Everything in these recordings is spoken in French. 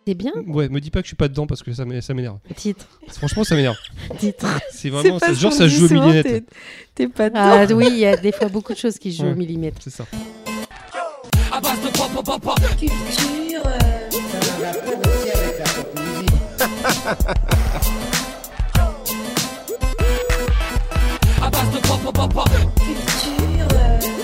C'est bien. Ouais, me dis pas que je suis pas dedans parce que ça m'énerve. Titre. Franchement, ça m'énerve. Titre. C'est vraiment, pas genre ce ça qu'on joue au dit souvent, millimètre. T'es pas dedans. Ah oui, il y a des fois beaucoup de choses qui jouent Ouais. au millimètre. C'est ça. Culture. Culture.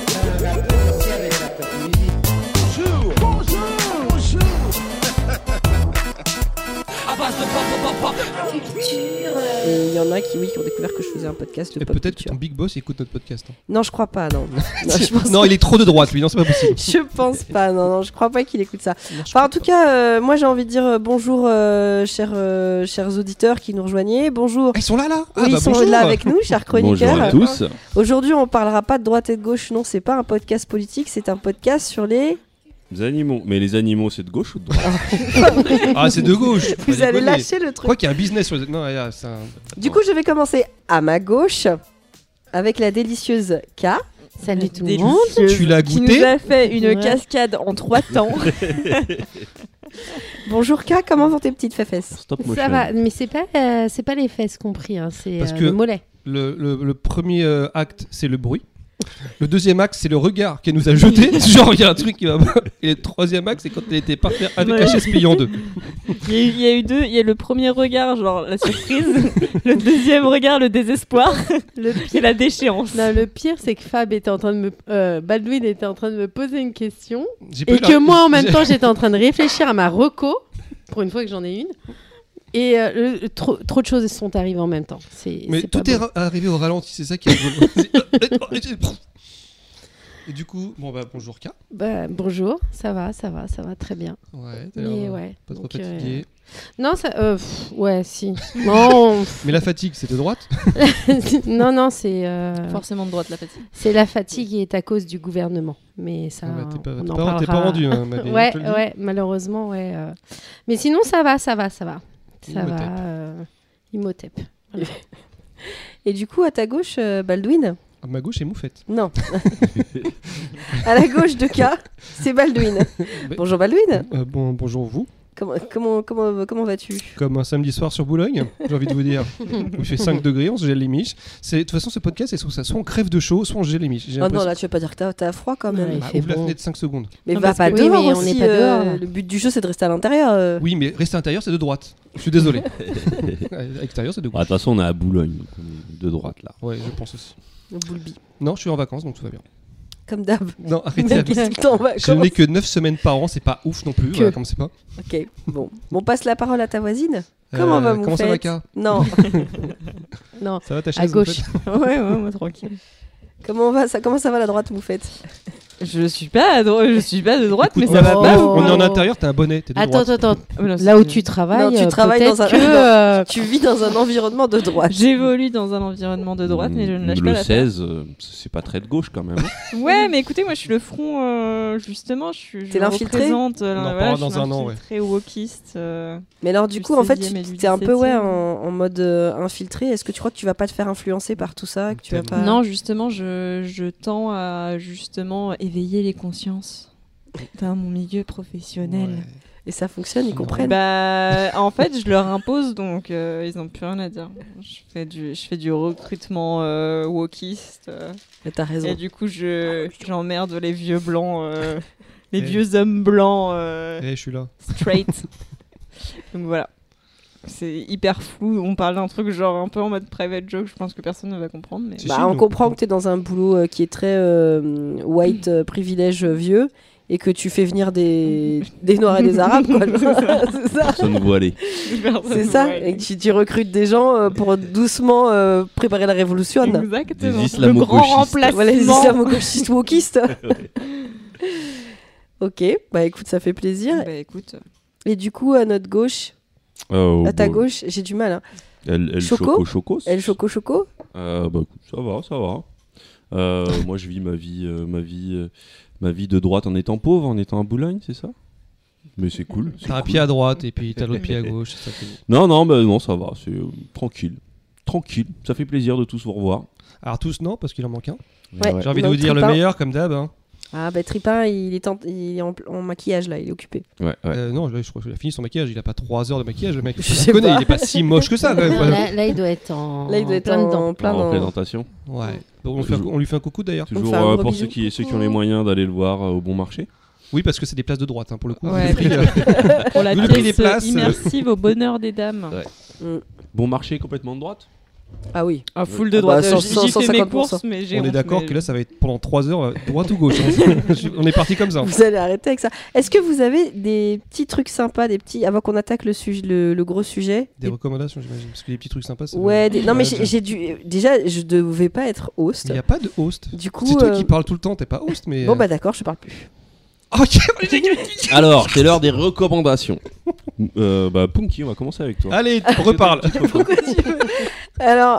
Culture. Et il y en a qui ont découvert que je faisais un podcast de Et pop peut-être que culture. ton big boss écoute notre podcast. Hein. Non, je crois pas, non. Non, je pense Non, il est trop de droite, lui. Non, c'est pas possible. Je pense pas, non, je crois pas qu'il écoute ça. Non, je Enfin, en crois tout pas. cas, moi j'ai envie de dire bonjour, chers auditeurs qui nous rejoignaient. Bonjour. Ah, ils sont là, là. Oui, Ah, bah, ils sont bonjour. là avec nous, chers chroniqueurs. Bonjour à tous. Aujourd'hui, on parlera pas de droite et de gauche. Non, c'est pas un podcast politique, c'est un podcast sur les. Les animaux. Mais les animaux, c'est de gauche ou de droite? Ah, c'est de gauche. Vous Faut allez déconner. lâcher le Je truc. crois qu'il y a un business sur les. Non, c'est un. Du coup, je vais commencer à ma gauche avec la délicieuse K. Salut tout le Délicieuse. monde. Tu l'as Qui goûté? nous a fait une Ouais. cascade en 3 temps. Bonjour K, comment vont tes petites fesses? Stop motion. Ça va, mais c'est pas les fesses compris, hein, c'est Parce que- le mollet. Le premier acte, c'est le bruit. Le deuxième acte, c'est le regard qu'elle nous a jeté. Genre, il y a un truc qui va pas. Et le troisième acte, c'est quand elle était par terre avec Ouais. la chaise pliée en deux. Il y a eu deux. Il y a le premier regard, genre la surprise. Le deuxième regard, le désespoir. Le pire, la déchéance. Non, le pire, c'est que Fab était en train de Baldwin était en train de me poser une question J'ai pas et eu la- que moi, en même j'ai- temps, j'étais en train de réfléchir à ma reco pour une fois que j'en ai une. Et trop de choses sont arrivées en même temps. Mais c'est tout pas est beau. arrivé au ralenti, c'est ça qui est rigolo. Et du coup, bon bah bonjour K. Bah, bonjour, ça va très bien. Ouais, t'as Mais l'air ouais. pas trop donc, fatigué. Non, ouais, si. Non, Mais la fatigue, c'est de droite. non, c'est Forcément de droite, la fatigue. c'est la fatigue qui est à cause du gouvernement. Mais ça, Ah bah, t'es pas, on t'es en pas- t'es pas parlera. rendu, hein, Marie, Ouais, je te le dis. ouais, malheureusement, ouais. Mais sinon, ça va. Ça Imhotep. va. Imhotep. Voilà. Et du coup, à ta gauche, Baldwin? À ma gauche, c'est Moufette. Non. À la gauche de K, c'est Baldwin. Mais- Bonjour Baldwin. Bonjour vous. Comment vas-tu? Comme un samedi soir sur Boulogne, j'ai envie de vous dire. Il fait 5 degrés, on se gèle les miches. De toute façon, ce podcast, c'est soit on crève de chaud, soit on se gèle les miches. J'ai Oh non, l'impression- là tu vas pas dire que t'as froid quand même. Ouais. il Bah, fait ouvre la bon. fenêtre 5 secondes. Mais Non, va parce pas que- dehors Oui, mais on aussi, n'est pas dehors, là. Le but du jeu c'est de rester à l'intérieur. Oui, mais rester à l'intérieur, c'est de droite. Je suis désolé. À l'extérieur, c'est de Ah, De gauche. toute façon, on est à Boulogne, donc on est de droite là. Ouais, je pense aussi. Le boulbi. Non, je suis en vacances, donc tout va bien. Comme d'hab. Non, Le arrêtez. mec est tout le temps en Je vacances. n'ai que 9 semaines par an, c'est pas ouf non plus. Que. Voilà, comme c'est pas. Ok, bon. On passe la parole à ta voisine. Comment va Comment ça va, Moufette? K? Non. Non, Ça va ta à chaise gauche. Moufette Ouais, moi tranquille. Comment ça va la droite Moufette? Je suis pas de droite, Écoute, mais ça va oh. pas. On est en intérieur, t'as un bonnet, t'es de Attends, droite. attends. Oh non, Là où c'est- tu travailles, Non, tu travailles peut-être dans un- que Tu vis dans un environnement de droite. J'évolue dans un environnement de droite, mais je ne lâche le pas la terre. 16, c'est pas très de gauche quand même. Ouais, mais écoutez, moi je suis le front, justement, je T'es l'infiltré? représente, On en voilà, parlera je suis dans un an, ouais. l'infiltré wokiste. Mais alors du Du coup en fait 16e et du t'es un peu ouais 17e. en mode infiltré. Est-ce que tu crois que tu vas pas te faire influencer par tout ça, que tu vas pas... Non, justement, je tends à justement éveiller les consciences dans mon milieu professionnel. Ouais. Et ça fonctionne, ils Non. comprennent. Bah, en fait, je leur impose, donc ils n'ont plus rien à dire. Je fais du recrutement wokiste. Mais t'as raison. Et du coup, j'emmerde les vieux blancs, les Eh. vieux hommes blancs Eh, je suis là. straight. Donc voilà. C'est hyper flou. On parle d'un truc genre un peu en mode private joke. Je pense que personne ne va comprendre. Mais... Si, Bah, si, on nous, comprend on- que tu es dans un boulot qui est très white privilège vieux et que tu fais venir des Noirs et des Arabes. Quoi. C'est ça. Personne ne voit aller. C'est ça. Et que tu recrutes des gens pour doucement préparer la révolution. Exactement. Des Le islamo-gauchistes. grand remplacement. Voilà, les islamo-gauchistes wokistes. Ok, bah écoute, ça fait plaisir. Bah écoute. Et du coup, à notre gauche, à ta gauche, j'ai du mal. Hein. El Choco Chocos. El Choco Choco. Bah écoute, ça va. Moi, je vis ma vie de droite en étant pauvre, en étant à Boulogne, c'est ça? Mais c'est cool. c'est T'as un cool. pied à droite et puis t'as l'autre pied à gauche. C'est ça qui est beau. Non, ça va. C'est tranquille. Ça fait plaisir de tous vous revoir. Alors tous non, parce qu'il en manque un. Ouais. Ouais. J'ai envie de Donc, vous dire le Tripin. meilleur comme d'hab. Hein. Ah bah Tripin, il est en maquillage là, il est occupé. Ouais. Non, là, je crois qu'il a fini son maquillage. Il a pas 3 heures de maquillage, le mec. Je Je sais connais, pas. il est pas si moche que ça. Quand même. Là, il doit être en Là, il doit être plein dedans. en plein En dans... représentation. Ouais. Bon, On lui fait un coucou d'ailleurs. On Toujours fait un gros pour bisou. ceux qui ont les moyens d'aller le voir au bon marché. Oui, parce que c'est des places de droite, hein, pour le coup. Ouais. Le prix, Pour la Vu le prix des pièce places, immersive au bonheur des dames. Ouais. Bon marché complètement de droite. Ah oui. Ah, full de Ah droite. bah, J'y fais mes 150%. courses, mais j'ai on est honte, d'accord mais- que là, ça va être pendant 3 heures, droite ou gauche. Hein. On est parti comme ça. Vous allez arrêter avec ça. Est-ce que vous avez des petits trucs sympas, avant qu'on attaque le gros sujet Des recommandations, j'imagine. Parce que les petits trucs sympas, ça Ouais, non mais Ouais, j'ai dû... Déjà, je devais pas être host. Il n'y a pas de host. Du coup... C'est toi qui parles tout le temps, t'es pas host, mais. Bon bah d'accord, je parle plus. Ok, Alors, c'est l'heure des recommandations. Punky, on va commencer avec toi. allez, reparle. Pourquoi tu veux Alors,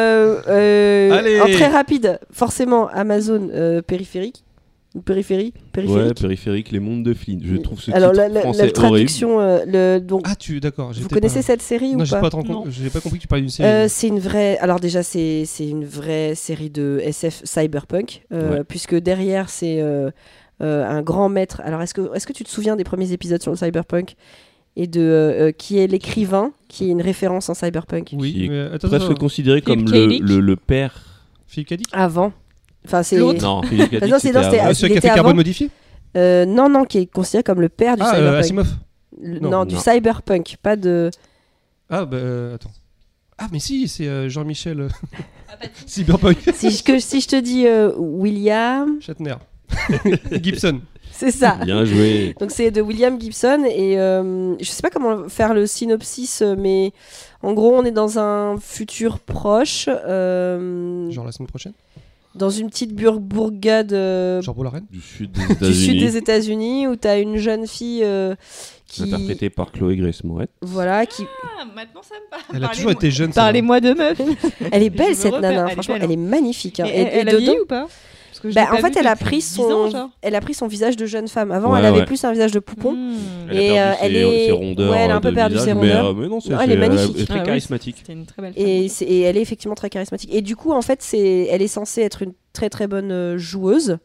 Allez. en très rapide, forcément Amazon périphérique. Périphérique. Ouais, périphérique, les mondes de Flynn. Je trouve ce Alors titre la français horrible. traduction, donc Ah, d'accord. vous connaissez cette série Non, ou j'ai pas pas, Non. j'ai pas compris que tu parlais d'une série. C'est une vraie. Alors déjà, c'est une vraie série de SF cyberpunk, Ouais. puisque derrière c'est un grand maître. Alors est-ce que tu te souviens des premiers épisodes sur le cyberpunk et de qui est l'écrivain, qui est une référence en cyberpunk Oui, qui est mais attends, Presque considéré Philippe comme K. Dick. le père. Philippe K. Dick avant. Enfin c'est. L'autre. Non, Philippe K. Ah Dick, non, c'est- non, c'était- avant. Celui qui a était fait Carbone avant. modifié Non, qui est considéré comme le père du Ah, cyberpunk. Asimov. Non, Non. du Non. cyberpunk, pas de. Ah, attends. Ah, mais si, c'est Jean-Michel Cyberpunk Si je te dis William, Shatner. Gibson. c'est ça. Bien joué. Donc c'est de William Gibson et je sais pas comment faire le synopsis, mais en gros on est dans un futur proche, Genre la semaine prochaine. dans une petite bourgade Genre Bollaren. Du sud des du sud États-Unis. des États-Unis où t'as une jeune fille qui Interprété par Chloé Grace Moretz. voilà qui Ah, maintenant ça me parle. Elle a toujours été jeune. celle-là. Parlez-moi de meuf. elle est Je belle me cette repère, nana, elle est franchement belle, elle est magnifique, hein. Mais Et elle a dedans- vieilli ou pas Parce que je Bah, l'ai en pas fait vue elle a depuis pris 10 ans, genre. elle a pris son visage de jeune femme. Avant Ouais, elle avait ouais. plus un visage de poupon. Hmm. Elle a perdu elle est- ses rondeurs. ouais, elle a un peu de perdu visage, ses mais, rondeurs. mais non, Non, elle est magnifique. Elle est très Ah oui, charismatique. C'était une très belle Et elle est effectivement très charismatique. Et du coup, en fait, elle est censée être une très très bonne joueuse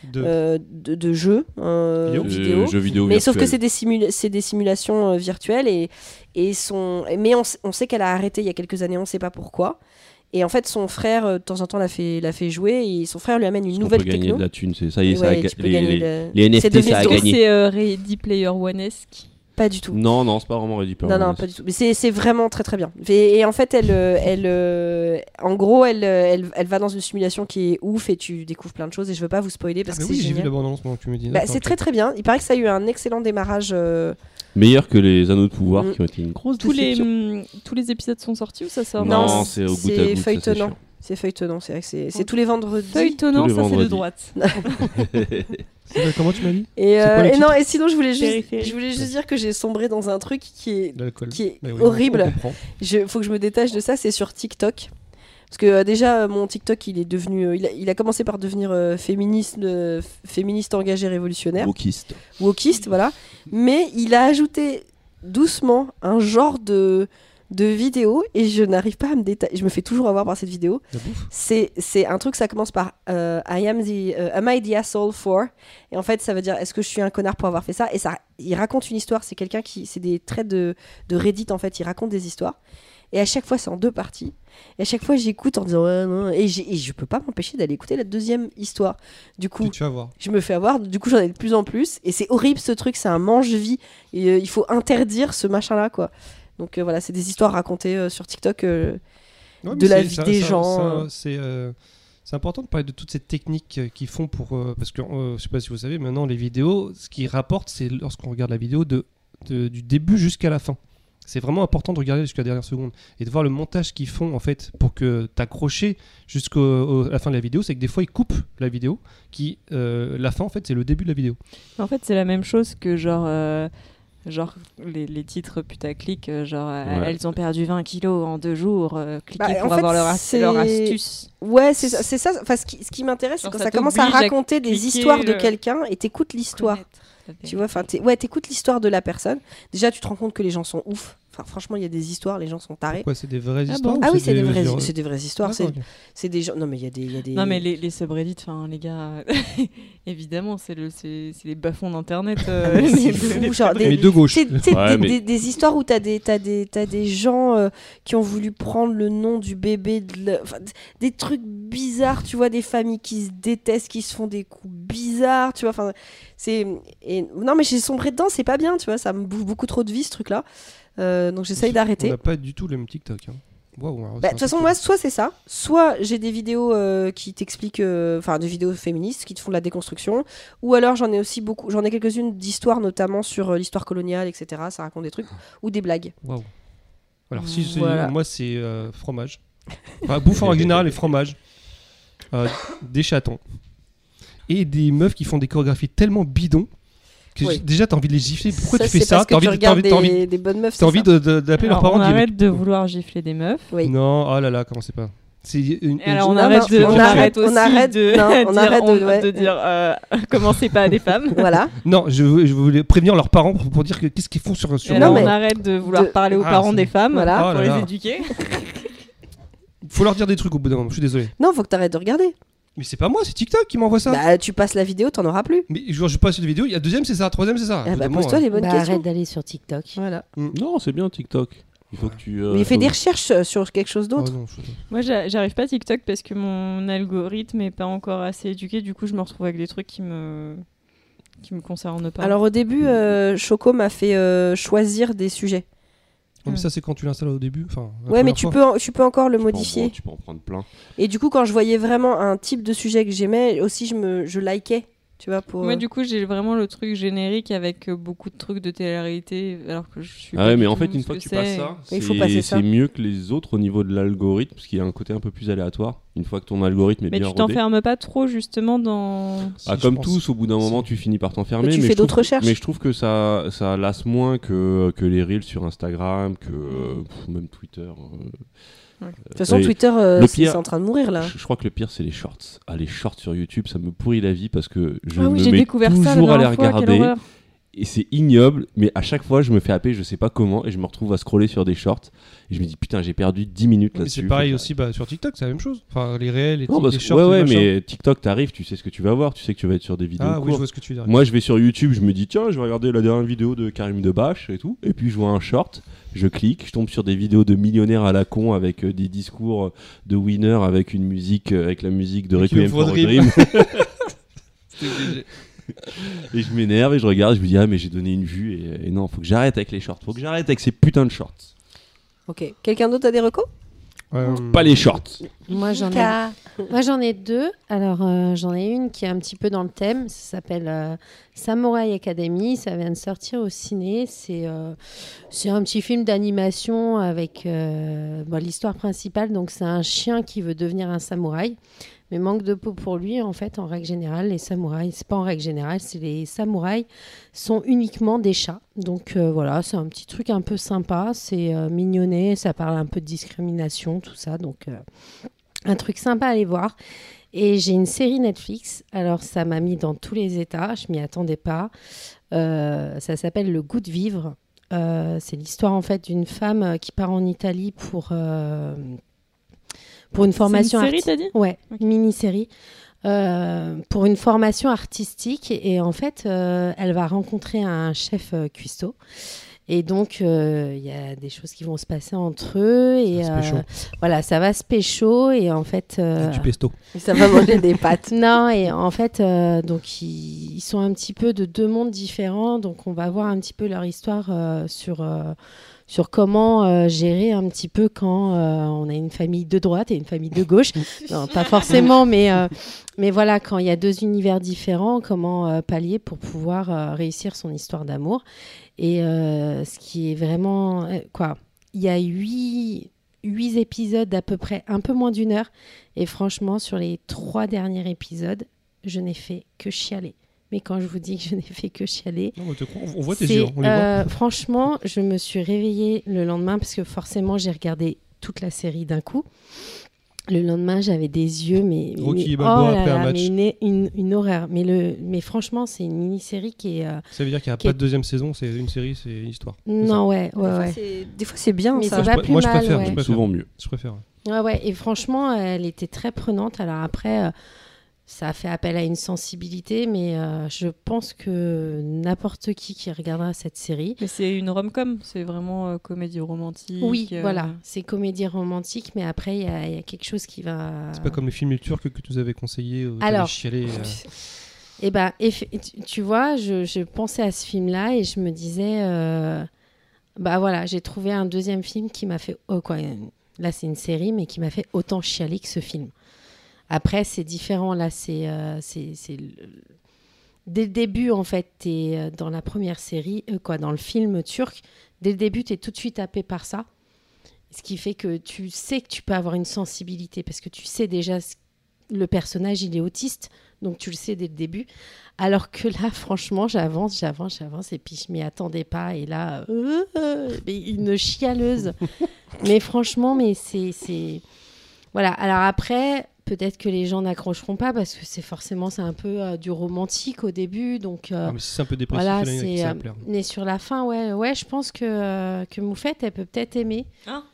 de jeux vidéo. Jeux vidéo Mais sauf que virtuels. c'est des simulations virtuelles mais on sait qu'elle a arrêté il y a quelques années, on sait pas pourquoi. Et en fait, son frère, de temps en temps, l'a fait jouer et son frère lui amène une Parce qu'on nouvelle peut gagner techno. de la thune, c'est ça y est, ça a Ouais, ga- tu peux gagner les NFT, c'est devenu ça a drôle. gagné. C'est Ready Player One-esque. Pas du tout. Non, c'est pas vraiment Ready Player Non, One. pas du tout. Mais c'est vraiment très très bien. Et en fait, en gros, elle va dans une simulation qui est ouf et tu découvres plein de choses. Et je veux pas vous spoiler parce Ah, que mais c'est oui, j'ai vu génial. la bande-annonce pendant que tu me dis. Bah, D'accord, c'est ok. très très bien. Il paraît que ça a eu un excellent démarrage. Meilleur que les Anneaux de pouvoir Mm. qui ont été une grosse Tous déception. les épisodes sont sortis ou ça sort Non, Non, c'est au goutte à c'est goutte, ça, c'est feuilletonnant. chiant. C'est feuilletonnant. C'est vrai que c'est tous les vendredis. Feuilletonnant, Tous les ça c'est de vendredis. droite. Comment tu m'as dit Et, C'est quoi les et non, titres et sinon, je voulais Périphérique. juste dire que j'ai sombré dans un truc qui est L'alcool. qui est Bah oui, horrible. on comprend. Faut que je me détache de ça, c'est sur TikTok. Parce que déjà, mon TikTok, il est devenu. Il a commencé par devenir féministe engagé révolutionnaire, Wokiste. wokiste, voilà. Mais il a ajouté doucement un genre de vidéo et je n'arrive pas à me détacher. Je me fais toujours avoir par cette vidéo. La bouffe. C'est un truc, ça commence par am I the asshole for? Et en fait, ça veut dire est-ce que je suis un connard pour avoir fait ça? Et ça, il raconte une histoire. C'est quelqu'un c'est des traits de Reddit en fait. Il raconte des histoires. Et à chaque fois, c'est en 2 parties. Et à chaque fois, j'écoute en disant ouais, non. Et je peux pas m'empêcher d'aller écouter la deuxième histoire. Du coup, Tu vas voir. je me fais avoir. Du coup, j'en ai de plus en plus. Et c'est horrible ce truc. C'est un mange-vie. Et il faut interdire ce machin-là, quoi. Donc voilà, c'est des histoires racontées sur TikTok. Ouais, mais de la c'est- vie ça- des ça- gens. C'est important de parler de toutes ces techniques qu'ils font pour. Parce que je sais pas si vous savez, maintenant les vidéos, ce qui rapporte, c'est lorsqu'on regarde la vidéo du début jusqu'à la fin. C'est vraiment important de regarder jusqu'à la dernière seconde et de voir le montage qu'ils font en fait pour que t'accroches jusqu'à la fin de la vidéo. C'est que des fois ils coupent la vidéo, la fin en fait c'est le début de la vidéo. En fait, c'est la même chose que genre les titres putaclic, elles ont perdu 20 kilos en 2 jours, cliquez Bah, en pour fait, avoir c'est- leur astuce. Ouais, c'est ça. Enfin, ce qui m'intéresse, c'est Genre, quand ça ça commence à t'oblige à raconter des cliquer histoires de le- quelqu'un et t'écoutes l'histoire. Tu vois, enfin, t'écoutes l'histoire de la personne. Déjà, tu te rends compte que les gens sont ouf. Enfin, franchement, il y a des histoires, les gens sont tarés. Quoi, c'est des vraies Ah histoires bon ou Ah oui, c'est des vraies, genre- c'est des vraies histoires. D'accord, ok. C'est des gens. Non, mais il y a des. Non mais les subreddits, enfin les gars, évidemment c'est les bas-fonds d'internet. Ah, mais c'est fou, genre Mais des, de gauche. tu sais, Ouais, mais- des histoires où t'as des gens qui ont voulu prendre le nom du bébé, enfin, des trucs bizarres, tu vois, des familles qui se détestent, qui se font des coups bizarres, tu vois, enfin, non mais j'ai sombré dedans, c'est pas bien, tu vois, ça me bouffe beaucoup trop de vie ce truc-là, donc j'essaye On d'arrêter. n'a pas du tout le même TikTok. Hein. Waouh, alors, Bah, c'est de toute façon, un moi, soit c'est ça, soit j'ai des vidéos qui t'expliquent, enfin des vidéos féministes qui te font de la déconstruction, ou alors j'en ai aussi beaucoup, j'en ai quelques-unes d'histoires, notamment sur l'histoire coloniale, etc. Ça raconte des trucs, ou des blagues. Waouh. Alors, si Voilà. moi, c'est fromage. Enfin, bouffe en général et fromage. Des chatons. Et des meufs qui font des chorégraphies tellement bidons que Oui. déjà, t'as envie de les gifler. Pourquoi tu fais c'est ça? parce que tu regardes des bonnes meufs, T'as envie c'est ça. d'appeler leurs Alors, parents on de dire, arrête de vouloir gifler des meufs. Oui. Non, oh là là, commencez pas. C'est une, Et alors on Non, arrête non, de, on on arrête arrête- on aussi arrête- de non, on dire, arrête de- ouais. de dire commencez pas à des femmes. Voilà. Non, je voulais prévenir leurs parents pour dire que qu'est-ce qu'ils font sur Et Non, alors, mais- on arrête de vouloir de- parler aux Ah, parents c'est- des femmes Voilà. pour Oh là les là. éduquer. Faut leur dire des trucs au bout d'un moment, je suis désolé. Non, faut que t'arrêtes de regarder. Mais c'est pas moi, c'est TikTok qui m'envoie ça. Bah, tu passes la vidéo, t'en auras plus. Mais je passe une vidéo, il y a deuxième c'est ça, troisième c'est ça. Ah Au bout bah, d'un pose-toi moment, les bonnes Bah, questions. arrête d'aller sur TikTok. Voilà. Non, c'est bien TikTok. Il faut que tu. Mais il fait faut- des recherches sur quelque chose Oh d'autre. non, Moi, j'arrive pas à TikTok parce que mon algorithme est pas encore assez éduqué. Du coup, je me retrouve avec des trucs qui me concernent pas. Alors au début, Choco m'a fait choisir des sujets. Non, mais ça c'est quand tu l'installes au début. Enfin, la Ouais, mais première tu peux encore le tu peux en modifier. prendre- Tu peux en prendre plein. Et du coup, quand je voyais vraiment un type de sujet que j'aimais, aussi je likais, tu vois, pour. Moi, du coup, j'ai vraiment le truc générique avec beaucoup de trucs de télé-réalité, alors que je suis. Ah pas ouais, du mais en tout fait, une ce fois que tu c'est. passes ça, Il faut passer ça. c'est mieux que les autres au niveau de l'algorithme, parce qu'il y a un côté un peu plus aléatoire. Une fois que ton algorithme est Mais bien tu rodé. t'enfermes pas trop justement dans. Ah, Si, comme je pense. tous, au bout d'un moment, tu finis par t'enfermer. Mais tu mais fais je trouve d'autres que- recherches. Mais je trouve que ça lasse moins que les reels sur Instagram, que même Twitter. De toute façon, Et Twitter, le pire- c'est en train de mourir là. Je crois que le pire, c'est les shorts. Ah, les shorts sur YouTube, ça me pourrit la vie parce que je Ah oui, me j'ai mets découvert ça la toujours à les dernière fois, quelle regarder. horreur. Et c'est ignoble, mais à chaque fois, je me fais happer, je sais pas comment, et je me retrouve à scroller sur des shorts. Et je me dis, putain, j'ai perdu 10 minutes Mais là-dessus. c'est pareil Faut que aussi sur TikTok, c'est la même chose. Enfin, les réels, les, Non, parce les que, shorts, ouais, les ouais, machins. mais TikTok, t'arrives, tu sais ce que tu vas voir, tu sais que tu vas être sur des vidéos Ah oui, je courtes. vois ce que tu veux dire. Moi, je vais sur YouTube, je me dis, tiens, je vais regarder la dernière vidéo de Karim Debache et tout. Et puis, je vois un short, je clique, je tombe sur des vidéos de millionnaires à la con avec des discours de winner avec une musique, avec la musique de Requiem Requiem for for a a Dream. C'était obligé. Et je m'énerve et je regarde, je me dis, ah, mais j'ai donné une vue. Et non, faut que j'arrête avec les shorts, faut que j'arrête avec ces putains de shorts. Ok. Quelqu'un d'autre a des recos? Pas les shorts. Moi, j'en ai deux. Alors, j'en ai une qui est un petit peu dans le thème. Ça s'appelle Samurai Academy. Ça vient de sortir au ciné. C'est un petit film d'animation avec l'histoire principale. Donc, c'est un chien qui veut devenir un samouraï. Mais manque de peau pour lui, en fait, en règle générale, les samouraïs, c'est pas en règle générale, c'est les samouraïs sont uniquement des chats. Donc voilà, c'est un petit truc un peu sympa, c'est mignonné, ça parle un peu de discrimination, tout ça. Donc un truc sympa à aller voir. Et j'ai une série Netflix, alors ça m'a mis dans tous les états, je m'y attendais pas. Ça s'appelle Le goût de vivre. C'est l'histoire en fait d'une femme qui part en Italie pour une formation C'est une série, t'as dit? Ouais, Ok. une mini-série. Pour une formation artistique. Et en fait, elle va rencontrer un chef cuistot. Et donc, il y a des choses qui vont se passer entre eux. Et Ça va se pécho. voilà, ça va se pécho. Et en fait... Du pesto. Et ça va manger des pâtes. Non, et en fait, donc ils sont un petit peu de deux mondes différents. Donc, on va voir un petit peu leur histoire sur comment gérer un petit peu quand on a une famille de droite et une famille de gauche. Non, pas forcément, mais voilà, quand il y a deux univers différents, comment pallier pour pouvoir réussir son histoire d'amour. Et ce qui est vraiment... il y a 8 épisodes d'à peu près un peu moins d'une heure. Et franchement, sur les 3 derniers épisodes, je n'ai fait que chialer. Mais quand je vous dis que je n'ai fait que chialer, Non, on te croit, on voit tes yeux, on les voit. franchement, je me suis réveillée le lendemain parce que forcément, j'ai regardé toute la série d'un coup. Le lendemain, j'avais des yeux, mais Rocky mais- Balboa là après un là, match. mais une horreur. Mais franchement, c'est une mini-série qui est. Ça veut dire qu'il n'y a Qui pas est- de deuxième saison, c'est une série, c'est une histoire. C'est ça. Non, ouais. Des fois, c'est bien, Mais ça. c'est pas plus Moi, je mal, préfère, ouais. je préfère. Souvent mieux. Je préfère. Ouais. Et franchement, elle était très prenante. Alors après, ça a fait appel à une sensibilité, mais je pense que n'importe qui regardera cette série. Mais c'est une rom-com, c'est vraiment comédie romantique. Oui, voilà, c'est comédie romantique, mais après, il y a quelque chose qui va. C'est pas comme les films turcs que tu nous avais conseillés. Alors, chialé, Eh ben, tu vois, je pensais à ce film-là et je me disais, bah voilà, j'ai trouvé un deuxième film qui m'a fait, là c'est une série, mais qui m'a fait autant chialer que ce film. Après, c'est différent, là, dès le début, en fait, t'es dans la première série, dans le film turc, dès le début, t'es tout de suite happé par ça. Ce qui fait que tu sais que tu peux avoir une sensibilité, parce que tu sais déjà, le personnage, il est autiste, donc tu le sais dès le début. Alors que là, franchement, j'avance, et puis je m'y attendais pas, et là, mais une chialeuse. Mais franchement, c'est... Voilà, alors après... Peut-être que les gens n'accrocheront pas parce que c'est un peu du romantique au début, donc mais si c'est un peu dépressif, voilà, ça va plaire. mais sur la fin, ouais, je pense que Moufette, elle peut peut-être aimer.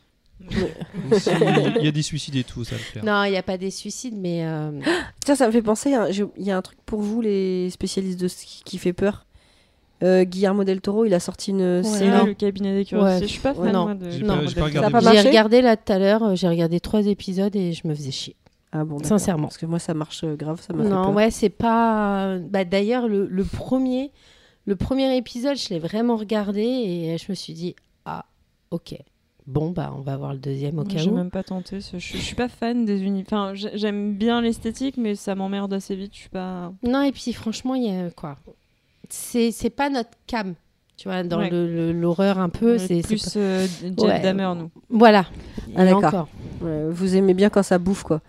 Il y a des suicides et tout, ça va plaire. Non, il n'y a pas des suicides, mais Tiens, ça me fait penser, il y a un truc pour vous, les spécialistes de ce qui fait peur. Guillermo del Toro, il a sorti une série. Le cabinet des curiosités. Ouais. Je suis pas fan, Non. moi, de... J'ai Non. pas Ça a regardé. pas j'ai marché regardé là tout à l'heure, j'ai regardé 3 épisodes et je me faisais chier. Ah bon, d'accord. Sincèrement. Parce que moi, ça marche grave, ça m'a fait Non, peur. ouais, c'est pas. Bah, d'ailleurs, le premier épisode, je l'ai vraiment regardé et je me suis dit, ah, ok. Bon, bah, on va voir le deuxième au cas J'ai où. même pas tenté. Je suis pas fan des univers. Enfin, j'aime bien l'esthétique, mais ça m'emmerde assez vite. Je suis pas. Non, et puis franchement, il y a quoi. C'est pas notre cam. Tu vois, dans Ouais. l'horreur un peu. On est plus Jeff Ouais. Dahmer, nous. Voilà. Ah, Et d'accord. encore. Vous aimez bien quand ça bouffe, quoi.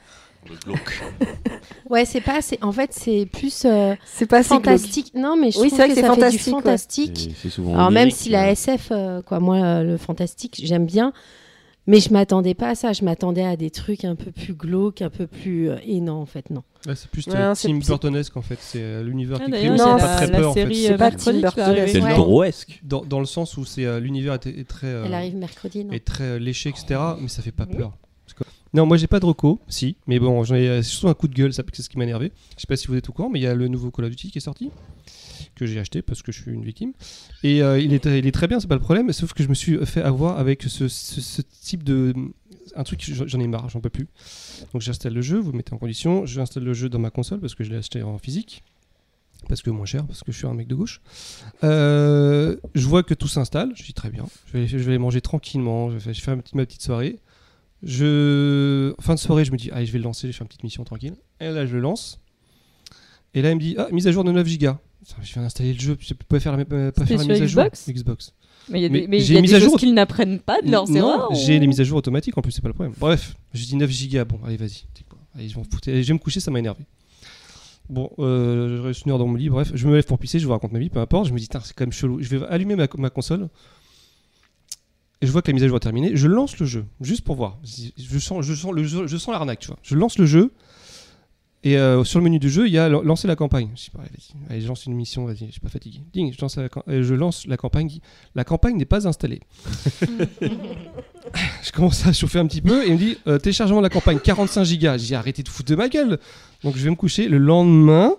Ouais, c'est pas. En fait, c'est plus C'est pas assez glauque. fantastique. Non, mais je Oui, trouve c'est vrai que que c'est ça fait du fantastique, ouais. fantastique. Et c'est souvent Alors même lyrique, si la SF, moi, le fantastique, j'aime bien. Mais je m'attendais pas à ça. Je m'attendais à des trucs un peu plus glauques, un peu plus. Et non, en fait, non. Ouais, c'est plus Ouais, c'est- Tim Burtonesque en fait. C'est l'univers qui D'ailleurs, crée, non, mais c'est c'est pas très peur en fait. série C'est pas mercredi Tim qui va Burton, arriver. C'est le Ouais. Toroesque. Dans le sens où l'univers est très, Elle arrive mercredi, non est très léché, etc. Mais ça fait pas peur. Non, moi j'ai pas de reco, si, mais bon, j'en ai surtout un coup de gueule, c'est ce qui m'a énervé. Je sais pas si vous êtes au courant, mais il y a le nouveau Call of Duty qui est sorti, que j'ai acheté parce que je suis une victime. Et il est très bien, c'est pas le problème, sauf que je me suis fait avoir avec ce type de. Un truc, j'en ai marre, j'en peux plus. Donc j'installe le jeu, vous le mettez en condition, j'installe le jeu dans ma console parce que je l'ai acheté en physique. Parce que moins cher, parce que je suis un mec de gauche. Je vois que tout s'installe, je dis très bien, je vais aller manger tranquillement, je vais faire ma petite soirée. Fin de soirée, je me dis, allez, je vais le lancer, je vais faire une petite mission tranquille. Et là, je le lance. Et là, il me dit, mise à jour de 9 Go. Je viens d'installer le jeu, je peux pas faire la C'était mise sur à jour. Xbox Xbox. Mais il y a Mais des, mais il j'ai y a mis des à choses jour- qu'ils n'apprennent pas de leurs Non, erreurs. j'ai les mises à jour automatiques en plus, c'est pas le problème. Bref, je dis 9 Go. Bon, allez, vas-y. Allez, je vais me coucher, ça m'a énervé. Bon, je reste une heure dans mon lit, bref, je me lève pour pisser, je vous raconte ma vie, peu importe. Je me dis, c'est quand même chelou. Je vais allumer ma console. Et je vois que la mise à jour est terminée. Je lance le jeu, juste pour voir. Je sens l'arnaque, tu vois. Je lance le jeu. Et sur le menu du jeu, il y a lancer la campagne. Je dis, allez, je lance une mission, vas-y, je suis pas fatigué. Ding, je lance la campagne. La campagne n'est pas installée. Je commence à chauffer un petit peu et il me dit, téléchargement de la campagne, 45 Go. J'ai arrêté de foutre de ma gueule. Donc je vais me coucher. Le lendemain,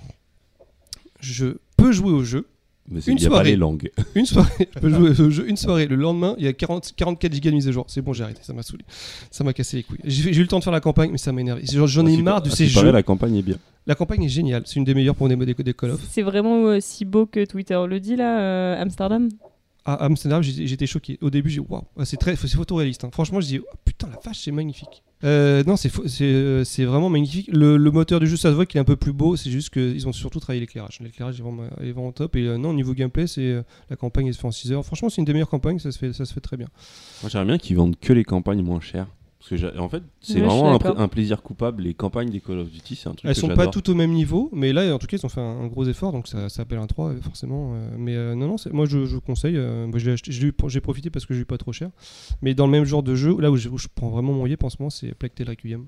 je peux jouer au jeu. Mais il n'y a pas les langues. Une soirée, je peux jouer au jeu une soirée. Le lendemain, il y a 44 gigas de mise à jour. C'est bon, j'ai arrêté, ça m'a saoulé. Ça m'a cassé les couilles. J'ai eu le temps de faire la campagne, mais ça m'a énervé. J'en ai marre de ces jeux. La campagne est bien. La campagne est géniale. C'est une des meilleures pour des Call of. C'est vraiment si beau que Twitter le dit, là, Amsterdam. À Amsterdam, j'étais choqué. Au début, j'ai dit waouh, c'est photoréaliste. Hein. Franchement, je dis oh, putain, la vache, c'est magnifique. Non, c'est vraiment magnifique. Le moteur du jeu, ça se voit qu'il est un peu plus beau. C'est juste qu'ils ont surtout travaillé l'éclairage. L'éclairage est vraiment top. Et non, au niveau gameplay, la campagne elle se fait en 6 heures. Franchement, c'est une des meilleures campagnes. Ça se fait très bien. Moi, j'aimerais bien qu'ils vendent que les campagnes moins chères. Parce que en fait, c'est Ouais, je suis vraiment d'accord. un plaisir coupable. Les campagnes des Call of Duty, c'est un truc Elles que sont j'adore. pas toutes au même niveau, mais là, en tout cas, ils ont fait un gros effort, donc ça s'appelle un 3, forcément. Non, moi, je conseille. Moi, j'ai profité parce que j'ai eu pas trop cher. Mais dans le même genre de jeu, là où je prends vraiment mon yep en ce moment, c'est Plague Tale Requiem,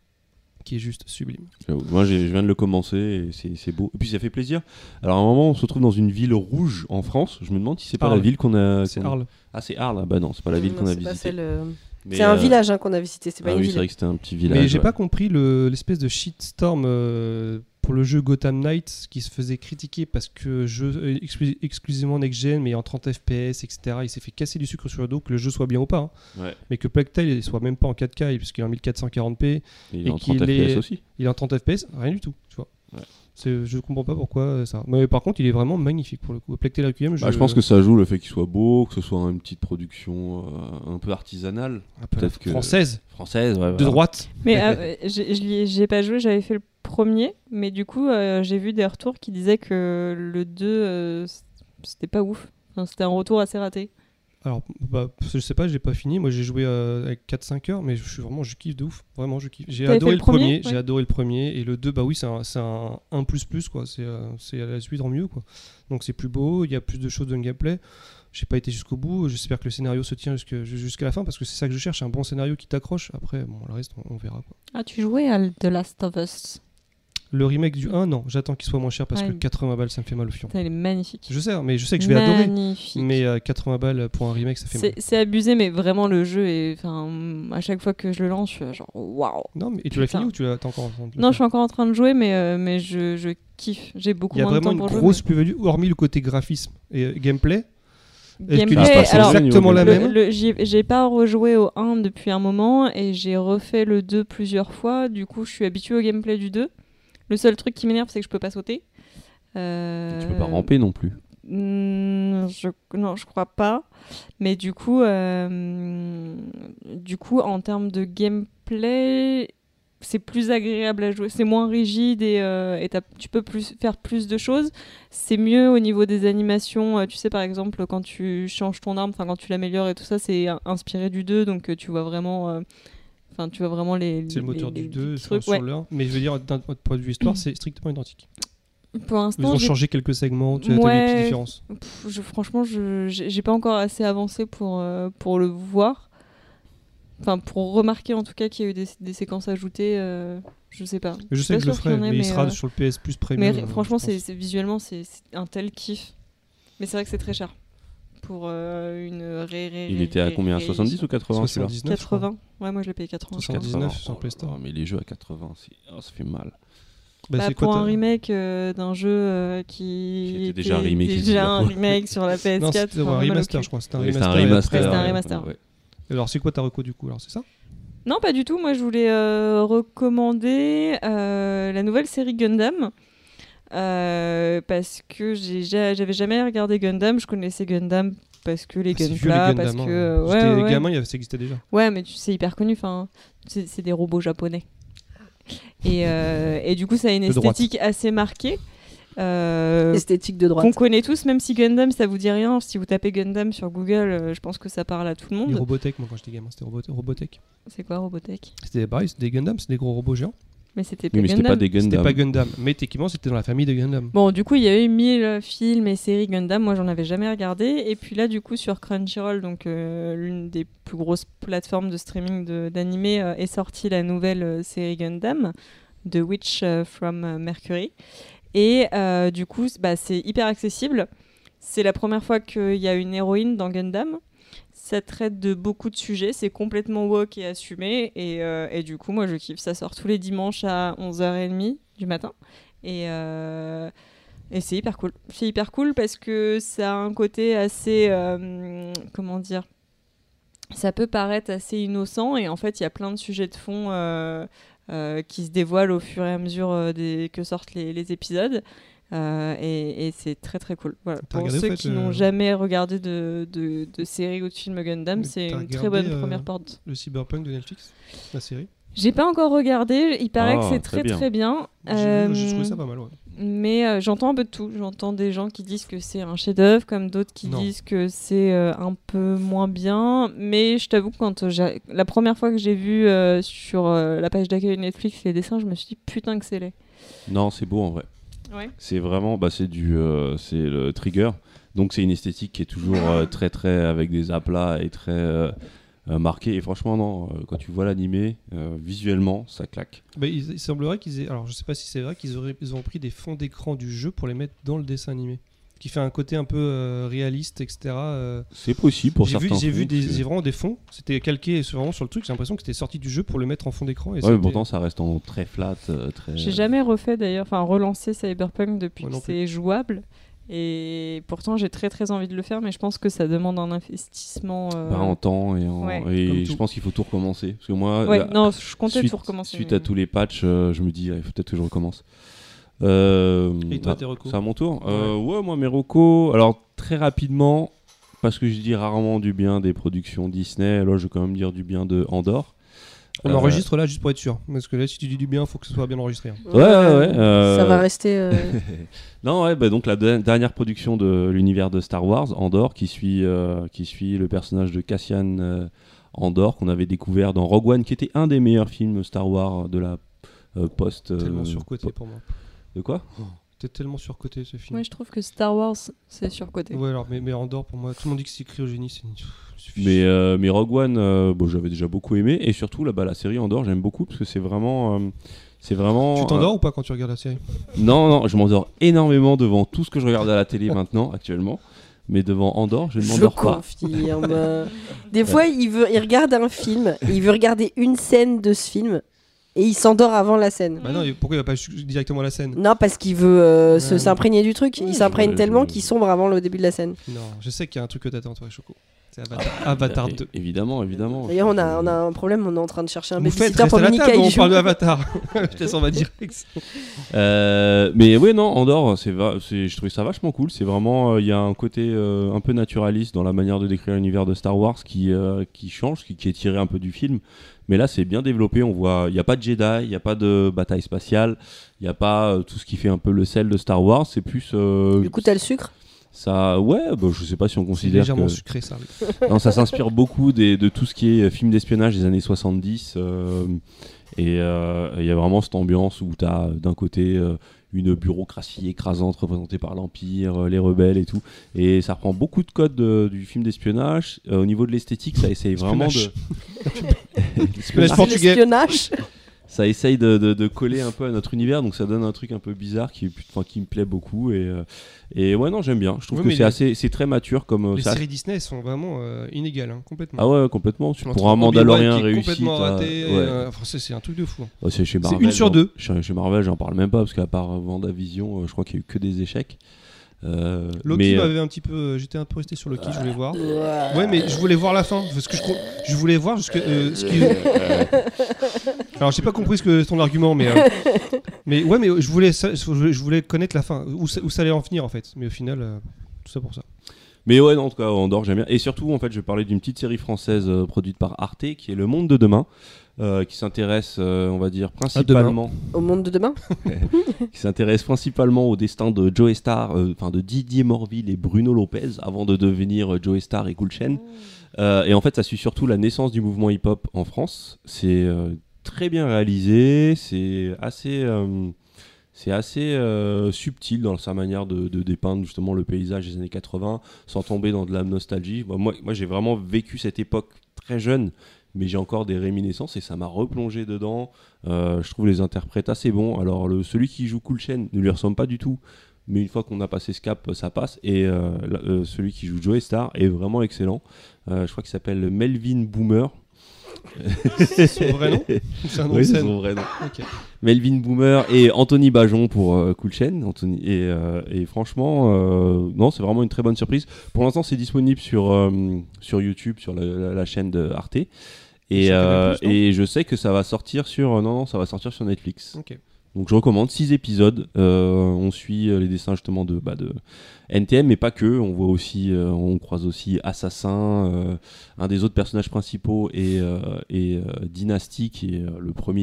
qui est juste sublime. Moi, je viens de le commencer et c'est beau. Et puis, ça fait plaisir. Alors, à un moment, on se retrouve dans une ville rouge en France. Je me demande si c'est pas Arles. la ville qu'on a. C'est Arles. Ah, c'est Arles. Ah, bah non, c'est pas la ville Non, qu'on a c'est pas visitée. celle, Mais, c'est un village qu'on a visité, c'est pas Ah une oui, ville. c'est vrai que c'était un petit village. Mais j'ai ouais. pas compris l'espèce de shitstorm pour le jeu Gotham Knights qui se faisait critiquer parce que jeu exclusivement next-gen mais en 30 FPS, etc. Il s'est fait casser du sucre sur le dos, que le jeu soit bien ou pas. Hein. Ouais. Mais que Plague Tale soit même pas en 4K puisqu'il est en 1440p, Et il est et en 30 qu'il est- FPS aussi. il est en 30 FPS, rien du tout. Tu vois. Ouais. Je comprends pas pourquoi ça. Mais par contre, il est vraiment magnifique pour le coup. Plague Tale Requiem, Je pense que ça joue le fait qu'il soit beau, que ce soit une petite production un peu artisanale, un peu peut-être que- française, française. Ouais, de voilà. droite. Mais j'ai pas joué, j'avais fait le premier, mais du coup, j'ai vu des retours qui disaient que le 2, c'était pas ouf. Enfin, c'était un retour assez raté. Alors, je sais pas, j'ai pas fini. Moi, j'ai joué avec 4-5 heures, mais je kiffe de ouf. Vraiment, je kiffe. J'ai T'avais adoré fait le le premier premier. Ouais. J'ai adoré le premier. Et le 2, bah oui, c'est un 1++, quoi. C'est à la suite en mieux, quoi. Donc, c'est plus beau, il y a plus de choses dans le gameplay. J'ai pas été jusqu'au bout. J'espère que le scénario se tient jusqu'à la fin, parce que c'est ça que je cherche, un bon scénario qui t'accroche. Après, bon, le reste, on verra, quoi. Ah, tu jouais à The Last of Us. Le remake du 1, non. J'attends qu'il soit moins cher, parce Ouais. que 80 balles, ça me fait mal au fion. Putain, il est magnifique. Je sais, mais je sais que je vais adorer. Magnifique. Mais 80 balles pour un remake, ça fait mal. C'est abusé, mais vraiment le jeu est. Enfin, à chaque fois que je le lance, je suis genre waouh. Non, mais et tu l'as Putain. fini ou t'es encore en train de le Non, faire je suis encore en train de jouer, mais je kiffe. J'ai beaucoup Il y a moins de vraiment temps une pour grosse jouer. plus-value, hormis le côté graphisme et gameplay. mais- Est-ce que Gameplay, l'histoire, c'est alors, exactement la gameplay. même j'ai pas rejoué au 1 depuis un moment et j'ai refait le 2 plusieurs fois. Du coup, je suis habituée au gameplay du 2. Le seul truc qui m'énerve, c'est que je peux pas sauter. Tu peux pas ramper non plus. Non, je crois pas. Mais du coup, en termes de gameplay, c'est plus agréable à jouer. C'est moins rigide et tu peux faire plus de choses. C'est mieux au niveau des animations. Tu sais, par exemple, quand tu changes ton arme, quand tu l'améliores et tout ça, c'est inspiré du 2. Donc, tu vois vraiment... tu vois vraiment les. C'est le moteur les du 2 petits sur trucs. Ouais. l'un. Mais je veux dire, d'un point de vue histoire, c'est strictement identique. Pour Ils l'instant, ont j'ai- changé quelques segments, tu as des Ouais. petites différences. franchement, j'ai pas encore assez avancé pour le voir. Enfin, pour remarquer en tout cas qu'il y a eu des séquences ajoutées. Je sais pas. Je suis sais pas que je le sûre qu'il y ferai, en ait, mais il sera euh, sur le PS Plus Mais Premium. franchement, je pense. visuellement, c'est un tel kiff. Mais c'est vrai que c'est très cher. Pour une Il était à combien 70 ou 80 celui-là 79, je crois. 80. Ouais, moi je l'ai payé 80. 79 80. sur Play Store. Oh, mais les jeux à 80, ça fait mal. Bah, c'est pour quoi un ta- remake d'un jeu qui Qui était était déjà un remake, déjà un excuse-moi. remake sur la PS4. Non, c'était un enfin, mal au remaster, cul. je crois. C'était un Oui, c'était remaster. un et après- remaster. Ouais, c'était un ouais, remaster. ouais. Alors, c'est quoi ta reco du coup alors, c'est ça Non, pas du tout. Moi, je voulais recommander la nouvelle série Gundam. Parce que j'avais jamais regardé Gundam. Je connaissais Gundam parce que les Ah, c'est vieux, Gunpla, les parce Gundam, que... hein. J'étais ouais. gamin, ça existait déjà. Ouais, mais c'est hyper connu. Enfin, c'est des robots japonais. Et du coup, ça a une De droite. esthétique assez marquée. Esthétique de Qu'on droite. connaît tous, même si Gundam, ça vous dit rien. Si vous tapez Gundam sur Google, je pense que ça parle à tout le Les monde. Robotech, moi quand j'étais gamin, c'était Robotech. C'est quoi Robotech? C'était pareil, c'était des Gundam, c'était des gros robots géants. Mais c'était pas Oui, mais c'était Gundam. pas des C'était Gundam. pas Gundam, mais techniquement c'était dans la famille de Gundam. Bon, du coup, il y a eu 1000 films et séries Gundam. Moi, j'en avais jamais regardé. Et puis là, du coup, sur Crunchyroll, donc l'une des plus grosses plateformes de streaming d'animé, est sortie la nouvelle série Gundam, The Witch from Mercury. Et du coup, c'est hyper accessible. C'est la première fois qu'il y a une héroïne dans Gundam. Ça traite de beaucoup de sujets, c'est complètement woke et assumé. Et du coup, moi, je kiffe. Ça sort tous les dimanches à 11h30 du matin. Et c'est hyper cool. C'est hyper cool parce que ça a un côté assez... comment dire ? Ça peut paraître assez innocent. Et en fait, il y a plein de sujets de fond qui se dévoilent au fur et à mesure que sortent les épisodes. Et c'est très très cool. Voilà. T'as Pour regardé, ceux au fait, qui n'ont jamais regardé de séries ou de films Gundam, Mais c'est t'as une très regardé, bonne première porte. Le Cyberpunk de Netflix, la série. J'ai pas encore regardé, il paraît que c'est très très bien. J'ai trouvé ça pas mal, ouais. Mais j'entends un peu de tout. J'entends des gens qui disent que c'est un chef-d'œuvre, comme d'autres qui Non. disent que c'est un peu moins bien. Mais je t'avoue que la première fois que j'ai vu sur la page d'accueil de Netflix les dessins, je me suis dit putain que c'est laid. Non, c'est beau en vrai. Ouais. C'est vraiment, c'est le Trigger. Donc c'est une esthétique qui est toujours très très avec des aplats et très marquée. Et franchement non, quand tu vois l'animé, visuellement ça claque. Il semblerait qu'ils aient, alors je sais pas si c'est vrai, qu'ils ont pris des fonds d'écran du jeu pour les mettre dans le dessin animé, ce qui fait un côté un peu réaliste, etc. C'est possible pour J'ai vu, certains. j'ai vraiment des fonds, c'était calqué vraiment sur le truc. J'ai l'impression que c'était sorti du jeu pour le mettre en fond d'écran. Et Ouais, mais pourtant ça reste en très flat, très. J'ai jamais refait d'ailleurs, relancé Cyberpunk depuis Moi que non plus. c'est jouable. Et pourtant j'ai très très envie de le faire, mais je pense que ça demande un investissement. En temps Ouais. Comme et tout. je pense qu'il faut tout recommencer. Parce que moi, Ouais, non, je comptais suite, tout recommencer. suite mais- à tous les patchs, je me dis, il faut peut-être que je recommence. Et toi, tes recos? C'est à mon tour. Ouais, moi, mes recos. Alors, très rapidement, parce que je dis rarement du bien des productions Disney, là, je vais quand même dire du bien de Andorre. On enregistre là juste pour être sûr, parce que là si tu dis du bien, faut que ce soit bien enregistré. Hein. Ouais. Ça va rester. Non, ouais, donc la dernière production de l'univers de Star Wars, Andor, qui suit le personnage de Cassian Andor, qu'on avait découvert dans Rogue One, qui était un des meilleurs films Star Wars de la post. Tellement surcoté pour moi. De quoi? T'es tellement surcoté ce film. Ouais, je trouve que Star Wars c'est surcoté. Ouais, alors, mais Andorre pour moi, tout le monde dit que c'est cryogénie, c'est. Mais Rogue One, j'avais déjà beaucoup aimé, et surtout là, la série Andor, j'aime beaucoup parce que c'est vraiment. Tu t'endors ou pas quand tu regardes la série? Non, je m'endors énormément devant tout ce que je regarde à la télé maintenant, actuellement. Mais devant Andorre, je ne m'endors pas. Confirme. Des fois, il regarde un film, et il veut regarder une scène de ce film, et il s'endort avant la scène. Bah non, pourquoi il va pas directement à la scène? Non, parce qu'il veut Ouais. s'imprégner du truc. Il s'imprègne je- tellement je- qu'il sombre avant le début de la scène. Non, je sais qu'il y a un truc que t'attends, toi, Choco. C'est Avatar 2. Évidemment. D'ailleurs, on a un problème, on est en train de chercher un Vous faites, babysitter reste pour à la Mini table, on Kaiju. parle de Avatar. Je te laisse, on va direct. Mais oui, non, Andorre, je trouvais ça vachement cool. C'est vraiment, il y a un côté un peu naturaliste dans la manière de décrire l'univers de Star Wars qui change, qui est tiré un peu du film. Mais là, c'est bien développé. On voit, il n'y a pas de Jedi, il n'y a pas de bataille spatiale, il n'y a pas tout ce qui fait un peu le sel de Star Wars. C'est plus. Du coup, t'as le sucre. Ça, ouais, je sais pas si on C'est considère légèrement que. sucré, ça. Non, ça s'inspire beaucoup de tout ce qui est film d'espionnage des années 70. Et il y a vraiment cette ambiance où tu as d'un côté une bureaucratie écrasante représentée par l'Empire, les rebelles et tout. Et ça reprend beaucoup de codes du film d'espionnage. Au niveau de l'esthétique, ça essaye vraiment de. L'espionnage portugais. L'espionnage. Ça essaye de coller un peu à notre univers, donc ça donne un truc un peu bizarre qui me plaît beaucoup. Et ouais, non, j'aime bien. Je trouve Oui, que mais c'est très mature comme. Les ça- séries Disney sont vraiment inégales, hein, complètement. Ah ouais, complètement. On Pour un trouve Mandalorian Obi-Wan qui est réussi. complètement raté. Ouais. Enfin, c'est un truc de fou. Hein. Ouais, c'est chez C'est Marvel. une sur deux. Chez Marvel, j'en parle même pas parce qu'à part WandaVision, je crois qu'il y a eu que des échecs. Loki m'avait un petit peu. J'étais un peu resté sur Loki, je voulais voir. Ouais, mais je voulais voir la fin. Parce que je voulais voir jusque. Alors, j'ai pas compris ton argument, mais. Mais ouais, mais je voulais connaître la fin. Où ça allait en finir, en fait. Mais au final, tout ça pour ça. Mais ouais, non, en tout cas, Andorre, j'aime bien. Et surtout, en fait, je vais parler d'une petite série française produite par Arte qui est Le Monde de Demain. Qui s'intéresse, on va dire, principalement. Au monde de demain. Qui s'intéresse principalement au destin de Joe Star, de Didier Morville et Bruno Lopez, avant de devenir Joe Star et Cool Chain. Et en fait, ça suit surtout la naissance du mouvement hip-hop en France. C'est très bien réalisé, c'est assez subtil dans sa manière de dépeindre justement le paysage des années 80, sans tomber dans de la nostalgie. Moi, j'ai vraiment vécu cette époque très jeune, mais j'ai encore des réminiscences et ça m'a replongé dedans. Je trouve les interprètes assez bons. Alors celui qui joue Cool Chain ne lui ressemble pas du tout, mais une fois qu'on a passé ce cap, ça passe. Et celui qui joue Joey Star est vraiment excellent. Je crois qu'il s'appelle Melvin Boomer. C'est son vrai nom? C'est un nom de Oui, c'est scène. son vrai nom. Ok. Melvin Boomer et Anthony Bajon pour Cool Chain. Et franchement, non, c'est vraiment une très bonne surprise. Pour l'instant, c'est disponible sur YouTube, sur la chaîne de Arte. Et je sais que ça va sortir sur ça va sortir sur Netflix. Ok. Donc je recommande 6 épisodes. On suit les dessins justement de NTM, mais pas que. On voit aussi, on croise aussi Assassin, un des autres personnages principaux, et Dynasty, qui est le premier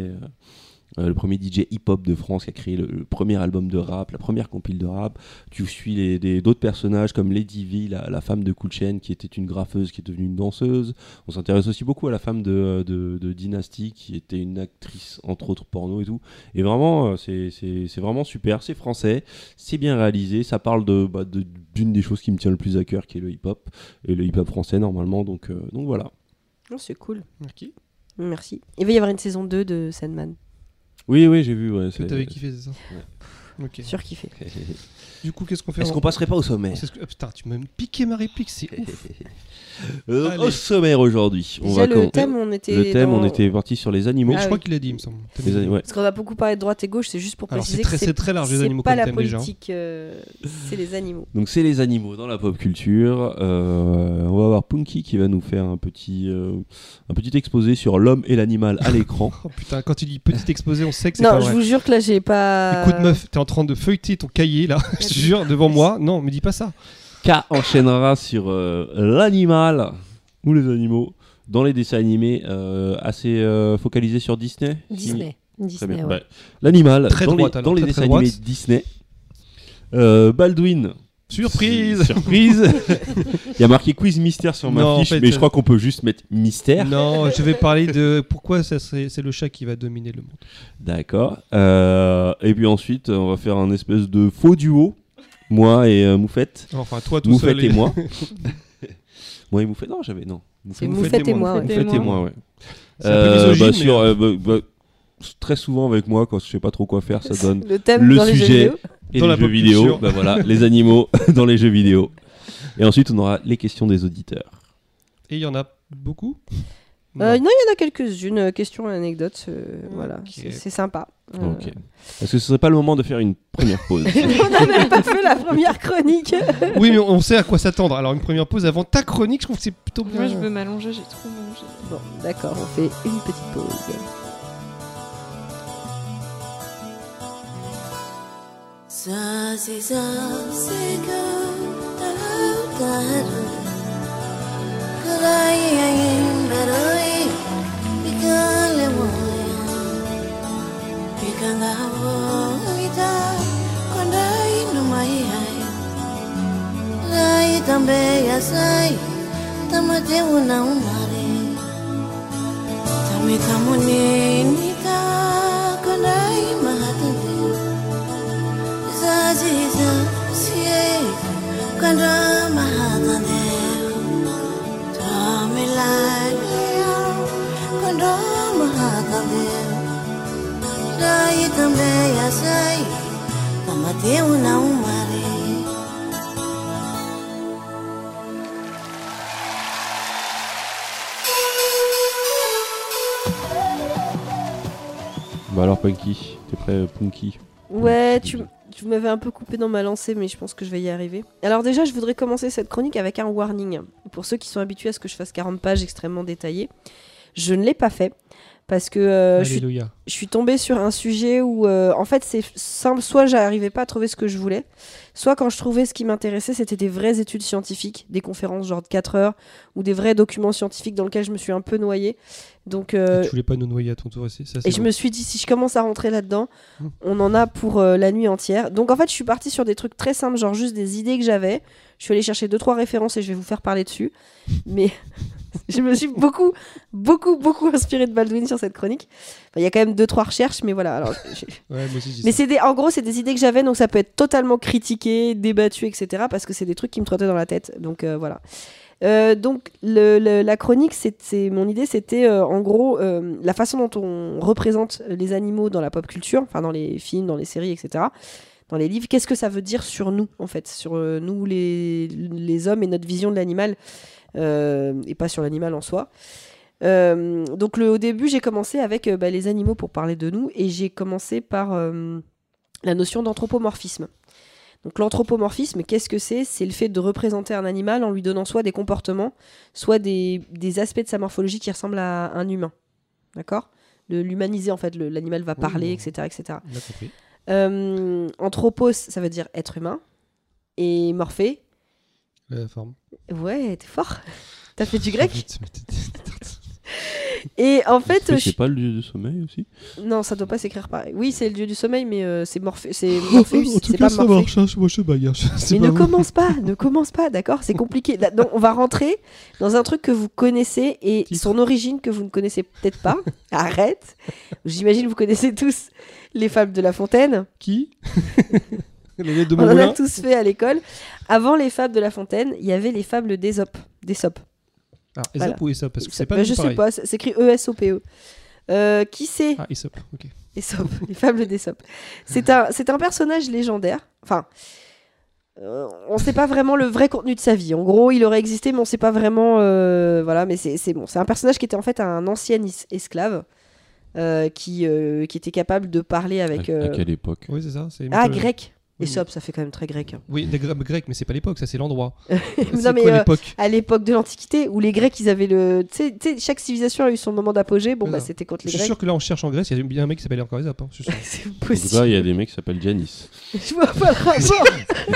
DJ hip-hop de France, qui a créé le premier album de rap, la première compile de rap. Tu suis d'autres personnages comme Lady V, la femme de Cool Chain, qui était une graffeuse, qui est devenue une danseuse. On s'intéresse aussi beaucoup à la femme de Dynasty, qui était une actrice, entre autres porno et tout. Et vraiment, c'est vraiment super. C'est français, c'est bien réalisé. Ça parle d'une des choses qui me tient le plus à cœur, qui est le hip-hop. Et le hip-hop français, normalement. Donc voilà. Oh, c'est cool. Ok. Merci. Il va y avoir une saison 2 de Sandman. Oui, j'ai vu. Ouais, Que t'avais kiffé, c'est ça? Ok. Surkiffé. Du coup, qu'est-ce qu'on fait? Est-ce qu'on passerait pas au sommaire? Putain, tu m'as piqué ma réplique, c'est ouf. Au sommaire aujourd'hui. Déjà, le thème, on était parti sur les animaux. Mais Ah je crois oui. qu'il l'a dit, il me semble. Ouais. Parce qu'on a beaucoup parlé de droite et gauche, c'est juste pour Alors, préciser c'est très large, les animaux, c'est pas comme la thème, déjà. politique, c'est les animaux. Donc c'est les animaux dans la pop culture. On va avoir Punky qui va nous faire un petit exposé sur l'homme et l'animal à l'écran. Oh putain, quand tu dis petit exposé, on sait que c'est Non, pas je vrai. vous jure que là, j'ai pas. Écoute meuf, t'es en train de feuilleter ton cahier là, je te jure, devant moi. Non, me dis pas ça. K enchaînera sur l'animal ou les animaux dans les dessins animés assez focalisés sur Disney. Disney. Très bien. ouais. Bah, l'animal Très dans droite, les, alors, dans les très, dessins très droite. animés Disney. Baldwin. Surprise. Surprise. Il y a marqué quiz mystère sur ma Non, en fiche, fait, mais je crois qu'on peut juste mettre mystère. Non, je vais parler de pourquoi c'est le chat qui va dominer le monde. D'accord. Et puis ensuite, on va faire un espèce de faux duo. Moi et Moufette. Enfin, toi tout Moufette seul. et moi. Moi et Moufette. Non, j'avais. Non. C'est Moufette et moi. Moufette ouais. Moufette et moi, ouais. C'est un peu misogyne, Très souvent avec moi, quand je sais pas trop quoi faire, ça donne Le thème le dans les jeux sujet vidéo. et Dans les la jeux pop vidéo. culture. Bah voilà, les animaux dans les jeux vidéo. Et ensuite, on aura les questions des auditeurs. Et il y en a beaucoup. Non, il y en a quelques-unes, questions et anecdotes. Voilà, Ok. c'est sympa. Ok. Est-ce que ce serait pas le moment de faire une première pause? On n'a même pas fait la première chronique. Oui, mais on sait à quoi s'attendre. Alors une première pause avant ta chronique, je trouve que c'est plutôt bien. Moi, je veux m'allonger, j'ai trop mangé. Bon, d'accord, on fait une petite pause. Também a sai, tamate una umare, tami kamuni nita kanai mahatande, zaziza sie kanda mahatande, tami lai kanda mahatande, dai também a sai, tamate una umare. Bah alors, Punky, t'es prêt, Punky? Ouais, tu m'avais un peu coupé dans ma lancée, mais je pense que je vais y arriver. Alors déjà, je voudrais commencer cette chronique avec un warning. Pour ceux qui sont habitués à ce que je fasse 40 pages extrêmement détaillées, je ne l'ai pas fait. Parce que Alléluia. je suis tombée sur un sujet où, en fait, c'est simple. Soit j'arrivais pas à trouver ce que je voulais, soit quand je trouvais ce qui m'intéressait, c'était des vraies études scientifiques, des conférences genre de 4 heures, ou des vrais documents scientifiques dans lesquels je me suis un peu noyée. Donc, Tu voulais pas nous noyer à ton tour aussi, ça, c'est et je me suis dit, si je commence à rentrer là-dedans, on en a pour la nuit entière. Donc en fait, je suis partie sur des trucs très simples, genre juste des idées que j'avais. Je suis allée chercher 2-3 références et je vais vous faire parler dessus. Mais je me suis beaucoup inspirée de Baldwin sur cette chronique. Enfin, il y a quand même 2-3 recherches, mais voilà. Alors, Ouais, moi aussi, je dis mais ça. en gros, c'est des idées que j'avais, donc ça peut être totalement critiqué, débattu, etc. Parce que c'est des trucs qui me trottaient dans la tête. Donc voilà. Donc la chronique, mon idée, c'était en gros la façon dont on représente les animaux dans la pop culture, enfin dans les films, dans les séries, etc. Dans les livres, qu'est-ce que ça veut dire sur nous, en fait, sur nous les hommes et notre vision de l'animal, et pas sur l'animal en soi. Donc au début, j'ai commencé avec les animaux pour parler de nous, et j'ai commencé par la notion d'anthropomorphisme. Donc l'anthropomorphisme, qu'est-ce que c'est ? C'est le fait de représenter un animal en lui donnant soit des comportements, soit des aspects de sa morphologie qui ressemblent à un humain. D'accord ? l'humaniser en fait. L'animal va parler, etc., etc. On a compris. Anthropos, ça veut dire être humain. Et Morphée, La forme. ouais, t'es fort. T'as fait du grec. Vite, mais Et en fait, C'est pas le dieu du sommeil aussi? non, ça doit pas s'écrire pareil. Oui, c'est le dieu du sommeil, mais c'est Morpheus, c'est pas Morphée. hein, moi je bagarre. Mais ne commence pas, d'accord? C'est compliqué. Là, donc, on va rentrer dans un truc que vous connaissez et son origine que vous ne connaissez peut-être pas. Arrête. J'imagine que vous connaissez tous les fables de La Fontaine. Qui? Les lettres de On en Montmoulin. a tous fait à l'école. Avant les fables de La Fontaine, il y avait les fables d'Ésope. Ah, Aesop Voilà. ou Aesop? Parce que c'est Bah, pas je sais pareil. pas, c'est écrit E-S-O-P-E. Qui c'est Ah, Aesop, ok. Ésope, les fables d'Ésope. C'est un personnage légendaire. Enfin, on ne sait pas vraiment le vrai contenu de sa vie. En gros, il aurait existé, mais on ne sait pas vraiment. Voilà, mais c'est bon. C'est un personnage qui était en fait un ancien esclave qui était capable de parler avec. À quelle époque? Oui, c'est ça. C'est Grec. Oui. Ésope, ça fait quand même très grec. Hein. Oui, des grec, mais c'est pas l'époque, ça c'est l'endroit. Non, C'est mais, quoi l'époque? à l'époque de l'Antiquité, où les Grecs, ils avaient le. Tu sais, chaque civilisation a eu son moment d'apogée. Bon, C'est bah, ça. c'était contre Je les suis Grecs. sûr que là on cherche en Grèce, il y a bien un mec qui s'appelle encore Aesop. Hein, je suis sûr. C'est En tout possible. cas, il y a des mecs qui s'appellent Janis. Je vois pas le rapport.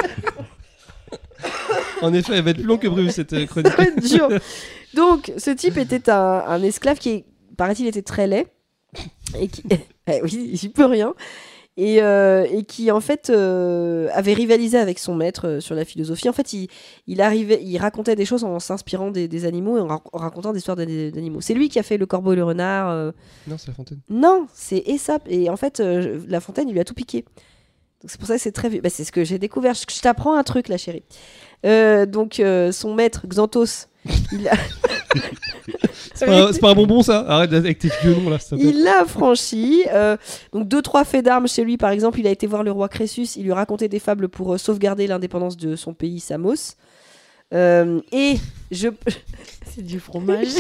En effet, elle va être plus longue que prévu cette chronique. Ça va être dur. Donc, ce type était un esclave qui, paraît-il, était très laid. Et qui... oui, j'y peux rien. Et qui, en fait, avait rivalisé avec son maître sur la philosophie. En fait, il racontait des choses en s'inspirant des animaux et en racontant des histoires d'animaux. C'est lui qui a fait Le Corbeau et le Renard. Non, c'est La Fontaine. Non, c'est Aesop. Et en fait, La Fontaine, il lui a tout piqué. Donc, c'est pour ça que c'est très vieux. Bah, c'est ce que j'ai découvert. Je t'apprends un truc, là, chérie. Donc, son maître, Xanthos, il a... C'est pas un bonbon ça. Arrête avec tes vieux noms là. s'il te plaît. Il l'a affranchi. Donc 2-3 faits d'armes chez lui, par exemple, il a été voir le roi Crésus, il lui racontait des fables pour sauvegarder l'indépendance de son pays, Samos. Et je... C'est du fromage.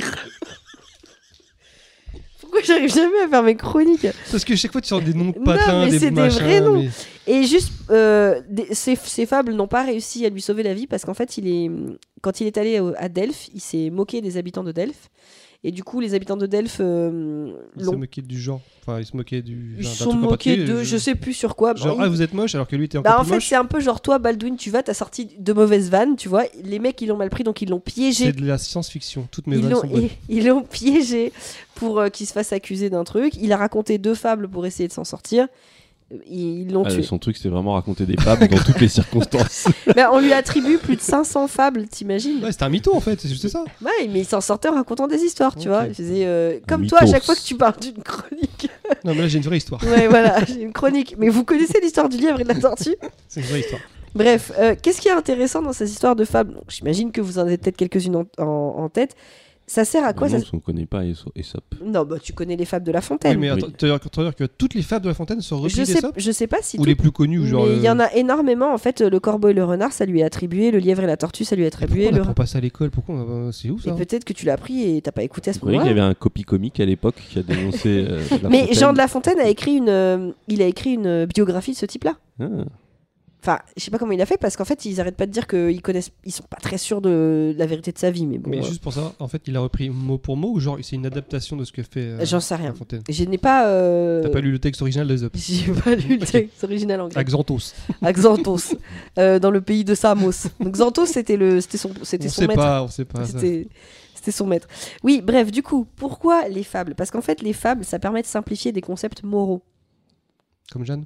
Pourquoi j'arrive jamais à faire mes chroniques? Parce que chaque fois tu sors des noms de Non, patins, mais des c'est des machins. vrais noms. mais- Et juste, ces fables n'ont pas réussi à lui sauver la vie parce qu'en fait, quand il est allé à Delphes, il s'est moqué des habitants de Delphes. Et du coup, les habitants de Delphes Ils se l'ont... moquaient du genre. Enfin, ils se moquaient du. Ils d'un se truc sont en moqués particulier, de... Je sais plus sur quoi. Genre, Bon, ah, vous êtes moche alors que lui était encore Bah, en plus fait, moche. c'est un peu genre toi, Baldwin, tu vas, t'as sorti de mauvaises vannes, tu vois. Les mecs, ils l'ont mal pris, donc ils l'ont piégé. C'est de la science-fiction. Toutes mes Ils vannes l'ont, sont bonnes. ils l'ont piégé pour qu'il se fasse accuser d'un truc. Il a raconté 2 fables pour essayer de s'en sortir. Ils l'ont tué. Son truc, c'était vraiment raconter des fables dans toutes les circonstances. Ben, on lui attribue plus de 500 fables, t'imagines? Ouais, c'était un mytho en fait, c'est juste ça. Ouais, mais il s'en sortait en racontant des histoires, tu Ok. vois. Il faisait comme Mythos. toi, à chaque fois que tu parles d'une chronique. Non, mais là j'ai une vraie histoire. Ouais, voilà, j'ai une chronique. Mais vous connaissez l'histoire du lièvre et de la tortue? C'est une vraie histoire. Bref, qu'est-ce qui est intéressant dans ces histoires de fables? Donc, j'imagine que vous en avez peut-être quelques-unes en tête. Ça sert à quoi Non, ça... parce qu'on connaît pas Aesop. Non, bah tu connais les fables de La Oui, Fontaine. mais Oui. attends, tu veux dire que toutes les fables de La Fontaine sont reprises je d'Aesop sais pas si ou tout- les plus connues, genre. mais il y en a énormément. En fait, le corbeau et le renard, ça lui est attribué. Le lièvre et la tortue, ça lui est Pourquoi attribué. on n'apprend pas ça à l'école? Pourquoi c'est où Et ça? peut-être que tu l'as appris et t'as pas écouté à ce Vous voyez qu'il y moment-là. avait un copy comique à l'époque qui a dénoncé. La Mais Fontaine. Jean de La Fontaine a écrit une biographie de ce type-là. Ah. Enfin, je sais pas comment il a fait parce qu'en fait, ils arrêtent pas de dire qu'ils connaissent, ils sont pas très sûrs de la vérité de sa vie, mais bon. Mais juste pour ça, en fait, il a repris mot pour mot ou genre c'est une adaptation de ce que fait J'en sais rien. La Fontaine? Je n'ai pas. T'as pas lu le texte original d'Aesop? J'ai pas lu le texte original en grec. Xanthos. À Xanthos, dans le pays de Samos. Donc Xanthos, c'était son On maître. sait pas, ça. C'était son maître. Oui, bref, du coup, pourquoi les fables? Parce qu'en fait, les fables, ça permet de simplifier des concepts moraux. Comme Jeanne.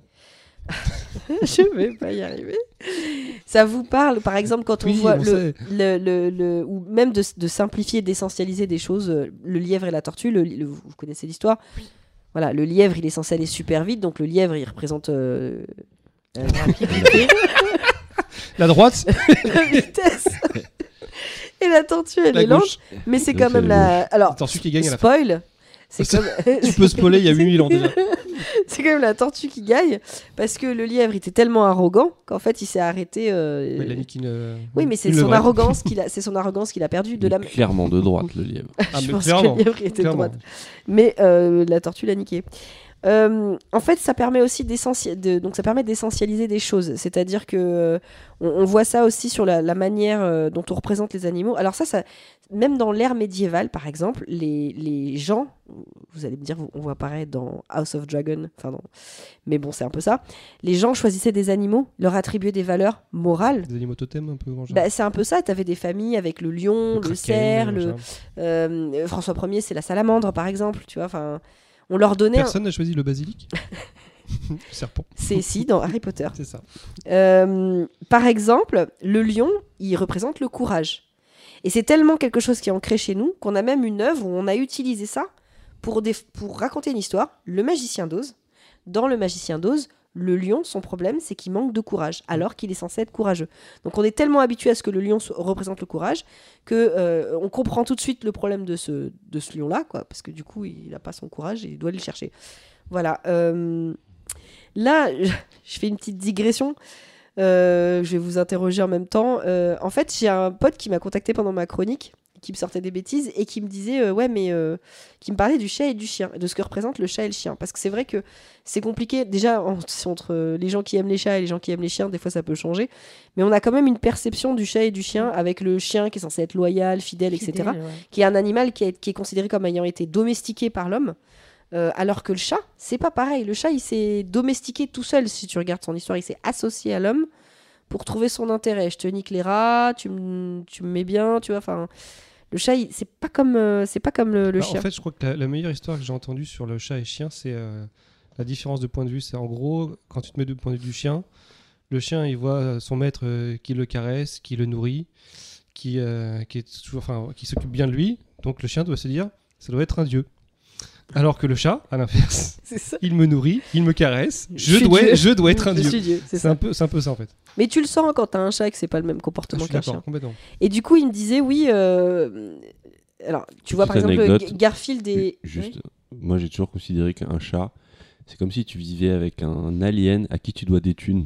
Je vais pas y arriver. Ça vous parle, par exemple, quand on Oui, voit on sait. ou même de simplifier, d'essentialiser des choses. Le lièvre et la tortue, vous connaissez l'histoire. Voilà, le lièvre, il est censé aller super vite, donc le lièvre, il représente la rapidité, La droite la vitesse. Et la tortue, elle La est lente, gauche. mais c'est Donc, quand c'est même la la. Alors, La tortue qui gagne à la fin. spoil. C'est comme... Tu peux spoiler, il y a 8000 ans déjà. C'est quand même la tortue qui gagne parce que le lièvre était tellement arrogant qu'en fait il s'est arrêté. Mais la nique une. Oui, mais c'est une son levrette. arrogance qu'il a perdu de la. Clairement de droite, le lièvre. Ah, Je mais pense clairement, que le lièvre était de clairement. droite, mais la tortue l'a niqué. En fait, ça permet aussi d'essentialiser des choses. C'est-à-dire que on voit ça aussi sur la manière dont on représente les animaux. Alors ça, même dans l'ère médiévale, par exemple, les gens, vous allez me dire, on voit pareil dans House of Dragon, mais bon, c'est un peu ça. Les gens choisissaient des animaux, leur attribuaient des valeurs morales. Des animaux totems un peu en genre. Bah, c'est un peu ça. T'avais des familles avec le lion, le cerf, François Ier, c'est la salamandre, par exemple. Tu vois, enfin, on leur donnait. Personne n'a choisi le basilic. Le serpent. C'est si dans Harry Potter. C'est ça. Par exemple, le lion, il représente le courage. Et c'est tellement quelque chose qui est ancré chez nous qu'on a même une œuvre où on a utilisé ça pour raconter une histoire. Le Magicien d'Oz. Dans Le Magicien d'Oz, le lion, son problème, c'est qu'il manque de courage, alors qu'il est censé être courageux. Donc on est tellement habitué à ce que le lion représente le courage que on comprend tout de suite le problème de ce lion-là, quoi, parce que du coup, il n'a pas son courage et il doit le chercher. Voilà. Là, je fais une petite digression. Je vais vous interroger en même temps. En fait, j'ai un pote qui m'a contacté pendant ma chronique, qui me sortait des bêtises et qui me disait qui me parlait du chat et du chien, de ce que représente le chat et le chien. Parce que c'est vrai que c'est compliqué. Déjà, entre les gens qui aiment les chats et les gens qui aiment les chiens, des fois ça peut changer. Mais on a quand même une perception du chat et du chien, avec le chien qui est censé être loyal, fidèle, etc. Ouais. Qui est un animal qui est considéré comme ayant été domestiqué par l'homme. Alors que le chat, c'est pas pareil. Le chat, il s'est domestiqué tout seul. Si tu regardes son histoire, il s'est associé à l'homme pour trouver son intérêt. Je te nique les rats, tu me mets bien, tu vois. Enfin, le chat, c'est pas comme le chien. En fait, je crois que la meilleure histoire que j'ai entendue sur le chat et chien, c'est la différence de point de vue. C'est en gros, quand tu te mets du point de vue du chien, le chien, il voit son maître qui le caresse, qui le nourrit, qui s'occupe bien de lui. Donc le chien doit se dire, ça doit être un dieu. Alors que le chat, à l'inverse, il me nourrit, il me caresse, je dois être un dieu. C'est un peu ça en fait. Mais tu le sens quand t'as un chat que c'est pas le même comportement qu'un chien. Complètement. Et du coup, il me disait, oui. Alors, tu vois, par exemple, Garfield et. Juste, moi j'ai toujours considéré qu'un chat, c'est comme si tu vivais avec un alien à qui tu dois des thunes.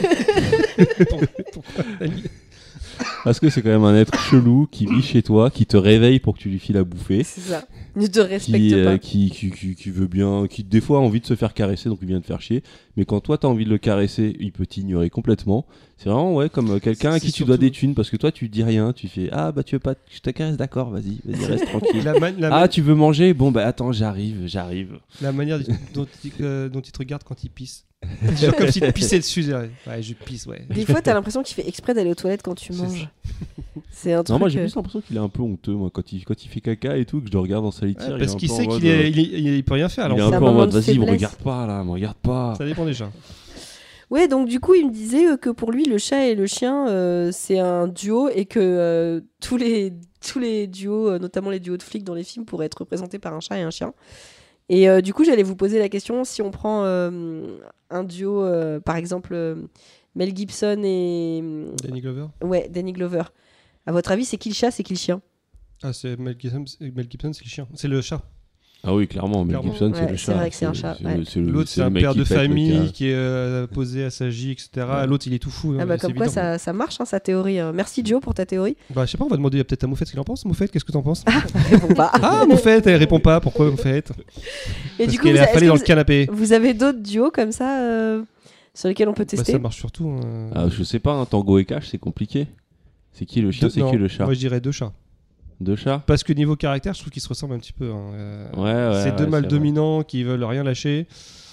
Pourquoi Parce que c'est quand même un être chelou qui vit chez toi, qui te réveille pour que tu lui files à bouffer. C'est ça. Ne te respecte pas. Qui veut bien, qui des fois a envie de se faire caresser, donc il vient te faire chier. Mais quand toi t'as envie de le caresser, il peut t'ignorer complètement. C'est vraiment comme quelqu'un à qui tu dois des thunes, parce que toi tu dis rien, tu fais tu veux pas, je te caresse, d'accord, vas-y reste tranquille. Tu veux manger, bon attends j'arrive. La manière dont il te regarde quand il pisse. Genre comme s'il te pissait dessus. Ouais, je pisse, ouais. Des fois, t'as l'impression qu'il fait exprès d'aller aux toilettes quand tu manges. C'est un truc. Non, moi j'ai plus l'impression qu'il est un peu honteux, moi, quand il fait caca et tout, que je le regarde dans sa litière. Parce qu'il sait qu'il peut rien faire. Alors, il est un peu en mode, vas-y, me regarde pas. Ça dépend des chats. Ouais, donc du coup, il me disait que pour lui, le chat et le chien, c'est un duo et que tous les duos, notamment les duos de flics dans les films, pourraient être représentés par un chat et un chien. Et du coup, j'allais vous poser la question, si on prend un duo, par exemple, Mel Gibson et... Danny Glover. Ouais, Danny Glover. À votre avis, c'est qui le chat, c'est qui le chien ? Ah, c'est Mel Gibson, c'est le chien. C'est le chat. Ah oui, clairement, Mel Gibson, c'est le chat. C'est vrai que c'est un chat. L'autre, c'est un père de famille qui est posé à sa Gie, etc. Ouais. L'autre, il est tout fou. Comme quoi, ça marche, sa théorie. Merci, Joe, pour ta théorie. Je sais pas, on va demander peut-être à Moufette ce qu'il en pense. Moufette, qu'est-ce que t'en penses ? Réponds pas. Moufette, elle répond pas. Pourquoi, Moufette ? Et du coup, elle est affalée dans le canapé. Vous avez d'autres duos comme ça sur lesquels on peut tester ? Ça marche surtout. Je sais pas, un Tango et Cash, c'est compliqué. C'est qui le chien, c'est qui le chat ? Moi, je dirais 2 chats. 2 chats ? Parce que niveau caractère, je trouve qu'ils se ressemblent un petit peu. C'est 2 mâles dominants qui veulent rien lâcher.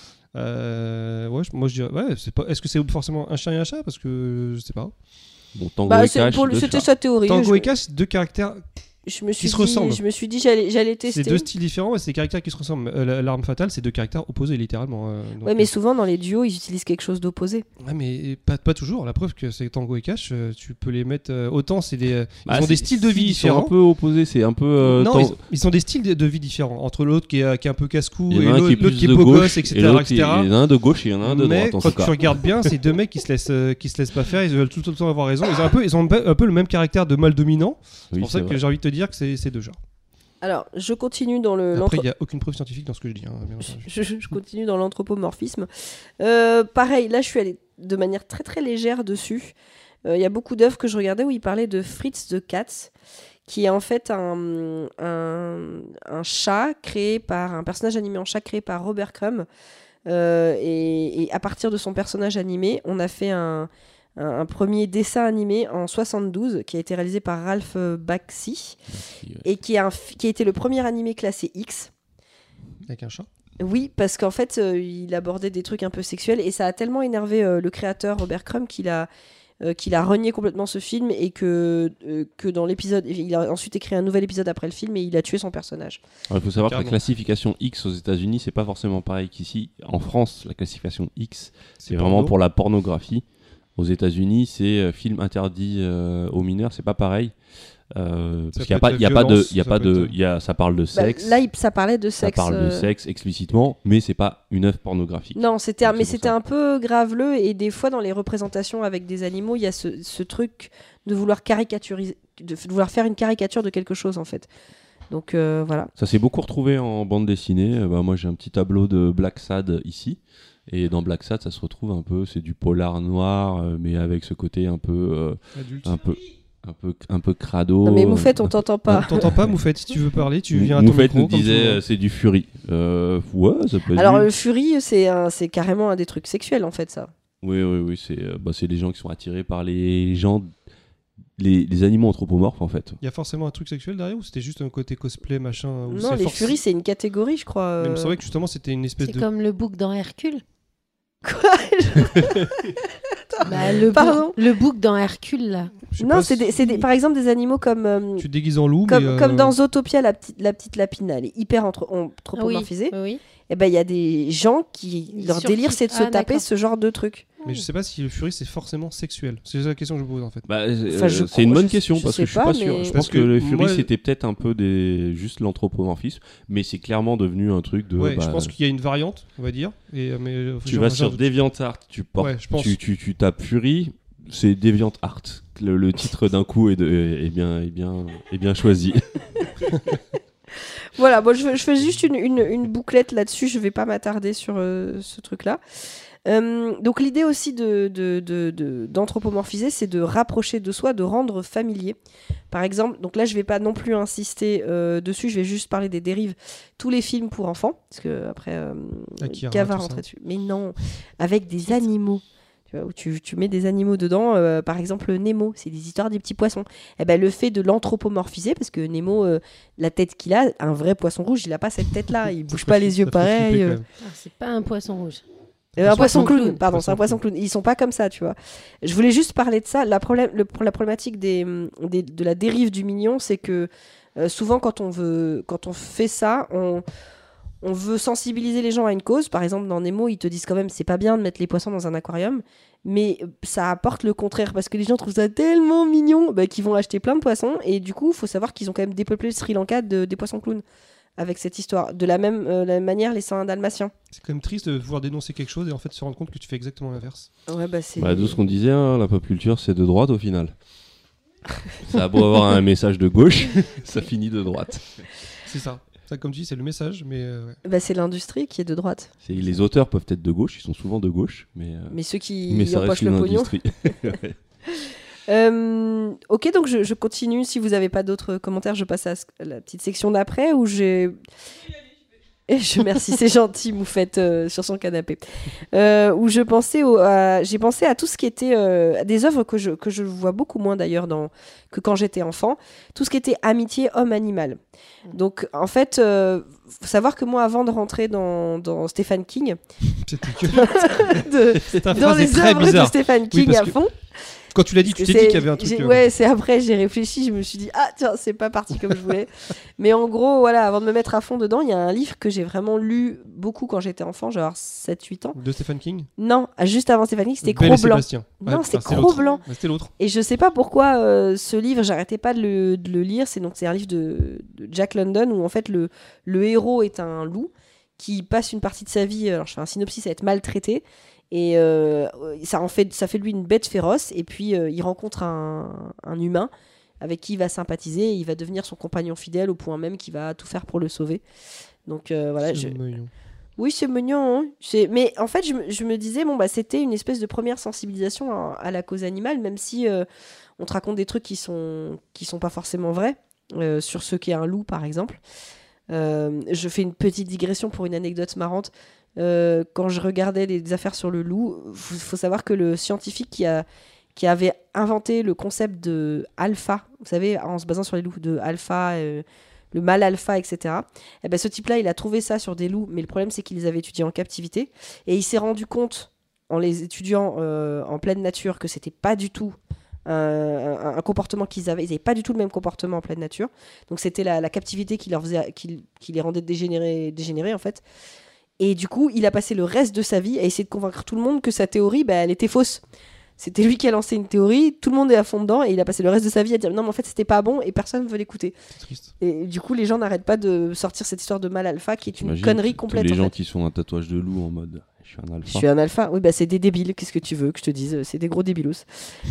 Moi je dirais. Ouais, est-ce que c'est forcément un chien et un chat ? Parce que je sais pas. Bon, Tango et Cash. C'était sa théorie. Tango et Cash, 2 caractères. Je me suis dit j'allais tester. C'est 2 styles différents, c'est des caractères qui se ressemblent. L'arme fatale, c'est 2 caractères opposés littéralement. Ouais, mais souvent dans les duos, ils utilisent quelque chose d'opposé. Ouais, mais pas toujours. La preuve que c'est Tango et Cash, tu peux les mettre autant. Ils ont des styles de vie différents. Ils sont un peu opposés, c'est un peu. Non, ils ont des styles de vie différents. Entre l'autre qui est un peu casse-cou et l'autre qui est beau gosse, etc. Il y en a un de gauche et il y en a un de droite. Mais quand tu regardes bien, c'est 2 mecs qui se laissent pas faire. Ils veulent tout le temps avoir raison. Ils ont un peu le même caractère de mâle dominant. C'est pour ça que j'ai envie de te dire que c'est 2 chats. Alors, je continue dans le... Après, il n'y a aucune preuve scientifique dans ce que je dis. Je continue dans l'anthropomorphisme. Pareil, là, je suis allée de manière très très légère dessus. Il y a beaucoup d'œuvres que je regardais où il parlait de Fritz the Cat, qui est en fait un chat créé par un personnage animé en chat créé par Robert Crumb. Et à partir de son personnage animé, on a fait un premier dessin animé en 72 qui a été réalisé par Ralph Bakshi et qui a été le premier animé classé X. Avec un chat. Oui, parce qu'en fait, il abordait des trucs un peu sexuels et ça a tellement énervé le créateur Robert Crumb qu'il a renié complètement ce film et que dans l'épisode, il a ensuite écrit un nouvel épisode après le film et il a tué son personnage. Alors, il faut savoir Carrément. que la classification X aux États-Unis, c'est pas forcément pareil qu'ici. En France, la classification X, c'est vraiment porno. pour la pornographie. Aux États-Unis, c'est film interdit aux mineurs, c'est pas pareil. Parce qu'il peut n'y a être pas de, violence, il y a ça pas peut de, être- il y a, ça parle de sexe. Là, ça parlait de Ça sexe. parle de sexe explicitement, mais c'est pas une œuvre pornographique. Non, c'était Donc, mais c'est pour c'était ça. un peu graveleux et des fois dans les représentations avec des animaux, il y a ce truc de vouloir caricaturiser, de vouloir faire une caricature de quelque chose en fait. Donc voilà. Ça s'est beaucoup retrouvé en bande dessinée. Moi, j'ai un petit tableau de Black Sad ici. Et dans Black Sad, ça se retrouve un peu, c'est du polar noir, mais avec ce côté un peu crado. Non mais Moufette, on t'entend pas. T'entends pas, Moufette, si tu veux parler, tu viens à ton Moufette micro. nous comme tout le disait monde. c'est du Fury. Ouais, ça peut être. Alors lui. le Fury, c'est carrément un des trucs sexuels en fait ça. Oui, c'est les gens qui sont attirés par les gens, les animaux anthropomorphes en fait. Il y a forcément un truc sexuel derrière ou c'était juste un côté cosplay, machin ou Non, c'est les forc- Furies, c'est une catégorie, je crois. Mais il me semblait que justement c'était une espèce C'est de. comme le bouc dans Hercule. Quoi Bah, le Pardon bouc, le bouc dans Hercule, là. Je sais Non, pas c'est si- par exemple des animaux comme Tu te déguises en loup, mais. comme dans Zootopia, la petite lapine, elle est hyper anthropomorphisée. Ah oui. Et ben il y a des gens qui Ils leur surkiffent. délire c'est de se Ah, taper d'accord. ce genre de truc. Mais je sais pas si le Fury c'est forcément sexuel. C'est la question que je me pose en fait. Enfin, C'est une bonne je question sais parce que je suis pas, pas sûr. mais- Je Parce pense que que le Fury moi- c'était peut-être un peu juste l'anthropomorphisme, mais c'est clairement devenu un truc de. Ouais, je pense qu'il y a une variante, on va dire. Et, mais, Tu vas sur DeviantArt, tu Ouais, je pense. tu tapes Fury, c'est DeviantArt. Le titre d'un coup est bien choisi. Voilà, bon, je fais juste une bouclette là-dessus, je vais pas m'attarder sur ce truc-là. Donc l'idée aussi d'anthropomorphiser, c'est de rapprocher de soi, de rendre familier. Par exemple, donc là je vais pas non plus insister dessus, je vais juste parler des dérives. Tous les films pour enfants, parce que après Akira, Gava tout rentrer ça. dessus. Mais non, avec des animaux. Tu vois, où tu mets des animaux dedans, par exemple Nemo, c'est des histoires des petits poissons. Et ben, le fait de l'anthropomorphiser, parce que Nemo, la tête qu'il a, un vrai poisson rouge, il a pas cette tête-là, il bouge pas les yeux pareil. Ah, c'est pas un poisson rouge. Un poisson clown, clown. pardon, c'est un poisson clown. Ils sont pas comme ça, tu vois. Je voulais juste parler de ça. La problématique de la dérive du mignon, c'est que souvent quand on fait ça, on veut sensibiliser les gens à une cause. Par exemple, dans Nemo, ils te disent quand même c'est pas bien de mettre les poissons dans un aquarium, mais ça apporte le contraire parce que les gens trouvent ça tellement mignon qu'ils vont acheter plein de poissons et du coup, il faut savoir qu'ils ont quand même dépeuplé le Sri Lanka des poissons clowns avec cette histoire. De la même manière, les 101 Dalmatiens. C'est quand même triste de pouvoir dénoncer quelque chose et en fait se rendre compte que tu fais exactement l'inverse. Ouais, c'est... D'où ce qu'on disait, hein, la pop culture c'est de droite au final. Ça a beau avoir un message de gauche, ça finit de droite. C'est ça. Ça, comme tu dis, c'est le message, mais. Ouais. C'est l'industrie qui est de droite. Les auteurs peuvent être de gauche, ils sont souvent de gauche, mais Mais ceux qui ça reste empochent une le pognon. industrie. Ok, donc je continue. Si vous n'avez pas d'autres commentaires, je passe à la petite section d'après où j'ai. Et merci, c'est gentil, Moufette sur son canapé. Où j'ai pensé à tout ce qui était des œuvres que je vois beaucoup moins d'ailleurs que quand j'étais enfant. Tout ce qui était amitié homme-animal. Donc en fait, faut savoir que moi, avant de rentrer dans Stephen King, C'était que. Ta dans phrase est les très œuvres de bizarre. Stephen Oui, King parce à que fond. Quand tu l'as dit, tu t'es dit qu'il y avait un truc. Ouais, c'est après, j'ai réfléchi, je me suis dit, ah tiens, c'est pas parti comme je voulais. Mais en gros, voilà, avant de me mettre à fond dedans, il y a un livre que j'ai vraiment lu beaucoup quand j'étais enfant, genre 7-8 ans. De Stephen King. Non, juste avant Stephen King, c'était Belle et Cro-Blanc. Sébastien. Non, Ah, c'était c'est l'autre. Cro-Blanc. Ah, c'était l'autre. Et je sais pas pourquoi ce livre, j'arrêtais pas de le lire. C'est un livre de Jack London où en fait le héros est un loup qui passe une partie de sa vie, alors je fais un synopsis, à être maltraité. Et ça fait de lui une bête féroce. Et puis il rencontre un humain avec qui il va sympathiser. Et il va devenir son compagnon fidèle au point même qu'il va tout faire pour le sauver. Donc voilà. C'est mignon. Oui, c'est mignon. Hein. Mais en fait, je me disais, c'était une espèce de première sensibilisation à la cause animale, même si on te raconte des trucs qui sont pas forcément vrais. sur ce qu'est un loup, par exemple. Je fais une petite digression pour une anecdote marrante. Quand je regardais les affaires sur le loup, faut savoir que le scientifique qui avait inventé le concept de alpha, vous savez, en se basant sur les loups, de alpha, le mâle alpha, etc. Et ben, ce type-là, il a trouvé ça sur des loups, mais le problème, c'est qu'il les avait étudiés en captivité. Et il s'est rendu compte, en les étudiant en pleine nature, que c'était pas du tout un comportement qu'ils avaient. Ils n'avaient pas du tout le même comportement en pleine nature. Donc c'était la captivité qui les rendait dégénérés, en fait. Et du coup, il a passé le reste de sa vie à essayer de convaincre tout le monde que sa théorie, elle était fausse. C'était lui qui a lancé une théorie, tout le monde est à fond dedans, et il a passé le reste de sa vie à dire non, mais en fait, c'était pas bon, et personne ne veut l'écouter. C'est triste. Et du coup, les gens n'arrêtent pas de sortir cette histoire de mâle alpha, qui est une T'imagines connerie complète. Tous les en gens fait. qui sont un tatouage de loup en mode je suis un alpha. Je suis un alpha. Oui, c'est des débiles. Qu'est-ce que tu veux que je te dise? C'est des gros débilos.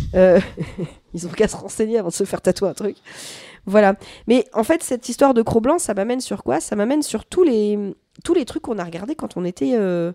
Ils ont qu'à se renseigner avant de se faire tatouer un truc. Voilà. Mais en fait, cette histoire de Cro-Blanc, ça m'amène sur quoi? Ça m'amène sur tous les trucs qu'on a regardés quand on était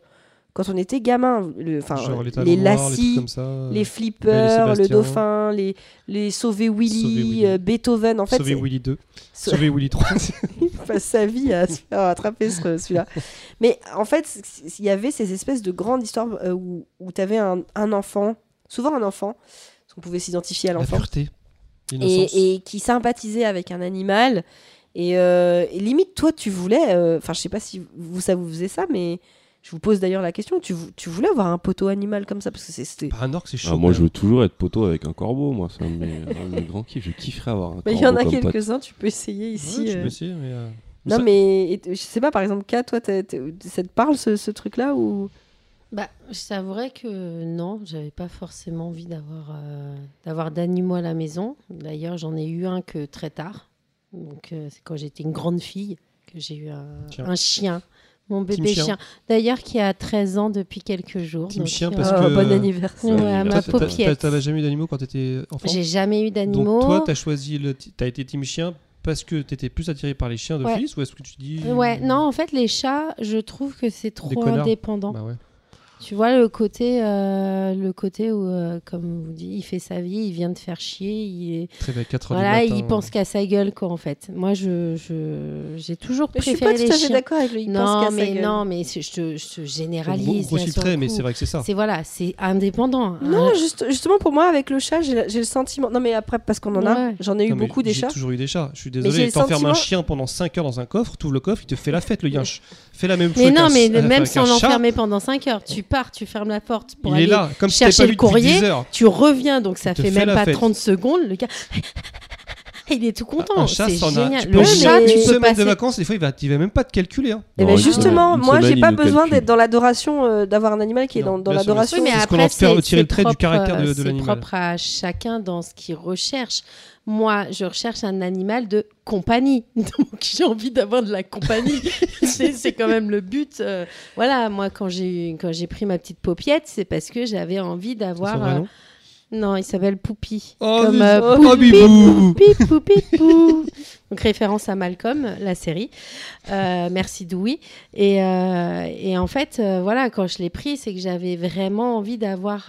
gamin. Genre les les talons noirs, les trucs lacis, comme ça. les flippers, Belle et le Sébastien. dauphin, les Sauver Willy, Sauver Willy. Beethoven. En fait, Sauver Willy 2. Sau- Sauver Willy 3. il passe sa vie à se faire attraper celui-là. Mais en fait, il y avait ces espèces de grandes histoires où tu avais un enfant, souvent un enfant, parce qu'on pouvait s'identifier à La l'enfant, pureté. L'innocence. et qui sympathisait avec un animal. Et limite, toi, tu voulais... Enfin, je sais pas si ça vous faisait ça, mais je vous pose d'ailleurs la question. Tu voulais avoir un poteau animal comme ça? Parce que c'était... Par un orque, c'est chaud. Ah, moi, quand je veux toujours être poteau avec un corbeau, moi. C'est un de mes grands kiffs. Je kifferais avoir un Mais corbeau il y en a comme pote. quelques-uns, tu peux essayer même. ici. Ouais, tu peux essayer, mais. Non, ça- mais je sais pas, par exemple, Kat, toi, ça te parle ce truc-là ou... Bah, je t'avouerais que non, j'avais pas forcément envie d'avoir d'animaux à la maison. D'ailleurs, j'en ai eu un que très tard. Donc, c'est quand j'étais une grande fille que j'ai eu Tiens. un chien, mon Team bébé chien. chien. D'ailleurs, qui a 13 ans depuis quelques jours. Team donc, chien, parce que- Bon anniversaire. Ouais, ma paupiette. T'avais jamais eu d'animaux quand t'étais enfant? J'ai jamais eu d'animaux. Donc toi, t'as été team chien parce que t'étais plus attiré par les chiens d'office, ou est-ce que tu dis Ouais, non, en fait, les chats, je trouve que c'est trop connards. indépendant. Bah ouais. Tu vois, le côté où, comme vous dites, il fait sa vie, il vient de faire chier, il est... Très bien, 4 heures Voilà, du matin. il pense qu'à sa gueule, quoi, en fait. Moi, j'ai toujours Mais je suis pas préféré tout à les fait chiens. d'accord avec le il pense qu'à sa gueule. Je te généralise. Gros là, chiffre sur le trait, mais coup. c'est vrai que c'est ça. C'est indépendant. Non, justement, pour moi, avec le chat, j'ai le sentiment... Non, mais après, parce qu'on en a, Ouais. j'en ai eu Non, mais beaucoup des chats. J'ai toujours eu des chats. Je suis j'ai désolé, le t'enfermes sentiment- un chien pendant 5 heures dans un coffre, t'ouvres le coffre, il te fait la fête, le yinche. Fais la même chose Mais non, mais avec même un sans chat, l'enfermer pendant 5 heures, tu pars, tu fermes la porte pour il est aller là, comme si chercher t'avais le pas vu depuis courrier. 10 heures. Tu reviens, donc ça Il te fait fait même la pas fête. 30 secondes. Le gars, il est tout content. Un chat, C'est ça en a. génial. Tu Le peux Ouais, chat, mais- tu une peux semaine de passer. vacances, des fois, il va même pas te calculer. Hein. Et Non, ben une justement, semaine, moi, j'ai il pas nous besoin calcule. d'être dans l'adoration, d'avoir un animal qui est Non, dans bien sûr, l'adoration. Oui, mais C'est ce après, qu'on en fait retirer le c'est trait du propre, caractère de c'est l'animal. propre à chacun dans ce qu'il recherche. Moi, je recherche un animal de compagnie. Donc, j'ai envie d'avoir de la compagnie. C'est quand même le but. Voilà, moi, quand j'ai pris ma petite paupiette, c'est parce que j'avais envie C'est son d'avoir... vrai nom Non, il s'appelle Poupi. Oh, Comme mais- oh, Poupi, bibou. Poupi, Poupi, Pou. Donc, référence à Malcolm, la série. Merci Dewey. Et en fait, voilà, quand je l'ai pris, c'est que j'avais vraiment envie d'avoir...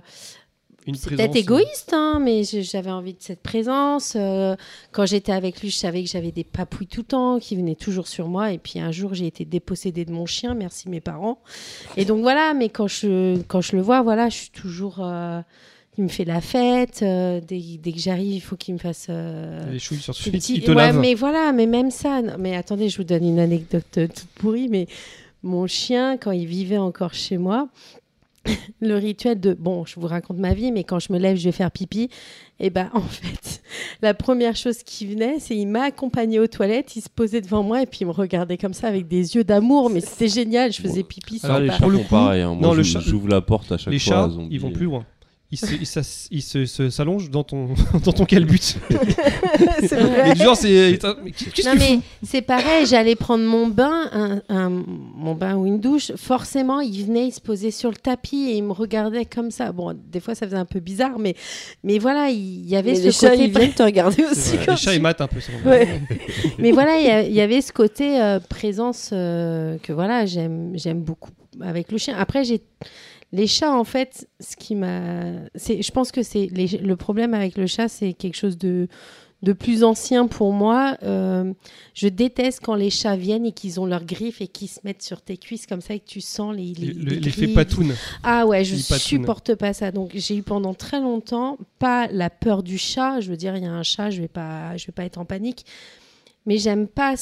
Une C'est présence, peut-être égoïste, hein, mais j'avais envie de cette présence. Quand j'étais avec lui, je savais que j'avais des papouilles tout le temps qui venaient toujours sur moi. Et puis un jour, j'ai été dépossédée de mon chien, merci mes parents. Et donc voilà, mais quand je le vois, voilà, je suis toujours... il me fait la fête. Dès que j'arrive, il faut qu'il me fasse... Les chouilles sur des suite, petits- il te ouais, lave. mais voilà, mais même ça. Non, mais attendez, je vous donne une anecdote toute pourrie, mais mon chien, quand il vivait encore chez moi, le rituel de bon, je vous raconte ma vie, mais quand je me lève, je vais faire pipi. Et ben en fait, la première chose qui venait, c'est il m'a accompagné aux toilettes, il se posait devant moi et puis il me regardait comme ça avec des yeux d'amour, mais c'était génial. Je faisais pipi sur Alors, les le chats pour le font coup, pareil. Hein. non, Moi, le j'ouvre la porte à chaque Les fois. chats, zombie. ils vont plus loin. Ils s'allongent dans ton calbut. C'est vrai. Et du genre, c'est. Mais qu'est-ce Non que tu mais fous c'est pareil, j'allais prendre mon bain, mon bain ou une douche. Forcément, il venait, il se posait sur le tapis et il me regardait comme ça. Bon, des fois, ça faisait un peu bizarre, mais voilà, il y avait Mais ce les chats, côté. ils viennent te regarder aussi. C'est vrai, quand les chats, tu- ils matent un peu. ça. Ouais. Mais voilà, il y avait ce côté présence que voilà, j'aime beaucoup avec le chien. Après, les chats, en fait, je pense que le problème avec le chat, c'est quelque chose de de plus ancien pour moi, je déteste quand les chats viennent et qu'ils ont leurs griffes et qu'ils se mettent sur tes cuisses comme ça et que tu sens les L'effet griffes. patoune. Ah ouais, je Les patounes. supporte pas ça. Donc j'ai eu pendant très longtemps pas la peur du chat. Je veux dire, il y a un chat, je vais pas être en panique. Mais j'aime pas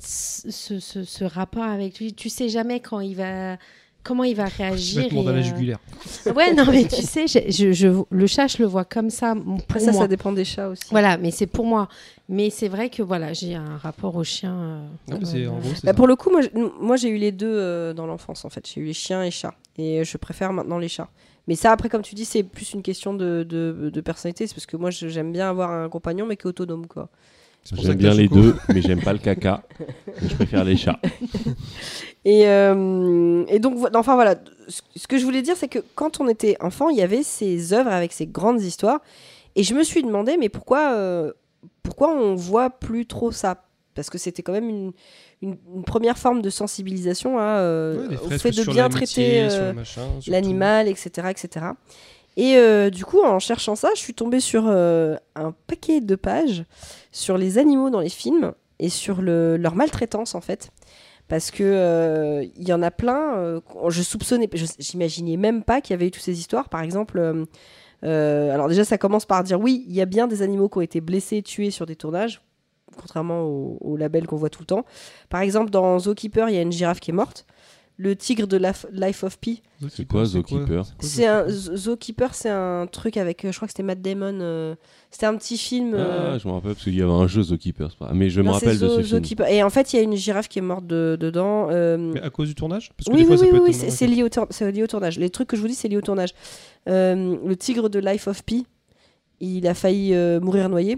ce rapport avec lui. Tu sais jamais comment il va Je vais réagir. te mordre à la jugulaire. Ouais, non, mais tu sais, le chat, je le vois comme ça. Pour Après, ça moi. dépend des chats aussi. Voilà, mais c'est pour moi. Mais c'est vrai que voilà, j'ai un rapport au chien. Non, mais c'est, en gros, c'est Bah, ça. pour le coup, moi j'ai eu les deux dans l'enfance en fait. J'ai eu les chiens et chats. Et je préfère maintenant les chats. Mais ça, après, comme tu dis, c'est plus une question de personnalité. C'est parce que moi, j'aime bien avoir un compagnon, mais qui est autonome, quoi. C'est pour ça J'aime que bien t'as les Choco. deux, mais j'aime pas le caca. Mais je préfère les chats. Et donc, enfin voilà, ce que je voulais dire, c'est que quand on était enfant, il y avait ces œuvres avec ces grandes histoires. Et je me suis demandé, mais pourquoi on voit plus trop ça? Parce que c'était quand même une première forme de sensibilisation Ouais, des au fresques fait de sur bien l'amitié, traiter sur le machin, sur l'animal, etc., etc. Et du coup, en cherchant ça, je suis tombée sur un paquet de pages sur les animaux dans les films et sur leur maltraitance, en fait. Parce que il y en a plein, j'imaginais même pas qu'il y avait eu toutes ces histoires. Par exemple, alors déjà, ça commence par dire oui, il y a bien des animaux qui ont été blessés, tués sur des tournages, contrairement au label qu'on voit tout le temps. Par exemple, dans Zookeeper, il y a une girafe qui est morte. Le tigre de Life of Pi. tout. C'est quoi, Zookeeper? Zookeeper, c'est un truc avec, je crois que c'était Matt Damon. C'était un petit film. Ah, je me rappelle parce qu'il y avait un jeu Zookeeper, c'est pas... mais je me non, rappelle c'est de ce film. Zookeeper. Et en fait, il y a une girafe qui est morte dedans. Mais à cause du tournage? Parce que Oui, des fois, oui, ça peut oui, être- c'est lié au tournage. Les trucs que je vous dis, c'est lié au tournage. Le tigre de Life of Pi, il a failli mourir noyé.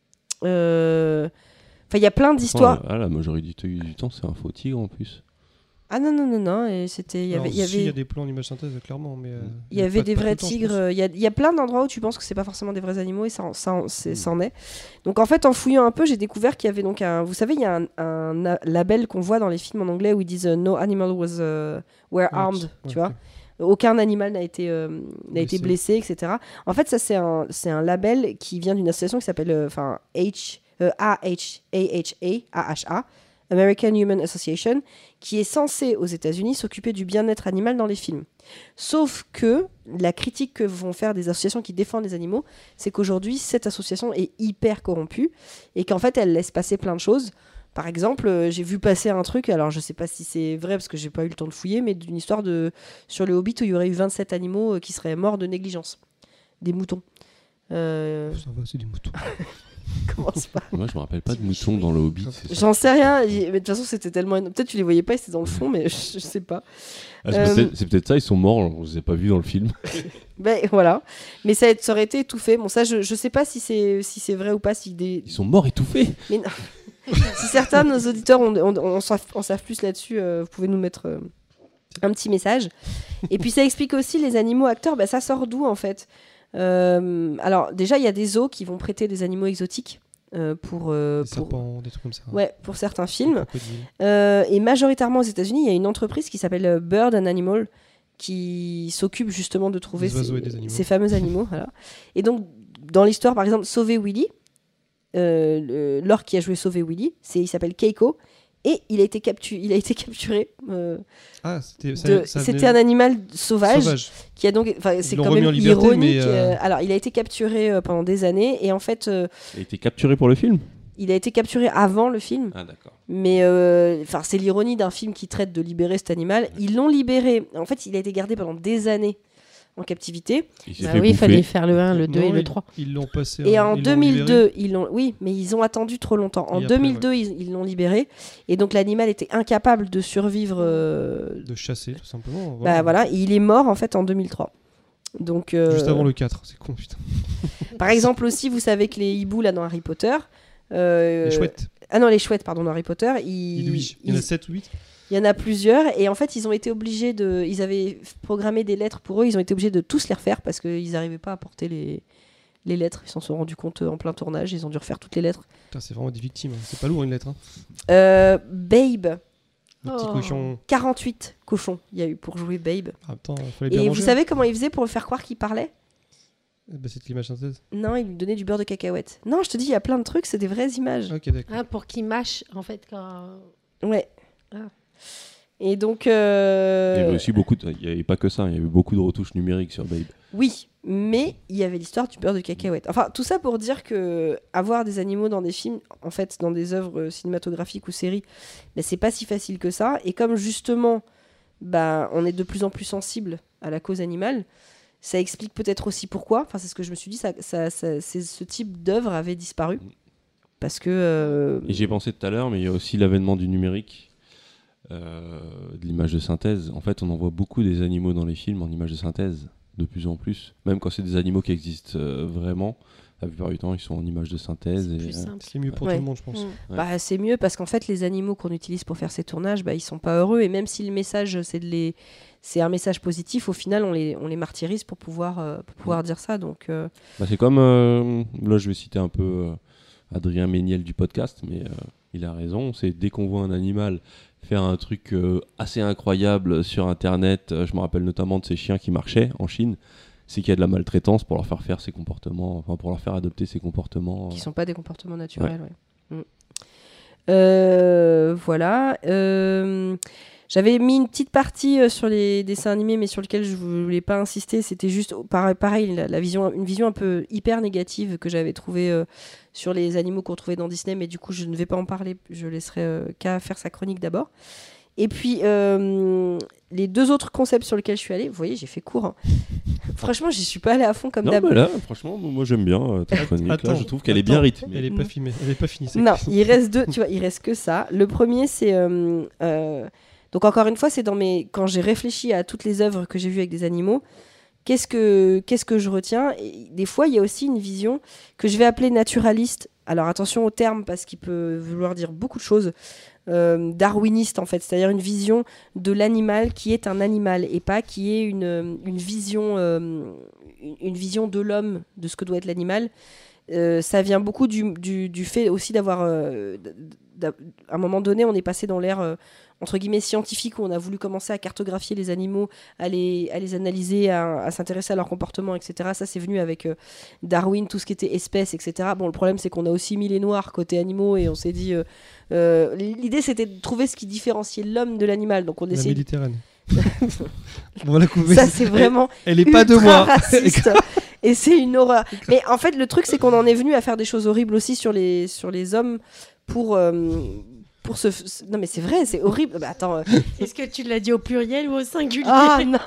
Enfin, il y a plein d'histoires. Ah, la majorité du temps, c'est un faux tigre en plus. Ah non. Et c'était, il y Alors, avait, si, il y a des plans en image synthèse, clairement. Mais, il y avait pas- des pas vrais tout le temps, je pense. tigres. Il y a plein d'endroits où tu penses que c'est pas forcément des vrais animaux et ça en est. Donc en fait, en fouillant un peu, j'ai découvert qu'il y avait donc vous savez, il y a un label qu'on voit dans les films en anglais où ils disent No animal were armed, Ouais, tu vois. Aucun animal n'a été blessé, etc. En fait, ça c'est un label qui vient d'une association qui s'appelle AHA, American Human Association, qui est censée aux États-Unis s'occuper du bien-être animal dans les films. Sauf que la critique que vont faire des associations qui défendent les animaux, c'est qu'aujourd'hui cette association est hyper corrompue et qu'en fait elle laisse passer plein de choses. Par exemple, j'ai vu passer un truc, alors je sais pas si c'est vrai parce que j'ai pas eu le temps de fouiller, mais d'une histoire sur le Hobbit où il y aurait eu 27 animaux qui seraient morts de négligence. Des moutons. Ça va, c'est des moutons. Commence pas. Moi, je me rappelle pas de moutons dans le Hobbit. c'est ça. J'en sais rien, mais de toute façon c'était tellement... Peut-être tu les voyais pas, ils étaient dans le fond, mais je sais pas. Ah, c'est peut-être ça, ils sont morts, on les a pas vus dans le film. Ben voilà, mais ça aurait été étouffé. Bon, ça je sais pas si c'est vrai ou pas. Ils sont morts étouffés. Mais non. Si certains de nos auditeurs on savent plus là-dessus, vous pouvez nous mettre un petit message. Et puis ça explique aussi les animaux acteurs, ça sort d'où en fait? Alors déjà il y a des zoos qui vont prêter des animaux exotiques pour Serpents, des trucs comme ça. ouais, pour certains films. Crocodiles. Et majoritairement aux États-Unis, il y a une entreprise qui s'appelle Bird and Animal qui s'occupe justement de trouver Des oiseaux et des animaux. ces fameux animaux. Voilà. Et donc, dans l'histoire, par exemple, Sauver Willy, l'orque qui a joué Sauver Willy, il s'appelle Keiko, et il a été capturé. Ah, c'était C'était un animal sauvage. Qui a donc, c'est l'ont quand remis même en liberté, ironique. mais, Alors, il a été capturé pendant des années, et en fait, Il a été capturé pour le film. il a été capturé avant le film. Ah, d'accord. Mais c'est l'ironie d'un film qui traite de libérer cet animal. Ils l'ont libéré. En fait, il a été gardé pendant des années en captivité. Il s'est Bah fait oui, il bouffer. fallait faire le 1, le 2 Non, et le 3. Ils l'ont passé. Et en ils l'ont libéré. 2002, oui, mais ils ont attendu trop longtemps. En Et après, 2002, ils l'ont libéré. Et donc l'animal était incapable de survivre. De chasser, tout simplement. Voilà, et il est mort en fait en 2003. Donc, Juste avant le 4, c'est con, putain. Par exemple aussi, vous savez que les hiboux là dans Harry Potter. Les chouettes. Ah non, les chouettes, pardon, dans Harry Potter. Il y en a 7 ou 8. Il y en a plusieurs, et en fait, ils ont été obligés de. Ils avaient programmé des lettres pour eux, ils ont été obligés de tous les refaire parce qu'ils n'arrivaient pas à porter les lettres. Ils s'en sont rendus compte en plein tournage, ils ont dû refaire toutes les lettres. Putain, c'est vraiment des victimes. Hein. C'est pas lourd une lettre. Hein. Babe, Le petit Oh. cochon. 48 cochons, il y a eu pour jouer Babe. Ah, attends, fallait bien Et manger. vous savez comment ils faisaient pour le faire croire qu'il parlait? Bah, c'est de l'image synthèse. Non, il lui donnait du beurre de cacahuète. Non, je te dis, il y a plein de trucs, c'est des vraies images. Ok, d'accord. Ah, pour qu'il mâche, en fait, quand... Ouais. Ah. Et donc. Il y avait aussi il n'y avait pas que ça, il y avait beaucoup de retouches numériques sur Babe. Oui, mais il y avait l'histoire du beurre de cacahuète. Enfin, tout ça pour dire que avoir des animaux dans des films, en fait, dans des œuvres cinématographiques ou séries, ben, c'est pas si facile que ça. Et comme justement, bah, on est de plus en plus sensible à la cause animale, ça explique peut-être aussi pourquoi. Enfin, c'est ce que je me suis dit, ce type d'œuvre avait disparu. Parce que. Et j'y ai pensé tout à l'heure, mais il y a aussi l'avènement du numérique, de l'image de synthèse. En fait, on en voit beaucoup des animaux dans les films en image de synthèse, de plus en plus. Même quand c'est des animaux qui existent vraiment, la plupart du temps, ils sont en image de synthèse. C'est Et, plus simple. C'est mieux pour Ouais. tout le monde, je pense. Ouais. Bah, c'est mieux parce qu'en fait, les animaux qu'on utilise pour faire ces tournages, bah, ils sont pas heureux. Et même si le message, c'est un message positif, au final, on les martyrise pour pouvoir dire ça. Donc, Bah, c'est comme, là je vais citer un peu Adrien Méniel du podcast, mais il a raison, c'est dès qu'on voit un animal faire un truc assez incroyable sur internet, je me rappelle notamment de ces chiens qui marchaient en Chine, c'est qu'il y a de la maltraitance pour leur faire ces comportements, enfin pour leur faire adopter ces comportements. qui sont pas des comportements naturels. Ouais. Voilà. J'avais mis une petite partie sur les dessins animés, mais sur lequel je voulais pas insister. C'était juste pareil, une vision un peu hyper négative que j'avais trouvée sur les animaux qu'on trouvait dans Disney, mais du coup, je ne vais pas en parler. Je laisserai K faire sa chronique d'abord. Et puis, les deux autres concepts sur lesquels je suis allée, vous voyez, j'ai fait court. Hein. Franchement, j'y suis pas allée à fond comme Non, d'hab. mais là, franchement, moi j'aime bien ta chronique. Là, je trouve qu'elle est bien rythmée. Elle est pas filmée, elle est pas finie. Non, il reste deux, tu vois, il reste que ça. Le premier, c'est donc encore une fois, c'est quand j'ai réfléchi à toutes les œuvres que j'ai vues avec des animaux, qu'est-ce que je retiens. Et des fois, il y a aussi une vision que je vais appeler naturaliste. Alors attention au terme parce qu'il peut vouloir dire beaucoup de choses. Darwiniste en fait, c'est-à-dire une vision de l'animal qui est un animal et pas qui est une vision de l'homme de ce que doit être l'animal. Ça vient beaucoup du fait aussi d'avoir à un moment donné on est passé dans l'ère entre guillemets scientifique où on a voulu commencer à cartographier les animaux, à les analyser, à s'intéresser à leur comportement, etc. Ça c'est venu avec Darwin, tout ce qui était espèces, etc. Bon, le problème c'est qu'on a aussi mis les noirs côté animaux et on s'est dit l'idée c'était de trouver ce qui différenciait l'homme de l'animal, donc on La essayait Méditerranée. Bon, la couver. ça c'est vraiment Elle est pas de ultra moi. raciste. Et c'est une horreur. Mais en fait, le truc, c'est qu'on en est venu à faire des choses horribles aussi sur les hommes pour se... Non, mais c'est vrai, c'est horrible. Bah, attends. Est-ce que tu l'as dit au pluriel ou au singulier? Ah non.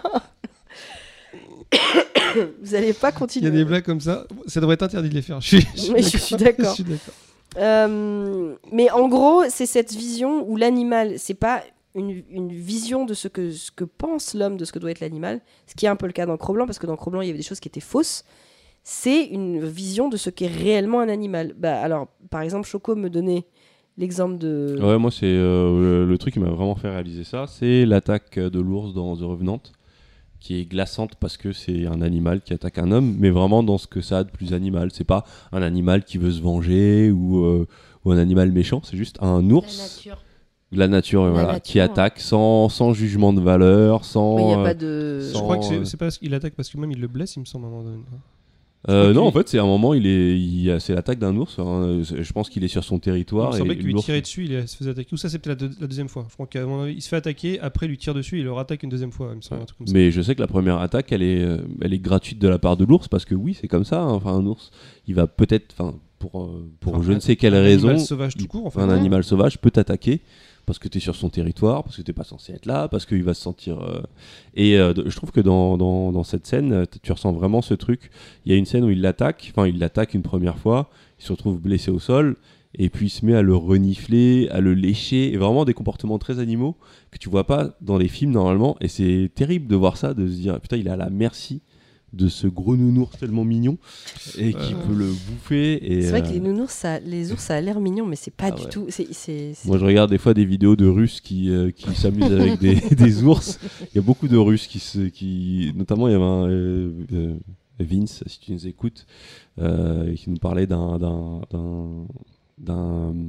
Vous allez pas Il y continuer. a des blagues comme ça. Ça devrait être interdit de les faire. Mais je suis d'accord. Je suis d'accord. Mais en gros, c'est cette vision où l'animal, c'est pas une vision de ce que pense l'homme de ce que doit être l'animal, ce qui est un peu le cas dans Cro-Blanc, parce que dans Cro-Blanc, il y avait des choses qui étaient fausses. C'est une vision de ce qu'est réellement un animal. Bah, alors, par exemple, Choco me donnait l'exemple de... Ouais, moi, c'est le truc qui m'a vraiment fait réaliser ça, c'est l'attaque de l'ours dans The Revenant, qui est glaçante parce que c'est un animal qui attaque un homme, mais vraiment dans ce que ça a de plus animal. C'est pas un animal qui veut se venger ou un animal méchant, c'est juste un ours. La nature, voilà, nature, qui attaque sans jugement de valeur, sans... Il n'y a pas de... sans- Je crois que c'est pas parce qu'il attaque parce que même il le blesse, il me semble à un moment donné. non, en fait, c'est à un moment, c'est l'attaque d'un ours. Hein. Je pense qu'il est sur son territoire. Il me semblait et que lui l'ours- tirait dessus, il se faisait attaquer. Ou ça, c'est peut-être la deuxième fois. Je crois qu'à mon avis, il se fait attaquer, après il lui tire dessus, il le rattaque une deuxième fois. Il me semble, un truc comme ça. Mais je sais que la première attaque, elle est gratuite de la part de l'ours parce que oui, c'est comme ça. Hein. Enfin, un ours, il va peut-être, pour Enfin, je ne sais quelle un raison, animal sauvage tout court, en fait. un Ouais. animal sauvage peut t'attaquer parce que tu es sur son territoire, parce que tu n'es pas censé être là, parce qu'il va se sentir... je trouve que dans cette scène, tu ressens vraiment ce truc. Il y a une scène où il l'attaque une première fois, il se retrouve blessé au sol, et puis il se met à le renifler, à le lécher, et vraiment des comportements très animaux que tu vois pas dans les films normalement, et c'est terrible de voir ça, de se dire, putain, il est à la merci de ce gros nounours tellement mignon et qui peut le bouffer. Et C'est vrai que les ours, ça a l'air mignon, mais c'est pas du ouais. tout... Moi, je regarde des fois des vidéos de Russes qui s'amusent avec des ours. Il y a beaucoup de Russes notamment, il y avait un Vince, si tu nous écoutes, qui nous parlait d'un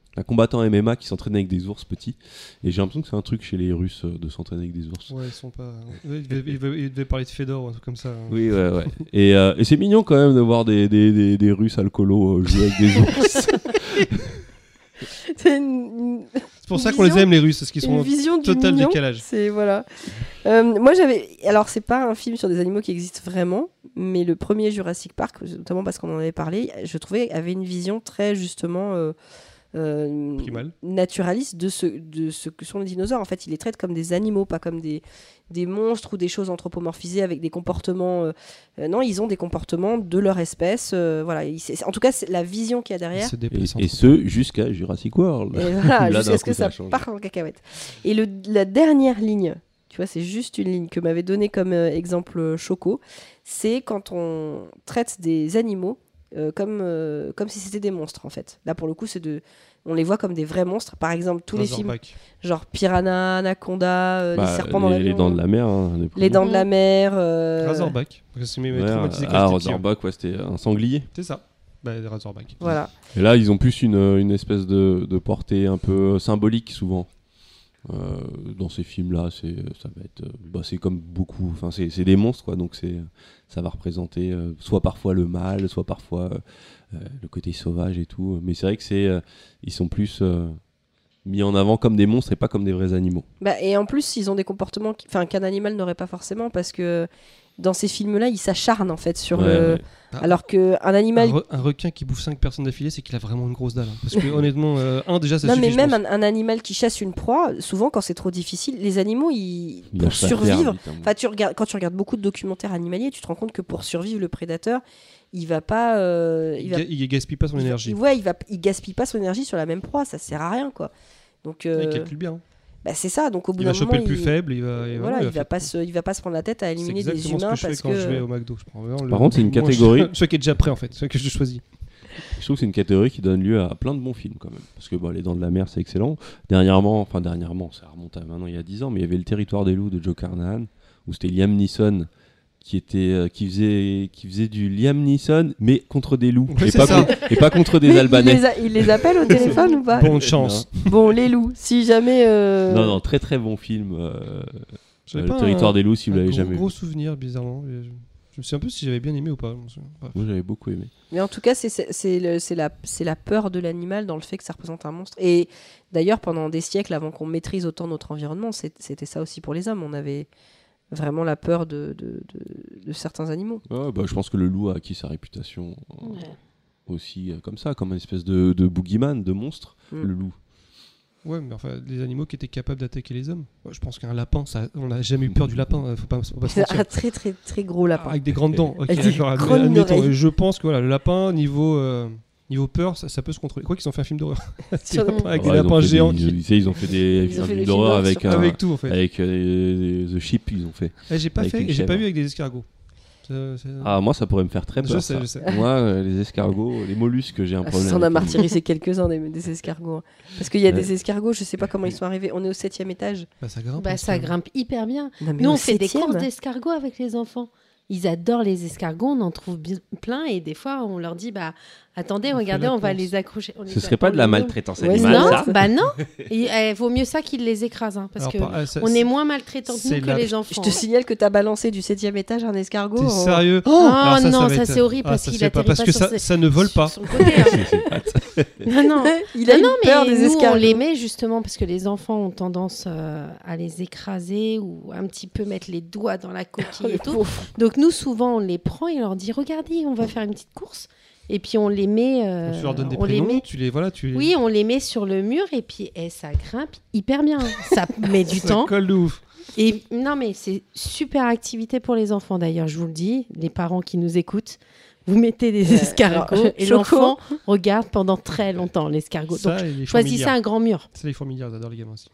un combattant MMA qui s'entraîne avec des ours petits. Et j'ai l'impression que c'est un truc chez les Russes de s'entraîner avec des ours. Ouais, ils sont pas. Ouais, il devait parler de Fedor ou un truc comme ça. Oui, ouais. Et c'est mignon quand même de voir des Russes alcoolos jouer avec des ours. C'est une C'est pour ça qu'on les aime, les Russes, parce qu'ils sont en vision du total mignon. décalage. C'est voilà. Moi j'avais. Alors c'est pas un film sur des animaux qui existent vraiment, mais le premier Jurassic Park, notamment parce qu'on en avait parlé, je trouvais avait une vision très justement Primal. naturaliste de ce que sont les dinosaures. En fait, il les traite comme des animaux, pas comme des monstres ou des choses anthropomorphisées avec des comportements. Non, ils ont des comportements de leur espèce. Voilà. En tout cas, c'est la vision qu'il y a derrière. Ils se déplacent Et ce, jusqu'à Jurassic World. Et voilà, Là, jusqu'à d'un ce que coup, ça change. parte en cacahuète. Et la dernière ligne, tu vois, c'est juste une ligne que m'avait donné comme exemple Choco, c'est quand on traite des animaux comme si c'était des monstres, en fait. Là, pour le coup, on les voit comme des vrais monstres. Par exemple, tous les films, Razorback. genre Piranha, Anaconda, les serpents dans les l'avion. dents de la mer. Hein, Les dents de la mer. Razorback. Parce que c'est mes Ouais, traumatisé quand j'étais petit. Razorback, ouais, c'était un sanglier. C'est ça. Bah, des Razorback. Voilà. Et là, ils ont plus une espèce de portée un peu symbolique, souvent. Dans ces films-là, ça va être, c'est comme beaucoup. Enfin, c'est des monstres, quoi. Donc ça va représenter soit parfois le mal, soit parfois le côté sauvage et tout. Mais c'est vrai que ils sont plus mis en avant comme des monstres et pas comme des vrais animaux. Et en plus, ils ont des comportements qu'un animal n'aurait pas forcément, parce que dans ces films-là, ils s'acharnent en fait sur le. Ouais. Alors qu'un animal. Un requin qui bouffe 5 personnes d'affilée, c'est qu'il a vraiment une grosse dalle. Hein. Parce que honnêtement, déjà, ça Non, suffit. mais je même pense. un animal qui chasse une proie, souvent quand c'est trop difficile, les animaux, Il pour lâche pas survivre. terre, vite, hein. Quand tu regardes beaucoup de documentaires animaliers, tu te rends compte que pour survivre, le prédateur, il va pas. Il gaspille pas son énergie. Il gaspille pas son énergie sur la même proie, ça sert à rien, quoi. Donc. Il calcule bien. Hein. C'est ça, donc au bout Il d'un va moment. choper le plus faible. Il va pas se prendre la tête à éliminer des exactement humains ce que je parce fais quand je vais que. au McDo. Je prends vraiment Par contre, c'est une moi, catégorie. Celui qui est déjà prêt en fait, celui que je choisis. Je trouve que c'est une catégorie qui donne lieu à plein de bons films quand même. Parce que Les Dents de la Mer, c'est excellent. Dernièrement, ça remonte à maintenant il y a 10 ans, mais il y avait Le Territoire des loups de Joe Carnahan, où c'était Liam Neeson qui faisait du Liam Neeson, mais contre des loups, Oui, et pas contre des Mais Albanais. il les appelle au téléphone ou pas Bonne chance. Bon, les loups, si jamais. Non, très très bon film. J'avais Le pas Territoire des loups, si vous l'avez jamais gros vu. souvenir, bizarrement. Je me souviens un peu si j'avais bien aimé ou pas. Bref. Moi, j'avais beaucoup aimé. Mais en tout cas, c'est la peur de l'animal dans le fait que ça représente un monstre. Et d'ailleurs, pendant des siècles, avant qu'on maîtrise autant notre environnement, c'était ça aussi pour les hommes. On avait vraiment la peur de certains animaux. Ouais, je pense que le loup a acquis sa réputation aussi comme ça, comme une espèce de boogeyman, de monstre, le loup. Ouais, mais enfin, des animaux qui étaient capables d'attaquer les hommes. Ouais, je pense qu'un lapin, on n'a jamais eu peur du lapin. Faut pas se C'est mentir. un très très très gros lapin. Avec des grandes dents. Ok, Avec des d'accord. grandes Admettons. oreilles. Je pense que le lapin, niveau peur, ça peut se contrôler. Quoi qu'ils ont fait un film d'horreur. Avec des Ouais, lapins géants ils ont fait des Ils ont fait films des d'horreur films d'horreur avec tout en fait. avec The Ship, ils ont fait. J'ai pas avec une vu chèvre. avec des escargots. Moi ça pourrait me faire très peur. Je sais. Moi, les escargots, les mollusques, j'ai un problème. On a avec les martyrisé quelques-uns des escargots. Hein. Parce qu'il y a Ouais. des escargots, je sais pas comment ils sont arrivés. On est au 7e étage. Ça grimpe. Ça grimpe hyper bien. Non, mais Nous, au on fait des 7e. courses d'escargots avec les enfants. Ils adorent les escargots, on en trouve plein et des fois on leur dit attendez, regardez, on va les accrocher. Ce serait pas de la maltraitance Ouais, animale, Non, ça non. Vaut mieux ça qu'ils les écrasent parce que on est moins maltraitants que nous que les enfants. Je te signale que t'as balancé du 7e étage un escargot. T'es sérieux? Oh non, va ça être- c'est horrible parce ça, qu'il c'est pas- atterrit parce pas que sur ça ne vole pas. son côté, hein. Non. Il a non, eu peur mais des nous, escargots. on les met justement parce que les enfants ont tendance à les écraser ou un petit peu mettre les doigts dans la coquille et tout. Donc nous, souvent, on les prend et on leur dit regardez, on va faire une petite course. Et puis on les met. Tu leur donnes des on les prénoms, met- tu les Oui, on les met sur le mur et puis ça grimpe hyper bien. Ça met du ça temps. colle de ouf. Et non, mais c'est super activité pour les enfants d'ailleurs, je vous le dis, les parents qui nous écoutent. Vous mettez des escargots alors, et Choco. l'enfant regarde pendant très longtemps l'escargot. Donc Ça, et les choisissez fourmilières. un grand mur. C'est les fourmilières, j'adore les gamins aussi.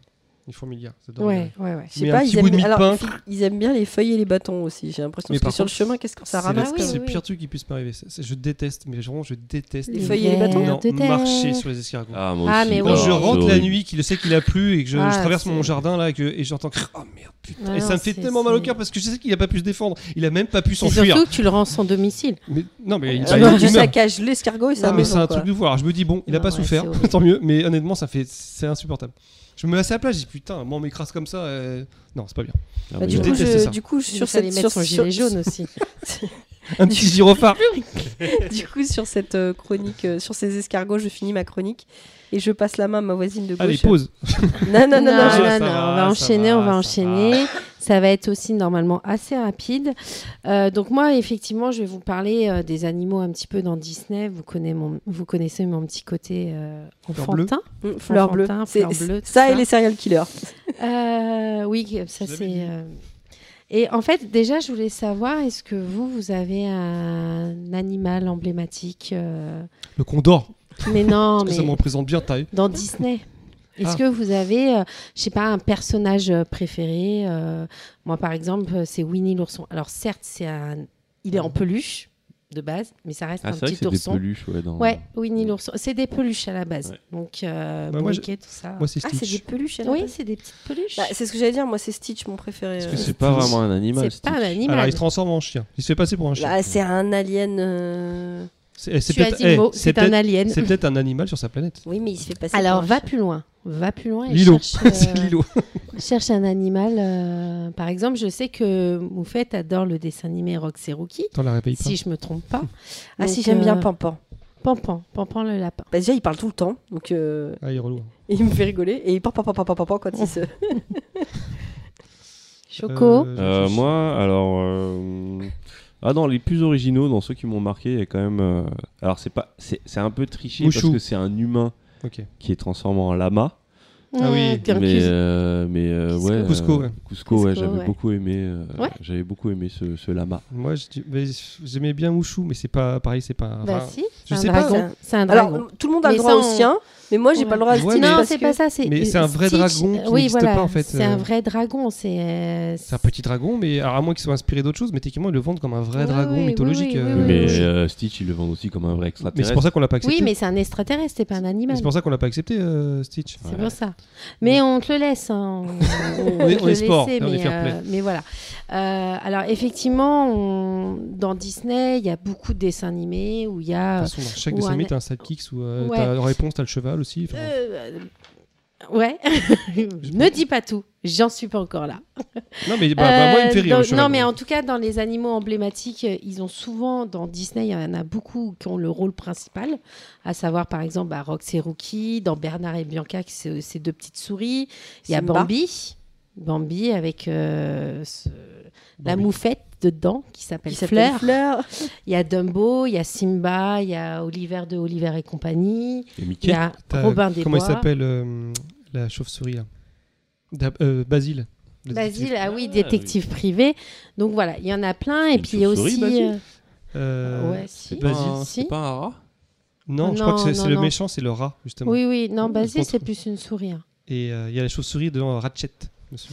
Ils font milliards. J'adore Ouais, ouais, ouais. Je sais Mais pas, un petit bout de mie de pain. ils aiment bien les feuilles et les bâtons aussi. J'ai l'impression Mais parce que par sur le contre, chemin, qu'est-ce que ça C'est ramasse oui, c'est comme- le oui. pire truc qui puisse m'arriver. Je déteste, mais vraiment, je déteste. Les feuilles et les bâtons Non, vers de terre. marcher sur les escargots. Ah, moi Ah, aussi. mais Quand oui. je rentre c'est la horrible. nuit, qu'il sait qu'il a plu et que je Ah, traverse mon c'est- jardin là et j'entends oh merde putain Ah et non, ça me fait c'est- tellement mal au c'est- cœur parce que je sais qu'il a pas pu se défendre, il a même pas pu C'est s'enfuir. surtout que tu le rends sans domicile. Mais non mais il, Ah il non, tu meurt. saccages l'escargot et ça Non, mais c'est un maison, truc quoi. de voir. Alors, je me dis bon, il a Non, pas ouais, souffert, c'est horrible. tant mieux. Mais honnêtement, c'est insupportable. Je me mets assez à la place, je dis putain, moi on m'écrase comme ça, non c'est pas bien. Ah, Bah, mais du je coup, déteste ça. du coup, Sur sur fallait cette mettre sur, son gilet jaune aussi. Un petit gyrophare. du coup, sur cette chronique, sur ces escargots, je finis ma chronique et je passe la main à ma voisine de gauche. Allez pause. Non, non, non, non, non, je- ça non, va, on va ça enchaîner, va, on va ça enchaîner. Ça va être aussi normalement assez rapide. Donc moi, effectivement, je vais vous parler des animaux un petit peu dans Disney. Vous connaissez mon petit côté Fleur bleue. enfantin. Fleur bleue. Enfantin, C'est- fleur bleue, tout ça et ça. les serial killers. Oui, ça J'avais c'est. dit. Et en fait, déjà, je voulais savoir, est-ce que vous avez un animal emblématique Le condor. Mais non, Parce que ça me mais représente bien taille. dans Disney. Est-ce Ah. que vous avez, je sais pas, un personnage préféré Moi, par exemple, c'est Winnie l'ourson. Alors, certes, il est en peluche de base, mais ça reste Ah, un c'est vrai que petit c'est des ourson. peluches, ouais. Ouais, Winnie l'ourson. C'est des peluches à la base. Ouais. Donc, Bah, moi, briquet, tout ça. Moi c'est Ah, c'est des Stitch. peluches. à la Oui, base. c'est des petites peluches. Bah, c'est ce que j'allais dire. Moi, c'est Stitch, mon préféré. Parce que Mais c'est c'est pas plus- vraiment un animal. c'est pas un Stitch. animal. Alors il se transforme en chien. Il se fait passer pour un chien. Bah, c'est un alien. C'est Tu as peut-être dit le mot, c'est c'est un peut-être- alien. c'est peut-être un animal sur sa planète. Oui, mais il se fait passer. Alors, pour un va chien. plus loin. Va plus loin et Lilo. cherche, C'est Lilo. cherche un animal. Par exemple, je sais que Moufette adore le dessin animé Rox et Rookie, Attends, la réveille pas. si je me trompe pas. Ah, si Donc, j'aime bien Pampan. Pampan le lapin. Bah, déjà, il parle tout le temps, donc Ah, il est relou. il me fait rigoler et il parle quand il se. Choco. Moi, alors. Ah, dans les plus originaux, dans ceux qui m'ont marqué, il y a quand même. Alors, c'est un peu triché Mouchou. parce que c'est un humain Ok. qui est transformé en lama. Ah oui. t'es un Mais, Cusco. ouais. Cusco, ouais. Cusco, ouais, Cusco, j'avais ouais. beaucoup aimé. Ouais. J'avais beaucoup aimé ce lama. Moi j'aimais bien Mouchou, mais c'est pas pareil, c'est pas. Bah enfin, si, je c'est sais un pas, dragon. C'est un dragon. Alors, tout le monde a Mais le droit ça, au sien, mais moi, j'ai Ouais. pas le droit à Ouais, Stitch. mais- Non, parce c'est que- pas ça. Mais c'est un vrai dragon qui oui, n'existe voilà, pas, en fait. C'est un vrai dragon. C'est C'est un petit dragon, mais alors, à moins qu'ils soient inspirés d'autre chose, mais techniquement ils le vendent comme un vrai Ouais, dragon oui, mythologique. oui, oui, oui, Mais oui. Stitch, ils le vendent aussi comme un vrai Mais extraterrestre. c'est pour ça qu'on l'a pas accepté. Oui, mais c'est un extraterrestre, c'est pas un Mais animal. c'est pour ça qu'on l'a pas accepté, Stitch. C'est pour ça. Mais on te le laisse. Hein. On est te le sport, laisser, on est mais, fair play. mais voilà. Alors effectivement, dans Disney, il y a beaucoup de dessins animés où il y a. De toute façon, dans chaque ou dessin un- animé, t'as un sidekick ou Ouais. t'as en réponse, t'as le cheval aussi. Enfin, Ouais. Ne dis pas tout. J'en suis pas encore là. Non, mais moi, il me fait rire. Dans- le cheval. non, mais en tout cas, dans les animaux emblématiques, ils ont souvent, dans Disney, il y en a beaucoup qui ont le rôle principal, à savoir par exemple Rox et Rookie, dans Bernard et Bianca, qui c'est ces deux petites souris. Il y a Simba. Bambi avec la Bambi. moufette dedans, qui s'appelle Qui s'appelle Fleur. Fleur. Il y a Dumbo, il y a Simba, il y a Oliver de Oliver et compagnie, Et il Mickey. y a T'as- Robin des Comment il Bois. s'appelle la chauve-souris là Basile. Le Basile, détective. ah oui, Ah, détective privé. Donc voilà, il y en a plein. Et Une puis il y a chauve-souris, aussi. Basile Ouais, C'est si. pas, Basile. Si. c'est pas un rat Non, je Non, crois que c'est non, le non. méchant, c'est le rat, justement. Oui, oui, non, Basile, contre- c'est plus une souris. Hein. Et il y a la chauve-souris devant Ratchet, monsieur.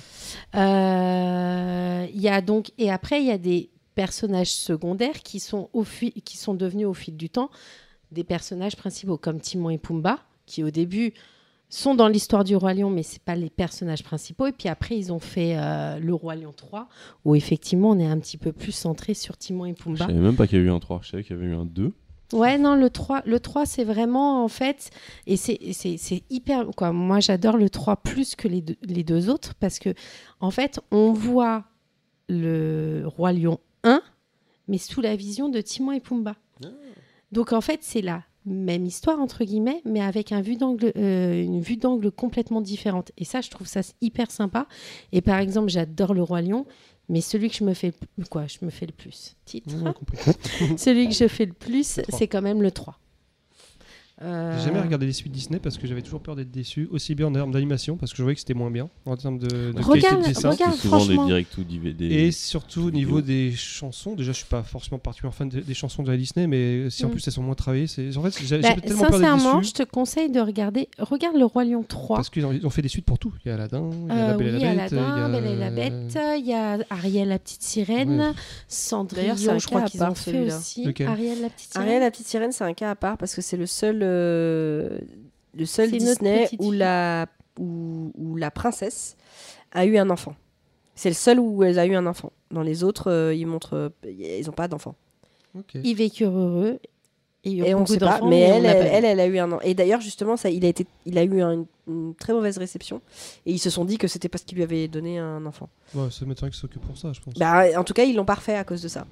Il y a donc, et après, il y a des personnages secondaires qui sont devenus au fil du temps des personnages principaux, comme Timon et Pumba, qui au début sont dans l'histoire du Roi Lion, mais c'est pas les personnages principaux. Et puis après, ils ont fait le Roi Lion 3, où effectivement, on est un petit peu plus centré sur Timon et Je Pumba. savais même pas qu'il y avait eu un 3. Je savais qu'il y avait eu un 2. Ouais, non, le 3, c'est vraiment, en fait, et c'est hyper, quoi. Moi, j'adore le 3 plus que les deux autres, parce que, en fait, on voit le Roi Lion 1, mais sous la vision de Timon et Pumba. Donc, en fait, c'est la même histoire, entre guillemets, mais avec une vue d'angle complètement différente. Et ça, je trouve ça hyper sympa. Et par exemple, j'adore le Roi Lion, mais celui que je me fais le plus, titre. Ouais, compris. Celui que je fais le plus, Le 3. c'est quand même le 3. J'ai jamais regardé les suites Disney parce que j'avais toujours peur d'être déçu, aussi bien en termes d'animation parce que je voyais que c'était moins bien en termes de qualité de dessin. Regarde, C'est souvent des franchement. directs ou DVD. Et surtout au vidéo. niveau des chansons, déjà je suis pas forcément particulièrement fan des chansons de la Disney, mais si en plus elles sont moins travaillées, en fait j'ai tellement peur d'être Sincèrement, déçu. je te conseille de regarde Le Roi Lion 3. Parce qu'ils ont fait des suites pour tout. Il y a Aladdin, il y a La Belle et la Bête. Aladdin, Belle et la Bête, il y a Ariel la petite sirène, Ouais. Cendrillon, D'ailleurs, c'est un je crois cas à qu'ils ont part, fait celui-là. aussi. Lequel Ariel la petite sirène. Ariel la petite sirène, c'est un cas à part parce que c'est le seul C'est une autre Disney petite où fille. où la princesse a eu un enfant. C'est le seul où elle a eu un enfant. Dans les autres, ils montrent, ils n'ont pas d'enfant. Ok. Ils vécurent heureux. Et on ne beaucoup sait pas, d'enfants, mais on l'a pas vu. elle a eu un an. Et d'ailleurs, justement, il a eu une très mauvaise réception. Et ils se sont dit que c'était parce qu'il lui avait donné un enfant. Ouais, ça m'étonnerait qu'ils s'occupent pour ça, je pense. Bah, en tout cas, ils l'ont pas refait à cause de ça.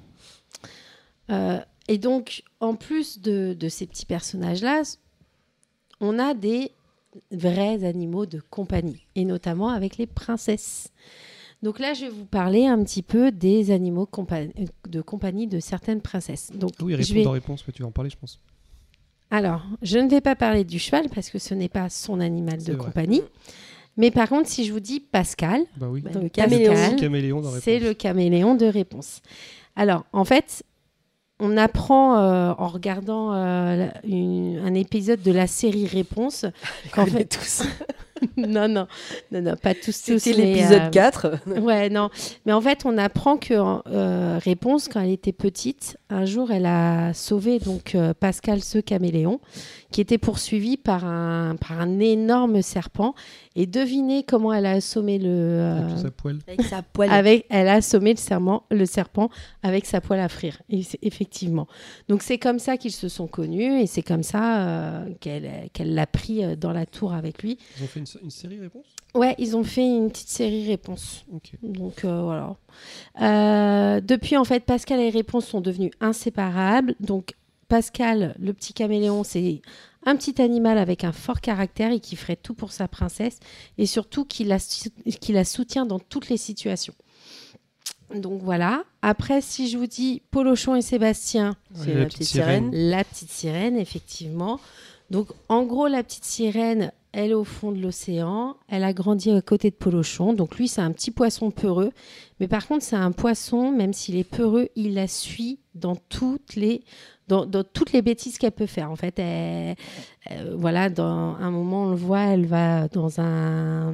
Et donc, en plus de ces petits personnages-là, on a des vrais animaux de compagnie, et notamment avec les princesses. Donc là, je vais vous parler un petit peu des animaux de compagnie de certaines princesses. Donc, Oui, je réponse vais... dans réponse, mais tu vas en parler, je pense. Alors, je ne vais pas parler du cheval parce que ce n'est pas son animal C'est de vrai. compagnie. Mais par contre, si je vous dis Pascal, Bah oui. Bah, donc le caméléon. Pascal, Caméléon dans réponse. c'est le caméléon de réponse. Alors, en fait, on apprend en regardant un épisode de la série Réponse qu'en fait tous. non, pas tous. C'était mais, l'épisode 4. Ouais, non. Mais en fait, on apprend que Réponse, quand elle était petite, un jour, elle a sauvé donc Pascal, ce caméléon, qui était poursuivi par un énorme serpent. Et devinez comment elle a assommé Avec sa poêle. Avec sa poêle. elle a assommé le serpent avec sa poêle à frire. Et effectivement. Donc c'est comme ça qu'ils se sont connus et c'est comme ça qu'elle l'a pris dans la tour avec lui. Ils ont fait une série réponse. Ouais, ils ont fait une petite série Réponse. Ok. Donc voilà. Depuis, en fait, Pascal et Réponse sont devenus inséparables. Donc Pascal, le petit caméléon, c'est un petit animal avec un fort caractère et qui ferait tout pour sa princesse et surtout qui la soutient dans toutes les situations. Donc voilà. Après, si je vous dis Polochon et Sébastien, C'est la petite sirène. la petite sirène, effectivement. Donc, en gros, la petite sirène, elle est au fond de l'océan. Elle a grandi à côté de Polochon. Donc, lui, c'est un petit poisson peureux. Mais par contre, c'est un poisson, même s'il est peureux, il la suit dans toutes les bêtises qu'elle peut faire. En fait, voilà, dans un moment, on le voit, elle va dans un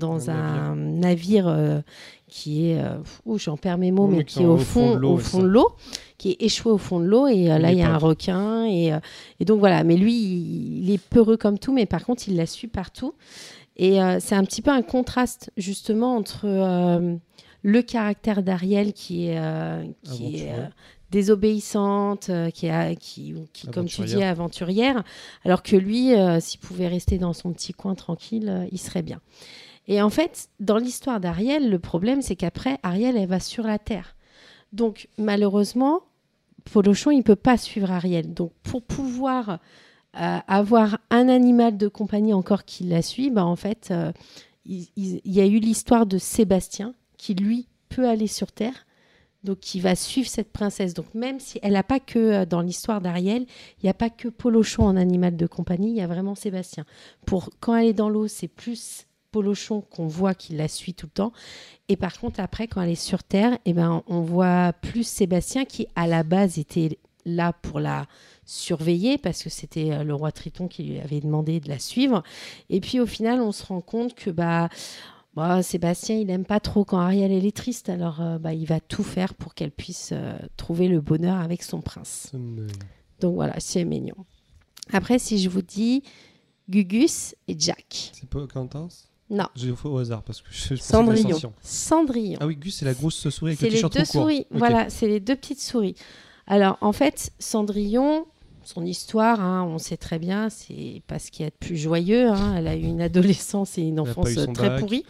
navire qui est... j'en perds mes mots, Oui, mais qui qui est sont au au fond de l'eau, fond c'est ça. de l'eau, qui est échoué au fond de l'eau. Et là, il y a un épave. requin. Et donc, voilà. Mais lui, il est peureux comme tout, mais par contre, il la suit partout. Et c'est un petit peu un contraste, justement, entre le caractère d'Ariel qui est Aventureux. désobéissante, qui comme tu dis, est aventurière, alors que lui, s'il pouvait rester dans son petit coin tranquille, il serait bien. Et en fait, dans l'histoire d'Ariel, le problème, c'est qu'après, Ariel, elle va sur la Terre. Donc, malheureusement, Polochon, il ne peut pas suivre Ariel. Donc, pour pouvoir avoir un animal de compagnie encore qui la suit, en fait, il y a eu l'histoire de Sébastien, qui, lui, peut aller sur Terre, donc qui va suivre cette princesse. Donc même si elle n'a pas que, dans l'histoire d'Ariel, il n'y a pas que Polochon en animal de compagnie, il y a vraiment Sébastien. Quand elle est dans l'eau, c'est plus Polochon qu'on voit qui la suit tout le temps. Et par contre, après, quand elle est sur Terre, on voit plus Sébastien qui, à la base, était là pour la surveiller parce que c'était le roi Triton qui lui avait demandé de la suivre. Et puis, au final, on se rend compte que... Sébastien, il n'aime pas trop quand Ariel elle est triste, alors il va tout faire pour qu'elle puisse trouver le bonheur avec son prince. Donc voilà, c'est mignon. Après, si je vous dis Gugus et Jack. C'est pas Quentin? Non. J'ai fait au hasard parce que je pensais Cendrillon. que c'était Cendrillon. Ah oui, Gus, c'est la grosse souris avec C'est le les t-shirt deux trop court. souris. Ok. Voilà, c'est les deux petites souris. Alors, en fait, Cendrillon, son histoire, on sait très bien, c'est pas ce qu'il y a de plus joyeux. Elle a eu une adolescence et une a pas enfance eu son très bac. pourrie.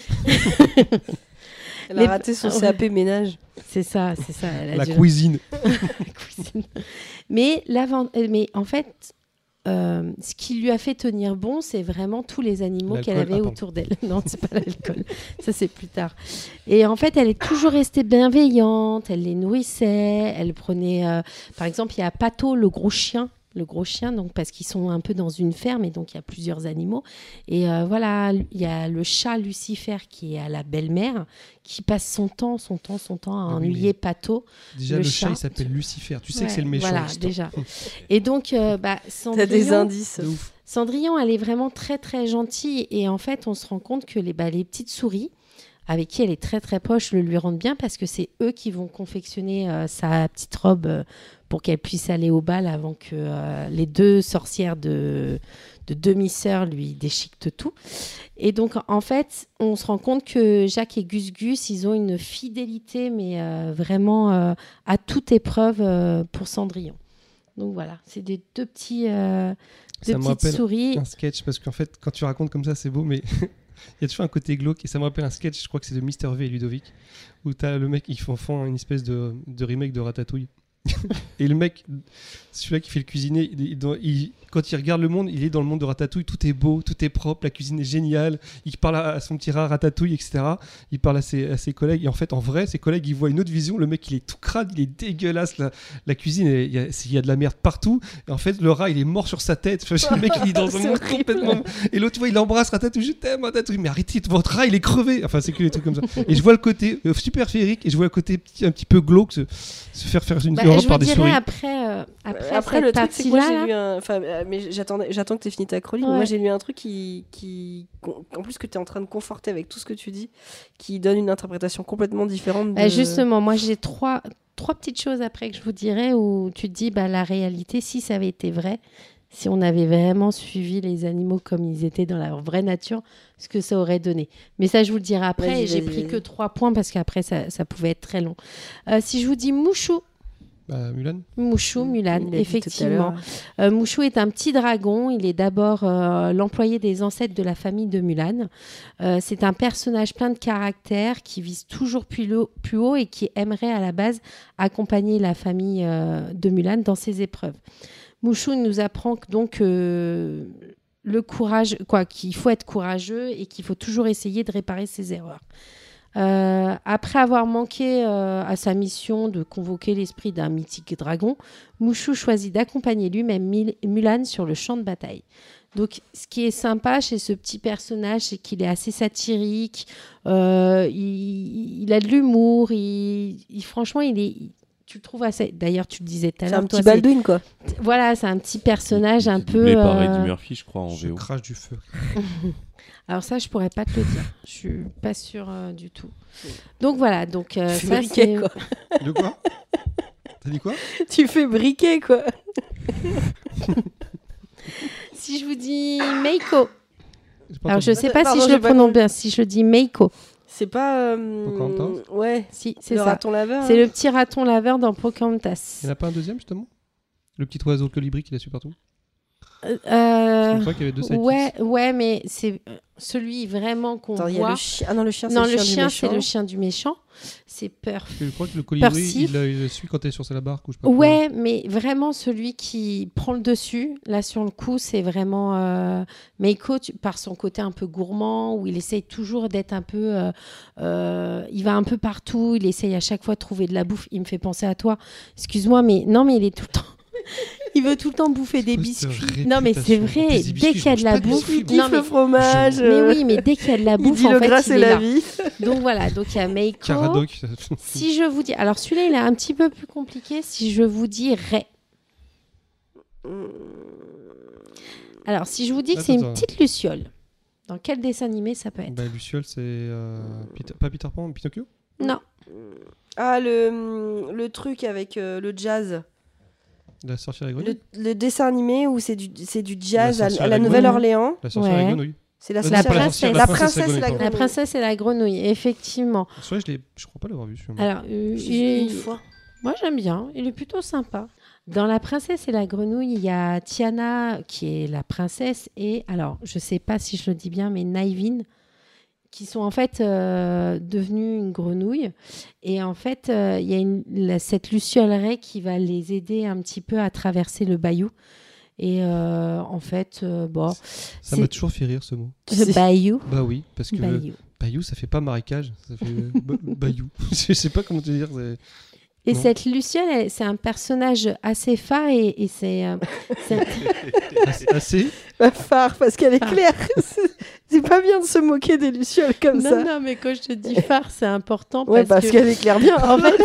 Elle Mais- a raté son CAP ménage. C'est ça. Elle a La dû- cuisine. cuisine. Mais en fait, ce qui lui a fait tenir bon, c'est vraiment tous les animaux qu'elle L'alcool, avait pardon. autour d'elle. Non, c'est pas l'alcool. Ça, c'est plus tard. Et en fait, elle est toujours restée bienveillante. Elle les nourrissait. Elle prenait... par exemple, il y a Pato, le gros chien le gros chien, donc parce qu'ils sont un peu dans une ferme et donc il y a plusieurs animaux. Et voilà, il y a le chat Lucifer qui est à la belle-mère, qui passe son temps à Ah oui, ennuyer Pato. Déjà, Le le chat, chat, il s'appelle Lucifer. Tu sais que Ouais, c'est le méchant. voilà, l'histoire. déjà. Et donc, T'as Cendrillon, des indices. De ouf. Cendrillon, elle est vraiment très très gentille. Et en fait, on se rend compte que les petites souris, avec qui elle est très très proche, le lui rendent bien parce que c'est eux qui vont confectionner sa petite robe pour qu'elle puisse aller au bal avant que les deux sorcières de demi-sœurs lui déchiquetent tout. Et donc, en fait, on se rend compte que Jacques et Gus Gus, ils ont une fidélité, mais vraiment à toute épreuve pour Cendrillon. Donc voilà, c'est des deux petites me rappelle souris. Un sketch, parce qu'en fait, quand tu racontes comme ça, c'est beau, mais il y a toujours un côté glauque. Et ça me rappelle un sketch, je crois que c'est de Mister V et Ludovic, où t'as le mec, ils font une espèce de remake de Ratatouille. Et le mec, celui-là qui fait le cuisinier, quand il regarde le monde, il est dans le monde de Ratatouille, tout est beau, tout est propre, la cuisine est géniale, il parle à son petit rat Ratatouille, etc. Il parle à ses collègues, et en fait, en vrai, ses collègues, ils voient une autre vision, le mec, il est tout crade, il est dégueulasse, la cuisine, il y a de la merde partout, et en fait, le rat, il est mort sur sa tête, le mec, il est dans un monde complètement... Et l'autre, tu vois, il embrasse Ratatouille, je t'aime Ratatouille, mais arrêtez, votre rat, il est crevé, enfin, c'est que des trucs comme ça. Et je vois le côté super féerique, et je vois le côté un petit peu glauque, se faire une Je Europe par vous des dirais souris. après le cette truc, c'est que moi partie-là, j'ai lu un. Enfin, mais j'attends que tu aies fini ta chronique. Ouais. Moi j'ai lu un truc en plus que tu es en train de conforter avec tout ce que tu dis, qui donne une interprétation complètement différente. justement, moi j'ai trois petites choses après que je vous dirais où tu te dis la réalité, si ça avait été vrai, si on avait vraiment suivi les animaux comme ils étaient dans leur vraie nature, ce que ça aurait donné. Mais ça, je vous le dirai après. Vas-y, Et j'ai vas-y, pris vas-y. que 3 points parce qu'après, ça pouvait être très long. Si je vous dis Mouchou, Mulan. Mulan, Il l'a dit tout à effectivement. l'heure. Mouchou est un petit dragon. Il est d'abord l'employé des ancêtres de la famille de Mulan. C'est un personnage plein de caractère qui vise toujours plus haut et qui aimerait à la base accompagner la famille de Mulan dans ses épreuves. Mouchou nous apprend donc le courage, qu'il faut être courageux et qu'il faut toujours essayer de réparer ses erreurs. Après avoir manqué à sa mission de convoquer l'esprit d'un mythique dragon, Mouchou choisit d'accompagner lui-même Mulan sur le champ de bataille. Donc, ce qui est sympa chez ce petit personnage, c'est qu'il est assez satirique, il a de l'humour, franchement, tu le trouves assez... D'ailleurs, tu le disais tout à C'est l'heure. un toi, petit Baldwin, quoi. Voilà, c'est un petit personnage un peu... Doublé par Eddie Murphy, je crois, en Je VO. crache du feu. Alors ça, je pourrais pas te le dire. Je suis pas sûre du tout. Donc voilà. Donc Tu fais ça, briquet, c'est... quoi. De quoi? T'as dit quoi? Tu fais briquet, quoi. Si je vous dis Meiko. J'ai pas Alors entendu. je sais pas Pardon, si je j'ai le pas prononce compris. bien. Si je dis Meiko. C'est pas. Pocahontas. Ouais, Si, c'est le ça. raton laveur. C'est le petit raton laveur dans Pocahontas. Il n'y en a pas un deuxième, justement? Le petit oiseau colibri qu'il a su partout? Euh, Je crois qu'il y avait deux sidekicks. ouais, mais c'est celui vraiment qu'on Attends, il y a voit. le chien. Ah non, le chien, c'est Non, le chien, du c'est méchant. le chien du méchant. C'est Perf. Je crois que le colibri, Persif. il le suit quand elle est sur sa barque ou je sais pas quoi. Ouais, mais vraiment celui qui prend le dessus, là sur le coup, c'est vraiment Meiko par son côté un peu gourmand, où il essaye toujours d'être un peu... il va un peu partout, il essaye à chaque fois de trouver de la bouffe. Il me fait penser à toi. Excuse-moi, mais non, mais il est tout le temps... Il veut tout le temps bouffer des Quoi, cette biscuits. Non, mais c'est réputation. En vrai, plus, des dès biscuits, qu'il y a je de la mange pas de bouffe... biscuits, Il kiffe Non, mais... le fromage. mais oui, mais dès qu'il y a de la Il bouffe, dit en le fait, gras, il c'est est la là. vie. Donc voilà, donc il y a Meiko. Caradoc. Si je vous dis... Alors celui-là, il est un petit peu plus compliqué. Si je vous dis Ray. Alors, si je vous dis que c'est une Attends. petite luciole, dans quel dessin animé ça peut être? Bah, Luciole, c'est. Pas Peter Pan, mais Pinocchio? Non. Ah, le truc avec le jazz. La sorcière à la grenouille? Le dessin animé où c'est du jazz La à sorcière à la la Nouvelle-Orléans. La sorcière à la Ouais. grenouille. C'est la Non, La pas sorcière. princesse. La la princesse et la grenouille, La princesse et la grenouille, effectivement. Soit je crois pas l'avoir vu celui-là. Alors, Une fois. moi j'aime bien, il est plutôt sympa. Dans La princesse et la grenouille, il y a Tiana qui est la princesse et, alors je sais pas si je le dis bien, mais Naivin, qui sont en fait devenues une grenouille. Et en fait, il y a cette luciole Ray qui va les aider un petit peu à traverser le bayou. Et en fait, bon, Ça m'a toujours fait rire ce mot. le bayou. Bah oui, parce que Bayou. bayou, ça fait pas marécage, ça fait bayou. Je sais pas comment te dire. Et Non. cette Luciole, c'est un personnage assez phare et c'est... Assez. Phare, parce qu'elle est Phare. claire. C'est pas bien de se moquer des lucioles comme non, ça. non, mais quand je te dis phare, c'est important Ouais, parce que... qu'elle éclaire bien. En fait...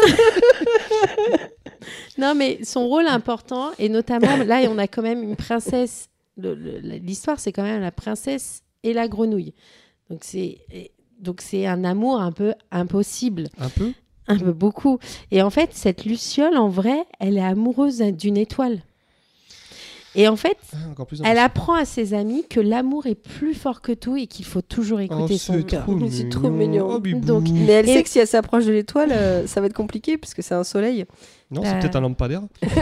non, mais son rôle est important, et notamment, là, on a quand même une princesse. L'histoire, c'est quand même la princesse et la grenouille. Donc, c'est un amour un peu impossible. Un peu. Un peu beaucoup. Et en fait, cette Luciole, en vrai, elle est amoureuse d'une étoile. Et en fait, Encore plus. elle apprend à ses amis que l'amour est plus fort que tout et qu'il faut toujours écouter son cœur. Mais c'est trop mignon. Oh, bibou. Donc, Mais elle Et- sait que si elle s'approche de l'étoile, ça va être compliqué parce que c'est un soleil. Non, c'est peut-être un lampadaire.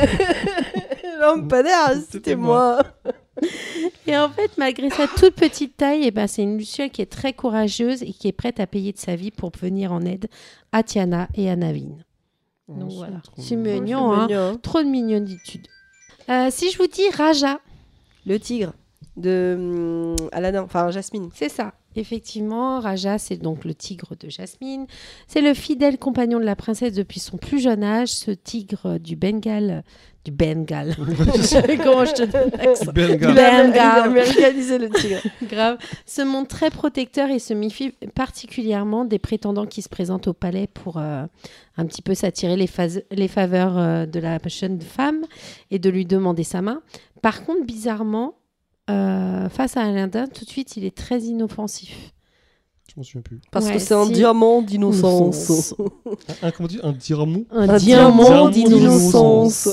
Lampadaire, C'était c'était moi. Et en fait, malgré sa toute petite taille, eh ben, c'est une Luciole qui est très courageuse et qui est prête à payer de sa vie pour venir en aide à Tiana et à Naveen. Donc Oh, voilà. trop C'est mignon. mignon, hein. Mignon. Trop de mignonitude. Si je vous dis Raja, Le tigre de Aladdin, enfin Jasmine. c'est ça. Effectivement, Raja, c'est donc le tigre de Jasmine. C'est le fidèle compagnon de la princesse depuis son plus jeune âge. Ce tigre du Bengale. Du Bengale. Comment je te donne l'accent Bengal. Il a Bengale. américanisé le tigre. Grave. Se montre très protecteur et se méfie particulièrement des prétendants qui se présentent au palais pour un petit peu s'attirer les faveurs de la jeune femme et de lui demander sa main. Par contre, bizarrement, face à Aladdin, tout de suite, il est très inoffensif. Je m'en souviens plus. Parce Ouais, que c'est un si. diamant d'innocence. Comment dire, un diramou. Un diamant diamant d'innocence.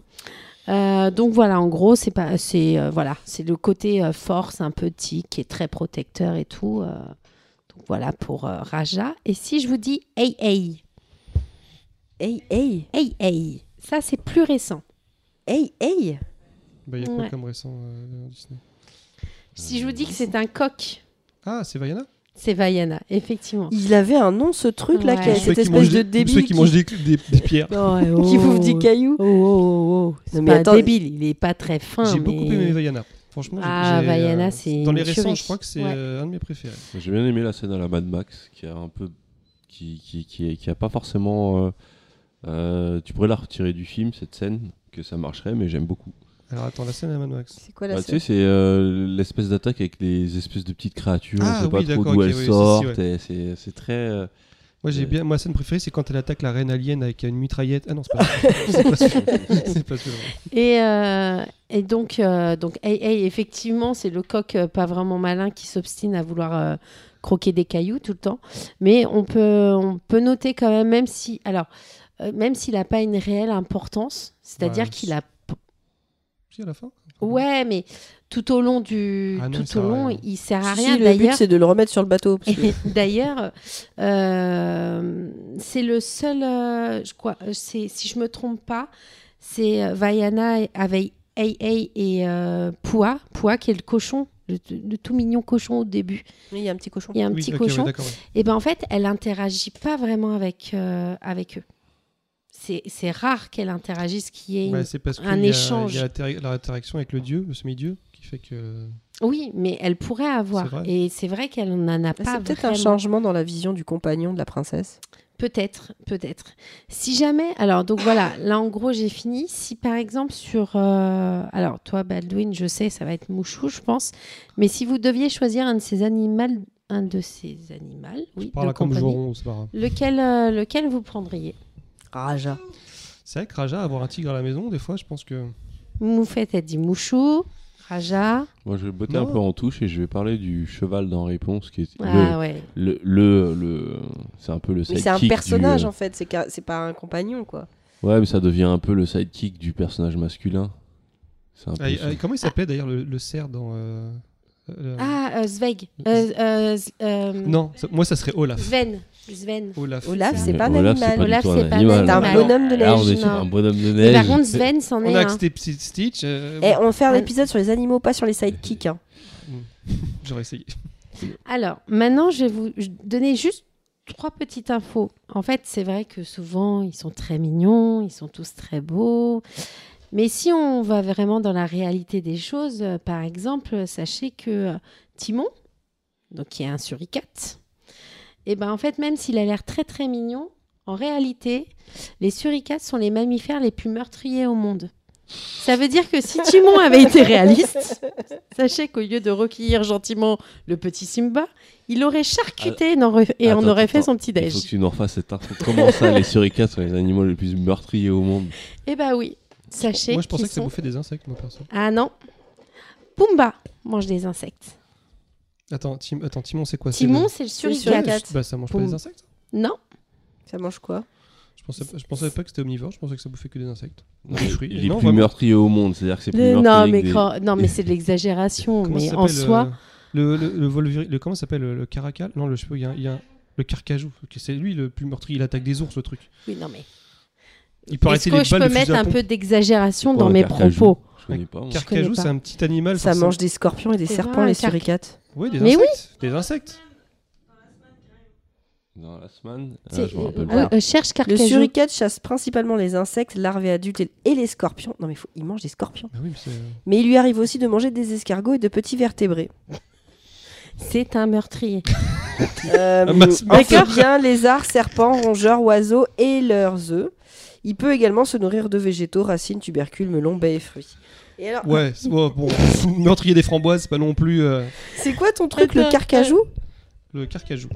Donc voilà, en gros, c'est le côté force un peu tic qui est très protecteur et tout. Donc voilà pour Raja. Et si je vous dis hey hey, Hey, hey, hey hey, ça c'est plus récent. hey, hey. Bah, il y a quoi Ouais. comme récent Disney? Si je vous dis que c'est un coq, Ah, c'est Vaiana. c'est Vaiana, effectivement. Il avait un nom, ce truc-là, Ouais. qui a Ceux cette qui mangent espèce de des- débile Ceux qui mangent des pierres. qui bouffe des cailloux. C'est Non, mais pas attends, débile, il est pas très fin. J'ai mais... beaucoup aimé Vaiana. Franchement, Ah, Vaiana, c'est dans les une récents, tuerie. je crois que c'est Ouais. un de mes préférés. J'ai bien aimé la scène à la Mad Max, qui a un peu, qui a pas forcément. Tu pourrais la retirer du film, cette scène, que ça marcherait, mais j'aime beaucoup. Alors attends, la scène à Mad Max. C'est quoi la Bah, tu scène sais, c'est l'espèce d'attaque avec les espèces de petites créatures, Ah, on sait pas oui, trop d'accord, d'où ok, elles oui, si, sortent, si, et c'est très. Moi, ma scène préférée, c'est quand elle attaque la reine alien avec une mitraillette. Ah non, c'est pas c'est pas celui-là. C'est pas celui-là. Et donc hey, effectivement, c'est le coq pas vraiment malin qui s'obstine à vouloir croquer des cailloux tout le temps. Mais on peut noter quand même, même s'il n'a pas une réelle importance, c'est-à-dire Ouais, qu'il a... Si, à la fin. Ouais, mais tout au long, Ah non, il sert à rien. il sert à Si, rien. le but, D'ailleurs, c'est de le remettre sur le bateau. parce que- et d'ailleurs, c'est le seul, je crois, si je me trompe pas, c'est Vaiana avec Hey Hey et Pua qui est le cochon, le tout mignon cochon au début. Il y a un petit cochon. Il y a un Oui, petit ok, cochon. ouais, d'accord, ouais. Et ben en fait, elle interagit pas vraiment avec eux. C'est rare qu'elle interagisse, qu'il y ait Ouais, c'est parce un qu'il échange. y a l'interaction avec le dieu, le semi-dieu, qui fait que. Oui, mais elle pourrait avoir. C'est vrai. Et c'est vrai qu'elle n'en a Ah, pas c'est peut-être un vraiment. changement dans la vision du compagnon de la princesse. Peut-être. Si jamais, alors donc voilà, là en gros j'ai fini. Si par exemple alors toi Baldwin, je sais, ça va être Mouchou, je pense. Mais si vous deviez choisir un de ces animaux, oui, Par de là comme compagnie, Joron, c'est pas grave. lequel vous prendriez? Raja. C'est vrai que Raja, avoir un tigre à la maison, des fois, je pense que. Moufette a dit Mouchou, Raja. Moi, je vais botter Non. un peu en touche et je vais parler du cheval dans Réponse, qui est Ah ouais. c'est un peu le Mais sidekick. c'est un personnage du, en fait, c'est pas un compagnon quoi. Ouais, mais ça devient un peu le sidekick du personnage masculin. C'est un peu ça. Comment il s'appelait d'ailleurs le cerf dans. Zweig. Non, moi ça serait Olaf. Sven. Olaf. Olaf, c'est pas un Olaf, animal. du Olaf, tout c'est pas un animal. C'est un animal. bonhomme de Là, on neige. est sur Non. un bonhomme de Et neige. par contre, Sven, c'en On est a un. accepté Stitch. Et on va faire un épisode sur les animaux, pas sur les sidekicks. Hein. J'aurais essayé. Alors, maintenant, je vais vous donner juste 3 petites infos. En fait, c'est vrai que souvent, ils sont très mignons, ils sont tous très beaux. Mais si on va vraiment dans la réalité des choses, par exemple, sachez que Timon, donc qui est un suricate, et ben en fait, même s'il a l'air très très mignon, En réalité, les suricates sont les mammifères les plus meurtriers au monde. Ça veut dire que si Timon avait été réaliste, sachez qu'au lieu de recueillir gentiment le petit Simba, il aurait charcuté et en aurait fait son petit Il faut déj. que tu nous refasses cette intro. Comment ça, les suricates sont les animaux les plus meurtriers au monde? Eh bah oui, sachez Moi, je pensais qu'ils que ça sont... bouffait des insectes, moi, perso. Ah non, Pumba mange des insectes. Attends, Timon, c'est quoi? Timon, c'est le C'est le suricate. suricate. Bah, ça mange pas Poum. des insectes. Non, Ça mange quoi? Je pensais pas que c'était omnivore, je pensais que ça bouffait que des insectes. Non, Des fruits. les Non, plus vraiment. meurtriers au monde, c'est-à-dire que c'est plus non, meurtrier mais que des- non, mais c'est de l'exagération. Comment Mais ça en s'appelle, soi, le Wolverine, comment ça s'appelle le caracal? Non, je sais pas, il y a le carcajou. Ok, c'est lui le plus meurtrier, il attaque des ours, le truc. oui, non mais. Il peut Est-ce arrêter que les je balles peux de fusil mettre à un pompe. peu d'exagération Quoi, dans un mes carcajou? propos? Je connais pas. moi. connais Carcajou, pas. c'est un petit animal. Ça forcément. mange des scorpions et des C'est serpents, vrai, les un carca- suricates. Oui, des Mais insectes. Des insectes. Dans la semaine, C'est- je me rappelle Alors, pas. cherche Le carcajou. suricate chasse principalement les insectes, larves et adultes et les scorpions. Non mais il mange des scorpions. Bah oui, mais c'est- Mais il lui arrive aussi de manger des escargots et de petits vertébrés. C'est un meurtrier. Amphibiens, lézards, serpents, rongeurs, oiseaux et leurs œufs. Il peut également se nourrir de végétaux, racines, tubercules, melons, baies et fruits. Et alors, Ouais, bon, meurtrier des framboises, c'est pas non plus c'est quoi ton truc, le Attends, carcajou? le carcajou.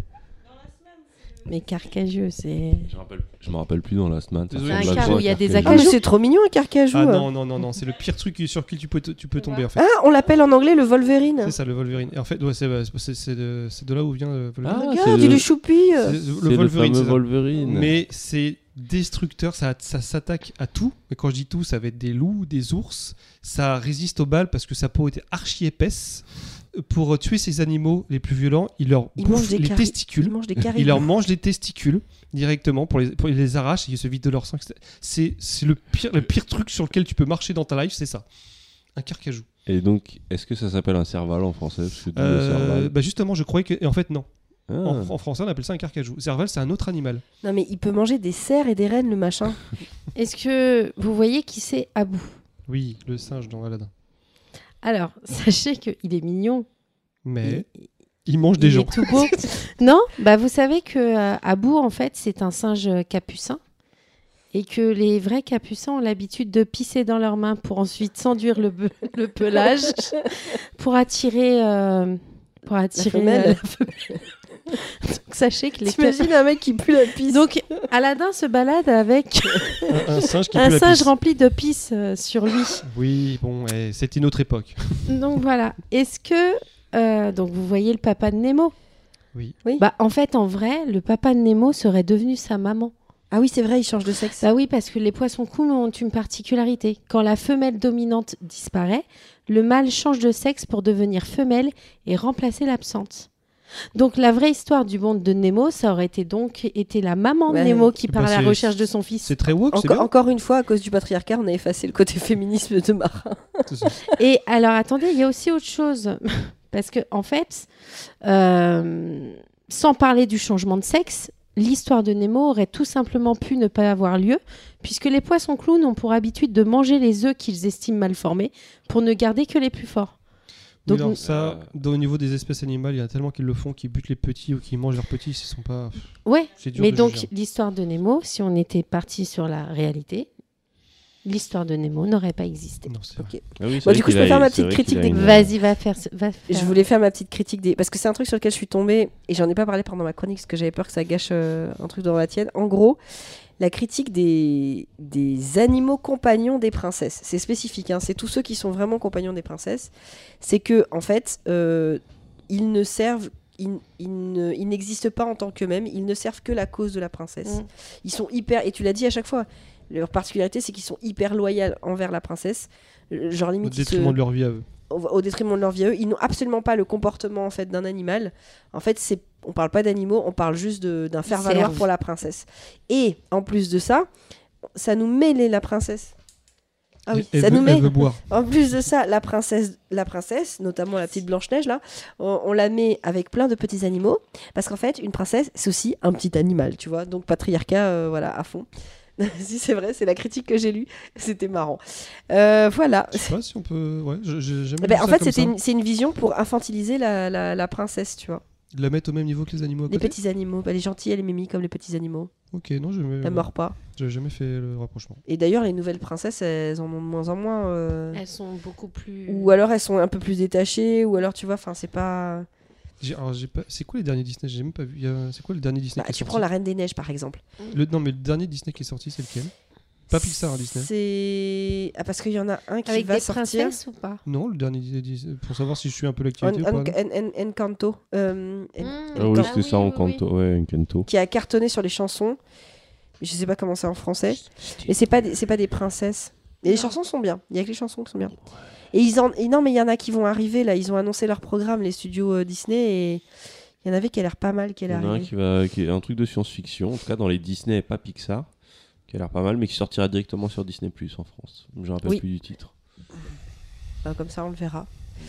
Mais carcajou, c'est. Je me rappelle plus dans la semaine. Désolé, C'est un car où il y a des Ah mais acajou. c'est trop mignon un carcajou. Ah non, c'est le pire truc sur qui tu peux tomber en fait. Ah, on l'appelle en anglais le Wolverine. C'est ça, le Wolverine. Et en fait, ouais, c'est de là où vient le Wolverine. Ah, Regarde, c'est il le- est choupi. C'est C'est le fameux c'est ça. Wolverine. Mais c'est destructeur, ça s'attaque à tout. Et quand je dis tout, ça va être des loups, des ours. Ça résiste aux balles parce que sa peau était archi épaisse. Pour tuer ces animaux les plus violents, il leur Il mange bouffe des les Il testicules. mange des Il caribous. leur mange les testicules directement pour les arrache et ils se vident de leur sang. C'est le pire truc sur lequel tu peux marcher dans ta life, c'est ça. Un carcajou. Et donc, est-ce que ça s'appelle un serval en français? Parce que d'où le serval. Bah justement, je croyais que. Et en fait, non. Ah. En français, on appelle ça un carcajou. Serval, c'est un autre animal. Non mais il peut manger des cerfs et des rennes le machin. Est-ce que vous voyez qui c'est Abou? Oui, le singe dans Aladdin. Alors, sachez qu'il est mignon. Mais il mange des Il gens. est tout beau. Non, bah vous savez que Abou, en fait, c'est un singe capucin. Et que les vrais capucins ont l'habitude de pisser dans leurs mains pour ensuite s'enduire le pelage pour attirer femelle. la femelle. Donc, sachez que les T'imagines un mec qui pue la pisse. Donc Aladdin se balade avec Un singe qui un pue la singe pisse. rempli de pisse sur lui. Oui, bon, c'était une autre époque. Donc voilà. Est-ce que donc vous voyez le papa de Nemo? Oui. Bah en fait en vrai le papa de Nemo serait devenu sa maman. Ah oui, c'est vrai, il change de sexe. Bah oui, parce que les poissons clowns ont une particularité. Quand la femelle dominante disparaît, le mâle change de sexe pour devenir femelle et remplacer l'absente. Donc la vraie histoire du monde de Nemo, ça aurait été la maman de Ouais. Nemo qui Bah, part à la c'est- recherche de son fils. C'est très woke, c'est bien. Encore une fois, à cause du patriarcat, on a effacé le côté féminisme de Marin. C'est ça. Et alors attendez, il y a aussi autre chose. Parce que en fait, sans parler du changement de sexe, l'histoire de Nemo aurait tout simplement pu ne pas avoir lieu, puisque les poissons clowns ont pour habitude de manger les œufs qu'ils estiment mal formés pour ne garder que les plus forts. Oui, Donc, non, ça, au niveau des espèces animales, il y en a tellement qui le font, qui butent les petits ou qui mangent leurs petits, ils sont pas. ouais, C'est dur mais de donc juger. l'histoire de Nemo, si on était parti sur la réalité, l'histoire de Nemo n'aurait pas existé. Non, c'est vrai. Ok. Ah oui, c'est Bon, vrai du coup, qu'il je peux a- faire ma c'est petite vrai critique qu'il a des- une- Vas-y, va faire. Je voulais faire ma petite critique des. Parce que c'est un truc sur lequel je suis tombée et j'en ai pas parlé pendant ma chronique parce que j'avais peur que ça gâche un truc dans la tienne. En gros, la critique des animaux compagnons des princesses. C'est spécifique, hein, c'est tous ceux qui sont vraiment compagnons des princesses. C'est que, en fait, ils ne servent. Ils n'existent pas en tant qu'eux-mêmes, ils ne servent que la cause de la princesse. Mm. Ils sont hyper, et tu l'as dit à chaque fois, leur particularité c'est qu'ils sont hyper loyaux envers la princesse. Genre Au limite, ils se- détriment de leur vie à eux. au détriment de leur vie à eux. Ils n'ont absolument pas le comportement en fait d'un animal. En fait, on parle pas d'animaux, on parle juste d'un faire-valoir Serve. pour la princesse. Et en plus de ça, ça nous met la princesse. Ah oui, Elle ça veut- nous met. Elle veut boire. En plus de ça, la princesse, notamment la petite Blanche-Neige là, on la met avec plein de petits animaux parce qu'en fait, une princesse, c'est aussi un petit animal, tu vois. Donc patriarcat, voilà, à fond. Si c'est vrai, c'est la critique que j'ai lue. C'était marrant. Voilà. Je sais pas si on peut. Ouais, j'ai jamais Eh ben, vu en ça fait, comme ça. c'est une vision pour infantiliser la princesse, tu vois. De la mettre au même niveau que les animaux à Les côté. petits animaux. Elle est gentille, elle est mimi comme les petits animaux. Ok, non, je Elle mord pas. j'ai jamais fait le rapprochement. Et d'ailleurs, les nouvelles princesses, elles en ont de moins en moins. Elles sont beaucoup plus. Ou alors elles sont un peu plus détachées, ou alors tu vois, enfin c'est pas. J'ai pas... C'est quoi les derniers Disney? J'ai même pas vu. C'est quoi le dernier Disney Bah, qui est tu sorti prends la Reine des Neiges par exemple. Non, mais le dernier Disney qui est sorti, c'est lequel? Pas Pixar, hein, Disney. C'est. Ah, parce qu'il y en a un qui Avec va des sortir. princesses ou pas? Non, le dernier Disney, pour savoir si je suis un peu l'actualité ou pas. non. Encanto. Ah oui, c'était ça, Encanto. Ouais, Encanto. Qui a cartonné sur les chansons. Je sais pas comment c'est en français. Mais c'est pas des princesses. Et les chansons sont bien. Il y a que les chansons qui sont bien. Et non, mais il y en a qui vont arriver là. Ils ont annoncé leur programme, les studios Disney, et il y en avait qui a l'air pas mal, qui Il y en a un qui est un truc de science-fiction, en tout cas dans les Disney et pas Pixar, qui a l'air pas mal, mais qui sortira directement sur Disney Plus en France. Je me rappelle plus du titre. Comme ça, on le verra.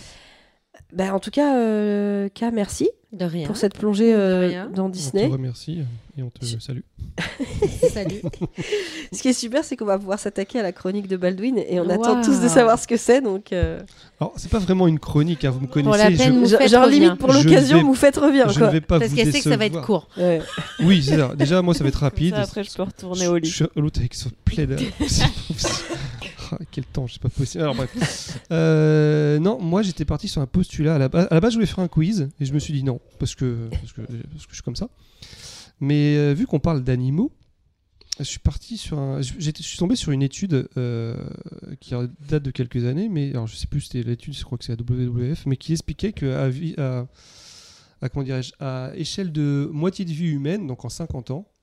En tout cas, K, merci De rien. pour cette plongée rien. dans On Disney. te remercie et on te salue. Salut. Ce qui est super, c'est qu'on va pouvoir s'attaquer à la chronique de Baldwin et on attend Waouh. tous de savoir ce que c'est. Donc, Alors, c'est pas vraiment une chronique, hein, vous me Pour connaissez. la peine, Moufette genre revient. limite pour Je l'occasion, vais- Moufette revient. Je Quoi. ne vais pas Parce vous qu'elle sait que ça va être décevoir. court. Ouais. Oui, c'est ça. Déjà, moi, ça va être rapide. Ça, après, je peux retourner au lit. Je suis l'autre avec son plaid. Ah, quel temps, c'est pas possible. Alors bref. Non, moi j'étais parti sur un postulat. À la base, je voulais faire un quiz et je me suis dit non, parce que je suis comme ça. Mais vu qu'on parle d'animaux, je suis parti sur je suis tombé sur une étude qui date de quelques années, mais alors je sais plus c'était l'étude, je crois que c'est la WWF, mais qui expliquait qu'à comment dirais-je, à échelle de moitié de vie humaine, donc en 50 ans,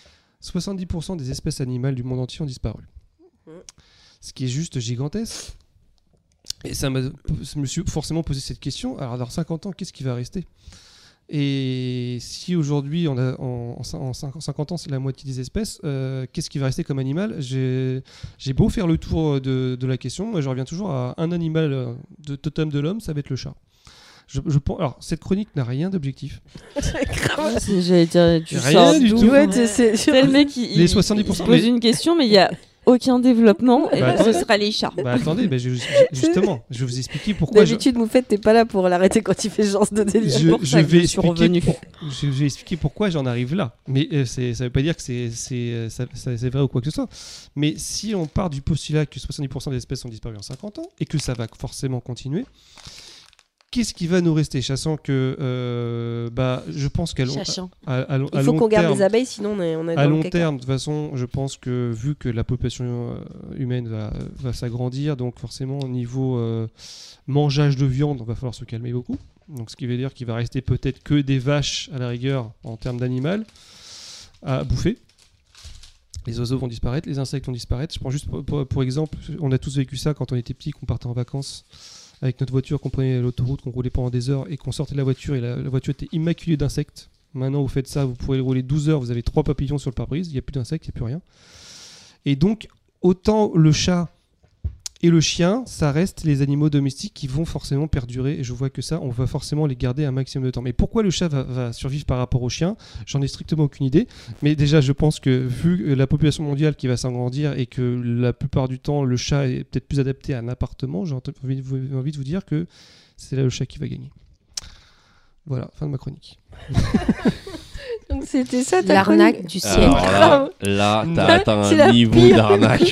70% des espèces animales du monde entier ont disparu. Ce qui est juste gigantesque. Et je me suis forcément posé cette question. Alors, dans 50 ans, qu'est-ce qui va rester? Et si aujourd'hui, en 50 ans, c'est la moitié des espèces, qu'est-ce qui va rester comme animal? J'ai beau faire le tour de la question, moi, je reviens toujours à un animal de totem de l'homme, ça va être le chat. Alors, cette chronique n'a rien d'objectif. J'allais dire, tu Rien sors du d'où tout. Ouais, C'est le mec, Les 70%, il se pose mais- une question, mais il y a aucun développement, et Bah, ce sera les chats. Bah attendez, justement, je vais vous expliquer pourquoi. D'habitude, Moufette, t'es pas là pour l'arrêter quand il fait ce genre de délire. pour ça que je suis revenu. Je vais expliquer pourquoi j'en arrive là. Mais ça veut pas dire que c'est vrai ou quoi que ce soit. Mais si on part du postulat que 70% des espèces ont disparu en 50 ans et que ça va forcément continuer, qu'est-ce qui va nous rester? Sachant que je pense qu'à Chachant. Il faut qu'on garde les abeilles, sinon on est à dans le long caca. terme, de toute façon, je pense que vu que la population humaine va s'agrandir, donc forcément au niveau mangeage de viande, on va falloir se calmer beaucoup. Donc ce qui veut dire qu'il va rester peut-être que des vaches à la rigueur en termes d'animal à bouffer. Les oiseaux vont disparaître, les insectes vont disparaître. Je prends juste pour exemple, on a tous vécu ça quand on était petit, qu'on partait en vacances avec notre voiture, qu'on prenait l'autoroute, qu'on roulait pendant des heures et qu'on sortait de la voiture et la voiture était immaculée d'insectes. Maintenant, vous faites ça, vous pouvez rouler 12 heures, vous avez 3 papillons sur le pare-brise, il n'y a plus d'insectes, il n'y a plus rien. Et donc, autant le chat et le chien, ça reste les animaux domestiques qui vont forcément perdurer. Et je vois que ça, on va forcément les garder un maximum de temps. Mais pourquoi le chat va survivre par rapport au chien? J'en ai strictement aucune idée. Mais déjà, je pense que vu la population mondiale qui va s'agrandir et que la plupart du temps, le chat est peut-être plus adapté à un appartement, j'ai envie de vous dire que c'est là le chat qui va gagner. Voilà, fin de ma chronique. Donc c'était ça ta L'arnaque chronique. du siècle. Alors là, t'as atteint C'est un la niveau pire. d'arnaque.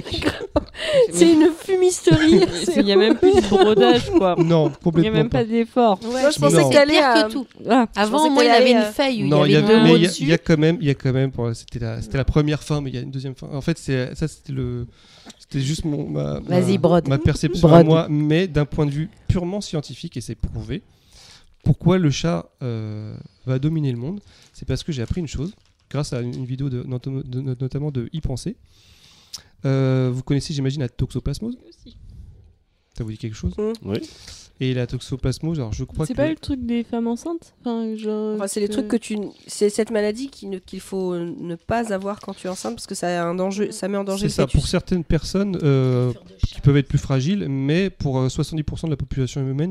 C'est une fumisterie. Il n'y a même plus de brodage, quoi. Non, Il n'y a complètement même pas d'effort. Moi, je pensais Non. qu'elle allait Pire à... que tout. Ah, Avant, pensais au moins, il qu'elle avait allait, une feuille où Non, il y avait deux mais mots il dessus. y a quand même, c'était la première fin, mais il y a une deuxième fin. En fait, c'était juste Vas-y, brode. ma perception à moi, mais d'un point de vue purement scientifique, et c'est prouvé. Pourquoi le chat va dominer le monde? C'est parce que j'ai appris une chose, grâce à une vidéo notamment de Y Penser. Vous connaissez, j'imagine, la toxoplasmose? Ça vous dit quelque chose? Oui. Et la toxoplasmose, alors je crois c'est que... pas le truc des femmes enceintes, Enfin, c'est les trucs que c'est cette maladie qu'il faut ne pas avoir quand tu es enceinte parce que ça a un danger, ça met en danger C'est le ça, fœtus. pour certaines personnes qui peuvent être plus fragiles, mais pour 70% de la population humaine,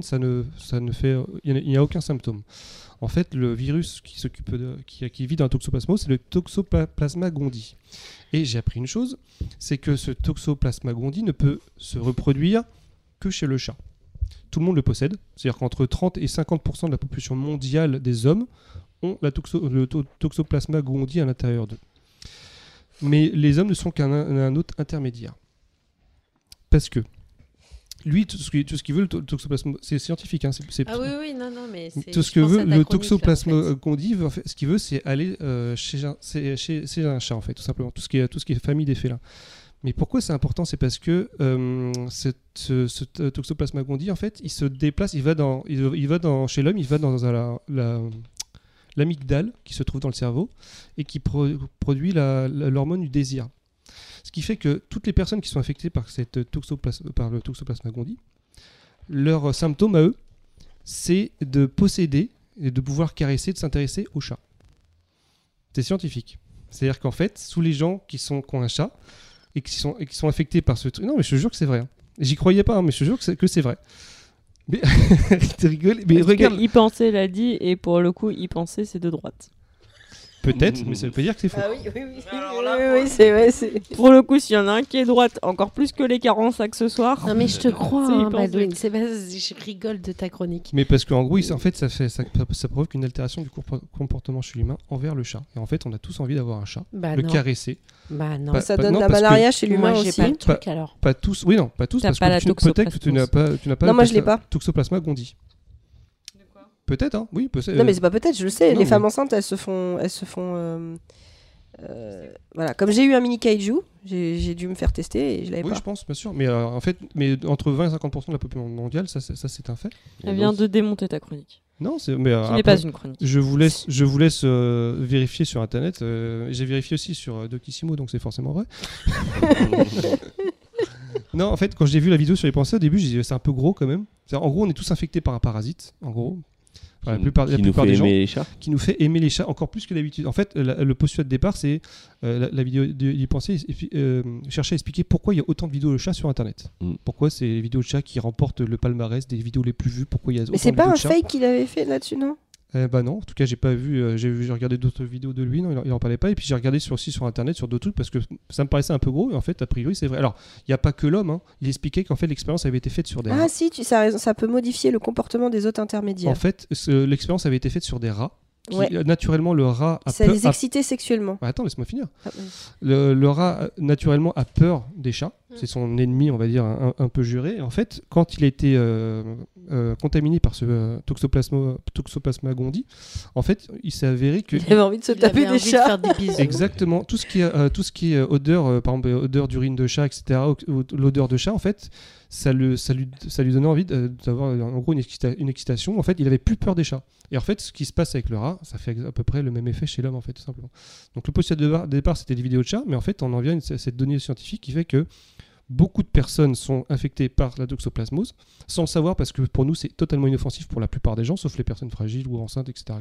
il n'y a aucun symptôme. En fait, le virus qui vit dans la toxoplasmose, c'est le Toxoplasma gondii. Et j'ai appris une chose, c'est que ce Toxoplasma gondii ne peut se reproduire que chez le chat. tout le monde le possède. C'est-à-dire qu'entre 30 et 50% de la population mondiale des hommes ont le Toxoplasma gondii à l'intérieur d'eux. Mais les hommes ne sont qu'un autre intermédiaire. Parce que lui, tout ce qu'il veut, le toxoplasma, c'est scientifique. Hein, Ah oui, non, mais c'est... tout ce que veut le Toxoplasma gondii, en fait, ce qu'il veut, c'est aller chez un chat, en fait, tout simplement. Tout ce qui est famille des félins. Mais pourquoi c'est important? C'est parce que ce Toxoplasma gondii, en fait, il se déplace, il va chez l'homme, il va dans l'amygdale qui se trouve dans le cerveau et qui produit l'hormone du désir. Ce qui fait que toutes les personnes qui sont affectées par le Toxoplasma gondii, leurs symptômes à eux, c'est de posséder et de pouvoir caresser, de s'intéresser au chat. C'est scientifique. C'est-à-dire qu'en fait, sous les gens qui ont un chat et qui sont affectés par ce truc... Non, mais je te jure que c'est vrai. Hein. J'y croyais pas, hein, mais je te jure que c'est vrai. Mais tu rigoles. Mais regarde. Y penser l'a dit, et pour le coup, y penser, c'est de droite. Peut-être, mais ça veut pas dire que c'est faux. Ah oui, c'est vrai. Pour le coup, s'il y en a un qui est droite, encore plus que les carences accessoires. Non, mais je te crois, C'est hein, hyper Baldwin. Je rigole de ta chronique. Mais parce qu'en gros, en fait, ça provoque une altération du comportement chez l'humain envers le chat. Et en fait, on a tous envie d'avoir un chat, le caresser. Bah non. Ça donne la malaria chez l'humain moi, aussi. j'ai pas le truc alors. Pas tous. Oui, non, pas tous. T'as Parce pas la que peut-être que tu n'as pas. Non, moi, je l'ai pas. Toxoplasma gondii. Peut-être, hein. Oui, Non, mais c'est pas peut-être, je le sais. non, Les mais- femmes enceintes, elles se font. Voilà, comme j'ai eu un mini kaiju, j'ai dû me faire tester et je l'avais Oui, pas. je pense, bien sûr. Mais en fait, entre 20 et 50% de la population mondiale, ça c'est un fait. Elle vient de démonter ta chronique. Non, Qui mais n'est après, pas une chronique. je vous laisse vérifier sur internet. J'ai vérifié aussi sur Doctissimo, donc c'est forcément vrai. Non, en fait, quand j'ai vu la vidéo sur les pensées, au début, j'ai dit c'est un peu gros quand même. En gros, on est tous infectés par un parasite, en gros. Enfin, la plupart Qui nous des fait gens. aimer les chats. Qui nous fait aimer les chats encore plus que d'habitude. En fait, le postulat de départ, c'est la vidéo d'y penser, chercher à expliquer pourquoi il y a autant de vidéos de chats sur Internet. Pourquoi c'est les vidéos de chats qui remportent le palmarès des vidéos les plus vues. Pourquoi il y a autant Mais c'est de pas vidéos un de chats. fake qu'il avait fait là-dessus, non? Bah non, en tout cas j'ai pas vu, j'ai regardé d'autres vidéos de lui, non il en parlait pas, et puis j'ai regardé aussi sur internet sur d'autres trucs parce que ça me paraissait un peu gros, et en fait a priori c'est vrai. Alors il n'y a pas que l'homme, hein. Il expliquait qu'en fait l'expérience avait été faite sur des rats. Ah si, ça a raison, ça peut modifier le comportement des autres intermédiaires. En fait l'expérience avait été faite sur des rats, qui, Ouais. Naturellement le rat a Ça peur... les excitait sexuellement. Attends, laisse-moi finir. Ah, ouais. Le rat naturellement a peur des chats, c'est son ennemi on va dire un peu juré, et en fait quand il a été contaminé par ce Toxoplasma gondii, en fait il s'est avéré que Il avait envie de se Il taper avait des envie de chats. faire des bisous. exactement tout ce qui est odeur, par exemple odeur d'urine de chat, etc., ou l'odeur de chat, en fait ça lui donnait envie d'avoir en gros une excitation. En fait il avait plus peur des chats, et en fait ce qui se passe avec le rat, ça fait à peu près le même effet chez l'homme en fait, tout simplement. Donc le postulat de départ c'était des vidéos de chats, mais en fait on en vient à cette donnée scientifique qui fait que beaucoup de personnes sont infectées par la toxoplasmose sans le savoir, parce que pour nous c'est totalement inoffensif pour la plupart des gens, sauf les personnes fragiles ou enceintes, etc.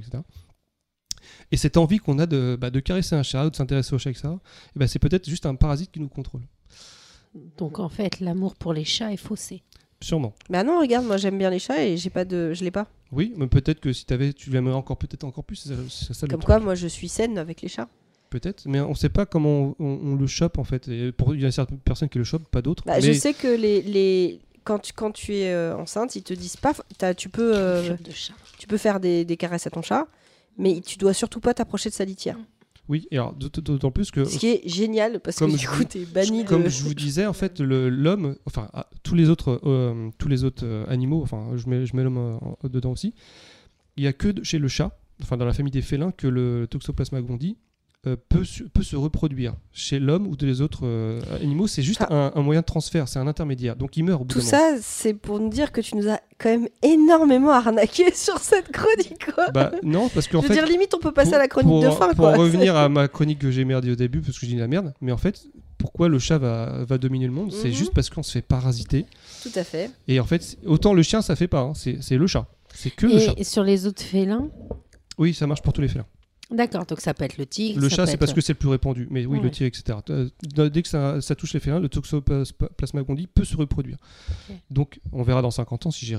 Et cette envie qu'on a de caresser un chat ou de s'intéresser au chat, etc., c'est peut-être juste un parasite qui nous contrôle. Donc en fait, l'amour pour les chats est faussé. Sûrement. Bah non, regarde, moi j'aime bien les chats et je l'ai pas. Oui, mais peut-être que si tu l'aimerais peut-être encore plus. C'est ça, le Comme truc. quoi, moi je suis saine avec les chats. Peut-être, mais on ne sait pas comment on le chope en fait. Et il y a certaines personnes qui le chopent, pas d'autres. Bah, mais... Je sais que quand tu es enceinte, ils te disent pas. Tu peux De chat. faire des caresses à ton chat, mais tu dois surtout pas t'approcher de sa litière. Oui, et alors d'autant plus que. Ce qui est génial parce Comme que je du vous- coup t'es banni de. Comme je vous disais, en fait, l'homme, enfin tous les autres animaux, enfin je mets l'homme dedans aussi. Il y a que chez le chat, enfin dans la famille des félins, que le Toxoplasma gondii peut se reproduire. Chez l'homme ou les autres animaux, c'est juste un moyen de transfert, c'est un intermédiaire. Donc il meurt au bout Tout d'un moment. ça, c'est pour nous dire que tu nous as quand même énormément arnaqué sur cette chronique, quoi. Bah non, parce qu'en Je veux fait. dire, limite, on peut passer à la chronique de fin, Pour quoi. revenir à ma chronique que j'ai merdé au début, parce que je dis la merde, mais en fait, pourquoi le chat va dominer le monde, c'est Mhm. juste parce qu'on se fait parasiter. Tout à fait. Et en fait, autant le chien, ça fait pas, hein, c'est le chat. C'est que le chat. Et sur les autres félins, Oui, ça marche pour tous les félins. d'accord, donc ça peut être le tigre. Le ça chat, peut c'est être- parce que c'est le plus répandu. Mais oui, Ouais. le tigre, etc. Dès que ça touche les félins, le Toxoplasma gondii peut se reproduire. Ok. Donc, on verra dans 50 ans si j'ai raison.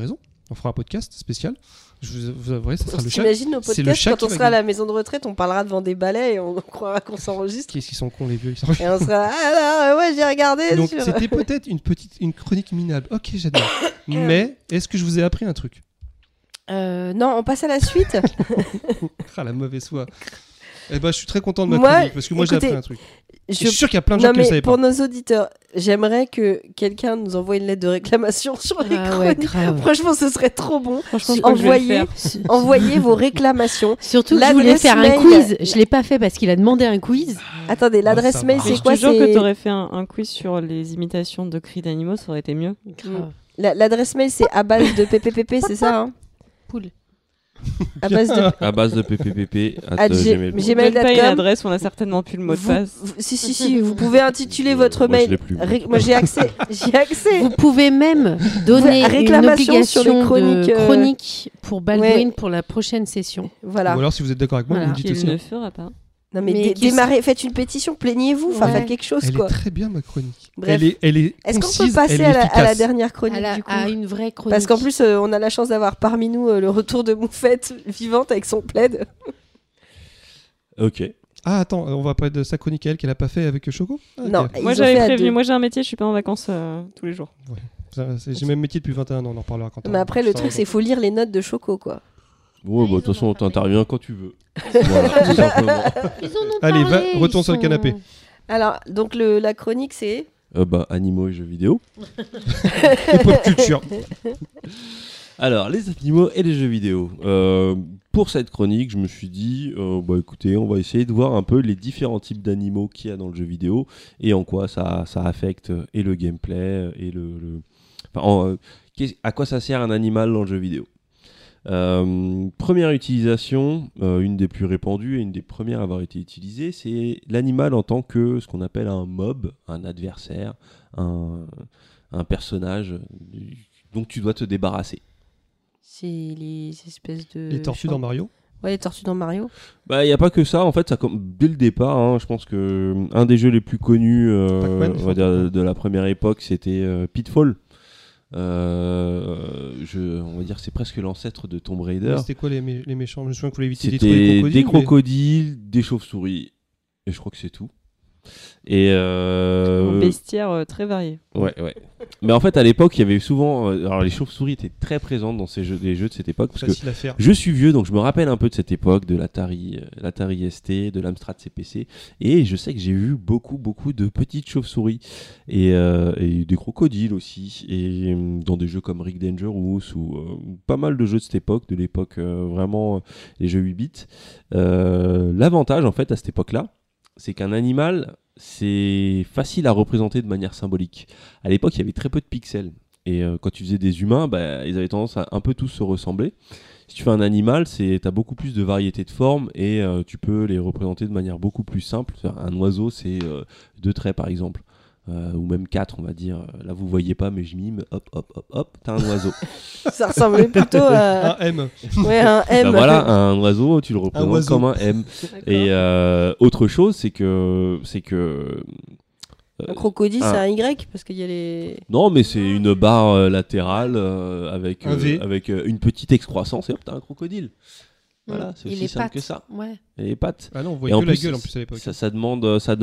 On fera un podcast spécial. Vous avouerez, ça sera le chat. T'imagines nos C'est le podcasts chat quand qui on va sera à gagner. la maison de retraite, on parlera devant des balais et on croira qu'on s'enregistre. Qu'est-ce qu'ils sont cons, les vieux. Et on sera alors ouais j'ai regardé. Donc sur- c'était peut-être une chronique minable. Ok, j'adore. Mais est-ce que je vous ai appris un truc? Non, on passe à la suite. Ah, la mauvaise foi. Eh ben, je suis très content de ma Moi, chronique parce que moi j'ai écoutez, appris un truc. Je Je- suis sûr qu'il y a plein de gens Non qui ne le mais savaient pour pas. nos auditeurs, j'aimerais que quelqu'un nous envoie une lettre de réclamation sur les Ah ouais, chroniques. grave. Franchement, ce serait trop bon. Franchement, je crois que je vais le Envoyez, faire. envoyez vos réclamations. Surtout que je voulais L'adresse faire un mail- quiz. Je l'ai pas fait parce qu'il a demandé un quiz. Attendez, l'adresse ça mail va. Mais c'est je quoi? te jure que C'est t'aurais fait un quiz sur les imitations de cris d'animaux, ça aurait été mieux. Grave. l'adresse mail c'est à base de ppp, c'est ça hein? Poule. À base de À base de ppp. Ah, j'ai- gmail. j'ai- Donne pas une gmail.com. adresse, on a certainement plus le mot de passe. Si, vous pouvez intituler votre Moi, je mail. l'ai plus. Moi j'ai accès. J'y ai accès. Vous pouvez même donner une Réclamation sur les obligation chroniques, de chronique pour Baldwin ouais. pour la prochaine session. Voilà. Ou alors si vous êtes d'accord avec moi, Voilà. vous me dites Qu'il aussi. ne hein. fera pas. Non mais, Mais qu'il démarrez, faites une pétition, plaignez-vous, enfin Ouais. faites quelque chose Elle quoi. est très bien ma chronique. Bref. Elle est Est-ce qu'on concise, peut passer elle est à la efficace. dernière chronique À, du coup à une vraie chronique. Parce qu'en plus, on a la chance d'avoir parmi nous le retour de Moufette vivante avec son plaid. Ok. Ah attends, on va parler de sa chronique à elle qu'elle a pas fait avec Choco. Ah, ok. Non, Moi ils ont j'avais fait à prévenu, deux. moi j'ai un métier, je suis pas en vacances tous les jours. J'ai le même métier depuis 21 ans, on en reparlera quand on. Mais après, le ça truc, va. c'est faut lire les notes de Choco quoi. Bon, Ah, bah, de ils toute façon, en ont parlé. t'interviens quand tu veux. Voilà, tout simplement. Ils en ont Allez, parlé, va, retourne ils sur le sont- canapé. Alors, donc la chronique, c'est. Animaux et jeux vidéo. Et pop culture. Alors, les animaux et les jeux vidéo. Pour cette chronique, je me suis dit, écoutez, on va essayer de voir un peu les différents types d'animaux qu'il y a dans le jeu vidéo et en quoi ça affecte et le gameplay et à quoi ça sert un animal dans le jeu vidéo. Première utilisation, une des plus répandues et une des premières à avoir été utilisée, c'est l'animal en tant que ce qu'on appelle un mob, un adversaire, un personnage dont tu dois te débarrasser. C'est les espèces de. Les tortues dans Mario. Ouais, les tortues dans Mario. Bah, il n'y a pas que ça, en fait, dès le départ, hein, je pense que un des jeux les plus connus Pac-Man, on va dire, de la première époque, c'était Pitfall. On va dire c'est presque l'ancêtre de Tomb Raider. Mais c'était quoi les méchants? Je me souviens que vous l'avez évité C'était des des crocodiles. crocodiles, des chauves-souris, et je crois que c'est tout. Et Un bestiaire très varié. ouais. Mais en fait, à l'époque, il y avait souvent. Alors, les chauves-souris étaient très présentes dans les jeux de cette époque. Parce que Facile à faire. je suis vieux, donc je me rappelle un peu de cette époque, de l'Atari ST, de l'Amstrad CPC. Et je sais que j'ai vu beaucoup de petites chauves-souris. Et des crocodiles aussi. Et dans des jeux comme Rick Dangerous ou pas mal de jeux de cette époque, de l'époque vraiment les jeux 8 bits. L'avantage, en fait, à cette époque-là, c'est qu'un animal, c'est facile à représenter de manière symbolique. À l'époque, il y avait très peu de pixels. Et quand tu faisais des humains, ils avaient tendance à un peu tous se ressembler. Si tu fais un animal, tu as beaucoup plus de variété de formes et tu peux les représenter de manière beaucoup plus simple. Un oiseau, c'est 2 traits par exemple. Ou même 4, on va dire. Là, vous voyez pas, mais je mime. Hop, t'as un oiseau. Ça ressemblait plutôt à. Un M. Ouais, un M. Bah voilà, un oiseau, tu le représentes oiseau. comme un M. Et autre chose, c'est que Un crocodile, Ah. c'est un Y parce qu'il y a les. non, mais c'est une barre latérale avec Un V. une petite excroissance et hop, t'as un crocodile. Voilà, c'est Et aussi les simple pattes. que ça. Ouais. Et les pattes. Ah non, on Et voyait en que la plus, gueule en plus à l'époque. Ça demande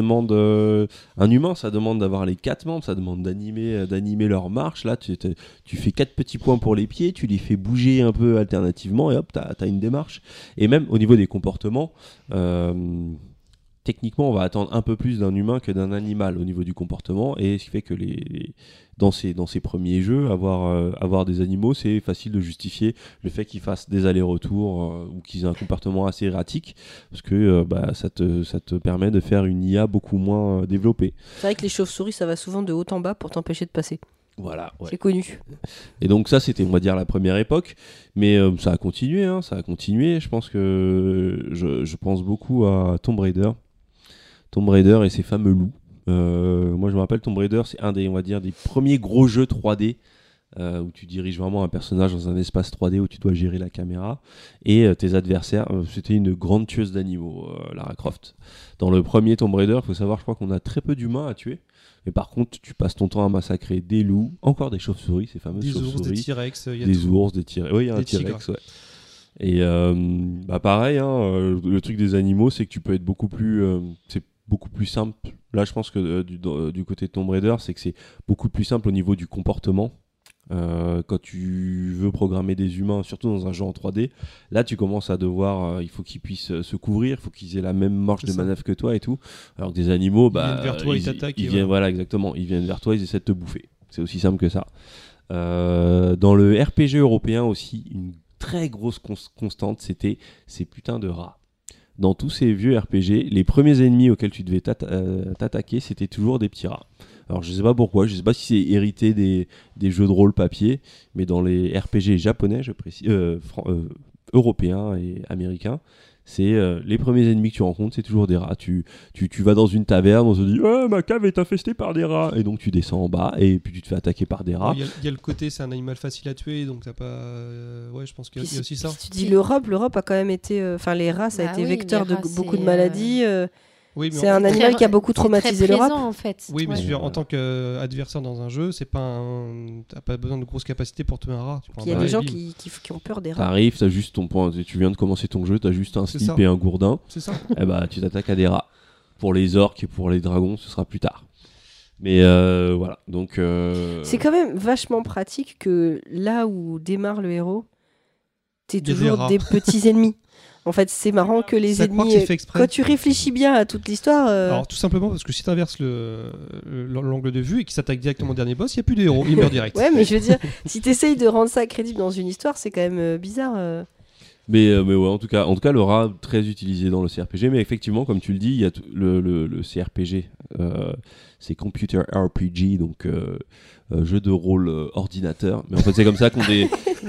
un humain, ça demande d'avoir les 4 membres, ça demande d'animer leur marche. Là, tu fais 4 petits points pour les pieds, tu les fais bouger un peu alternativement et hop, t'as une démarche. Et même au niveau des comportements, techniquement, on va attendre un peu plus d'un humain que d'un animal au niveau du comportement, et ce qui fait que dans ces premiers jeux, avoir des animaux, c'est facile de justifier le fait qu'ils fassent des allers-retours ou qu'ils aient un comportement assez erratique, parce que ça te permet de faire une IA beaucoup moins développée. C'est vrai que les chauves-souris, ça va souvent de haut en bas pour t'empêcher de passer. Voilà, ouais. C'est connu. Et donc ça, c'était, on va dire, la première époque, mais ça a continué, Je pense que je pense beaucoup à Tomb Raider et ses fameux loups. Moi, je me rappelle, Tomb Raider, c'est un des, on va dire, des premiers gros jeux 3D où tu diriges vraiment un personnage dans un espace 3D où tu dois gérer la caméra. Et tes adversaires, c'était une grande tueuse d'animaux, Lara Croft. Dans le premier Tomb Raider, il faut savoir, je crois qu'on a très peu d'humains à tuer. Mais par contre, tu passes ton temps à massacrer des loups, encore des chauves-souris, ces fameuses Des chauves-souris. ours, des T-Rex, il y a Des tout. ours, des T-Rex. Oui, il y a un Des T-Rex, tigres. ouais. Et pareil, le truc des animaux, c'est que tu peux être beaucoup plus... c'est beaucoup plus simple. Là, je pense que du côté de Tomb Raider, c'est que c'est beaucoup plus simple au niveau du comportement. Quand tu veux programmer des humains, surtout dans un jeu en 3D, là tu commences à devoir, il faut qu'ils puissent se couvrir, il faut qu'ils aient la même marge C'est de ça. manœuvre que toi et tout. Alors que des animaux, viennent vers toi, ils t'attaquent et viennent, voilà, exactement, ils viennent vers toi, ils essaient de te bouffer. C'est aussi simple que ça. Dans le RPG européen aussi, une très grosse constante, c'était ces putains de rats. Dans tous ces vieux RPG, les premiers ennemis auxquels tu devais t'attaquer, c'était toujours des petits rats. Alors je sais pas pourquoi, je sais pas si c'est hérité des jeux de rôle papier, mais dans les RPG japonais, je précise, européens et américains, c'est les premiers ennemis que tu rencontres, c'est toujours des rats. Tu vas dans une taverne, on se dit ma cave est infestée par des rats, et donc tu descends en bas et puis tu te fais attaquer par des rats. Il y a le côté, c'est un animal facile à tuer, donc t'as pas. Ouais, je pense qu'il y a aussi ça. Si tu dis l'Europe a quand même été. Enfin, les rats, ça a Bah été oui, vecteur les de rats, beaucoup de c'est, maladies. Oui, mais C'est un animal qui a beaucoup traumatisé l'Europe. l'Europe. En fait. Oui, mais Ouais. je veux dire, en tant qu'adversaire dans un jeu, c'est pas t'as pas besoin de grosses capacités pour tuer un rat. Tu prends Puis il y a un des rat gens et bim. qui ont peur des rats. T'arrives, t'as juste ton point, tu viens de commencer ton jeu, t'as juste un C'est slip ça. et un gourdin, C'est ça. et bah tu t'attaques à des rats. Pour les orques et pour les dragons, ce sera plus tard. Mais voilà, donc... C'est quand même vachement pratique que là où démarre le héros, t'es Il y a des toujours rats. des petits ennemis. En fait, c'est marrant que les Ça croit que ennemis. c'est fait exprès. Quand tu réfléchis bien à toute l'histoire, Alors tout simplement parce que si tu inverses l'angle de vue et qu'il s'attaque directement au dernier boss, il n'y a plus de héros, il meurt direct. ouais, mais je veux dire, si t'essayes de rendre ça crédible dans une histoire, c'est quand même bizarre. Mais ouais, en tout cas, le rat très utilisé dans le CRPG. Mais effectivement, comme tu le dis, il y a le CRPG, c'est Computer RPG, donc jeu de rôle ordinateur. Mais en fait, c'est comme ça c'est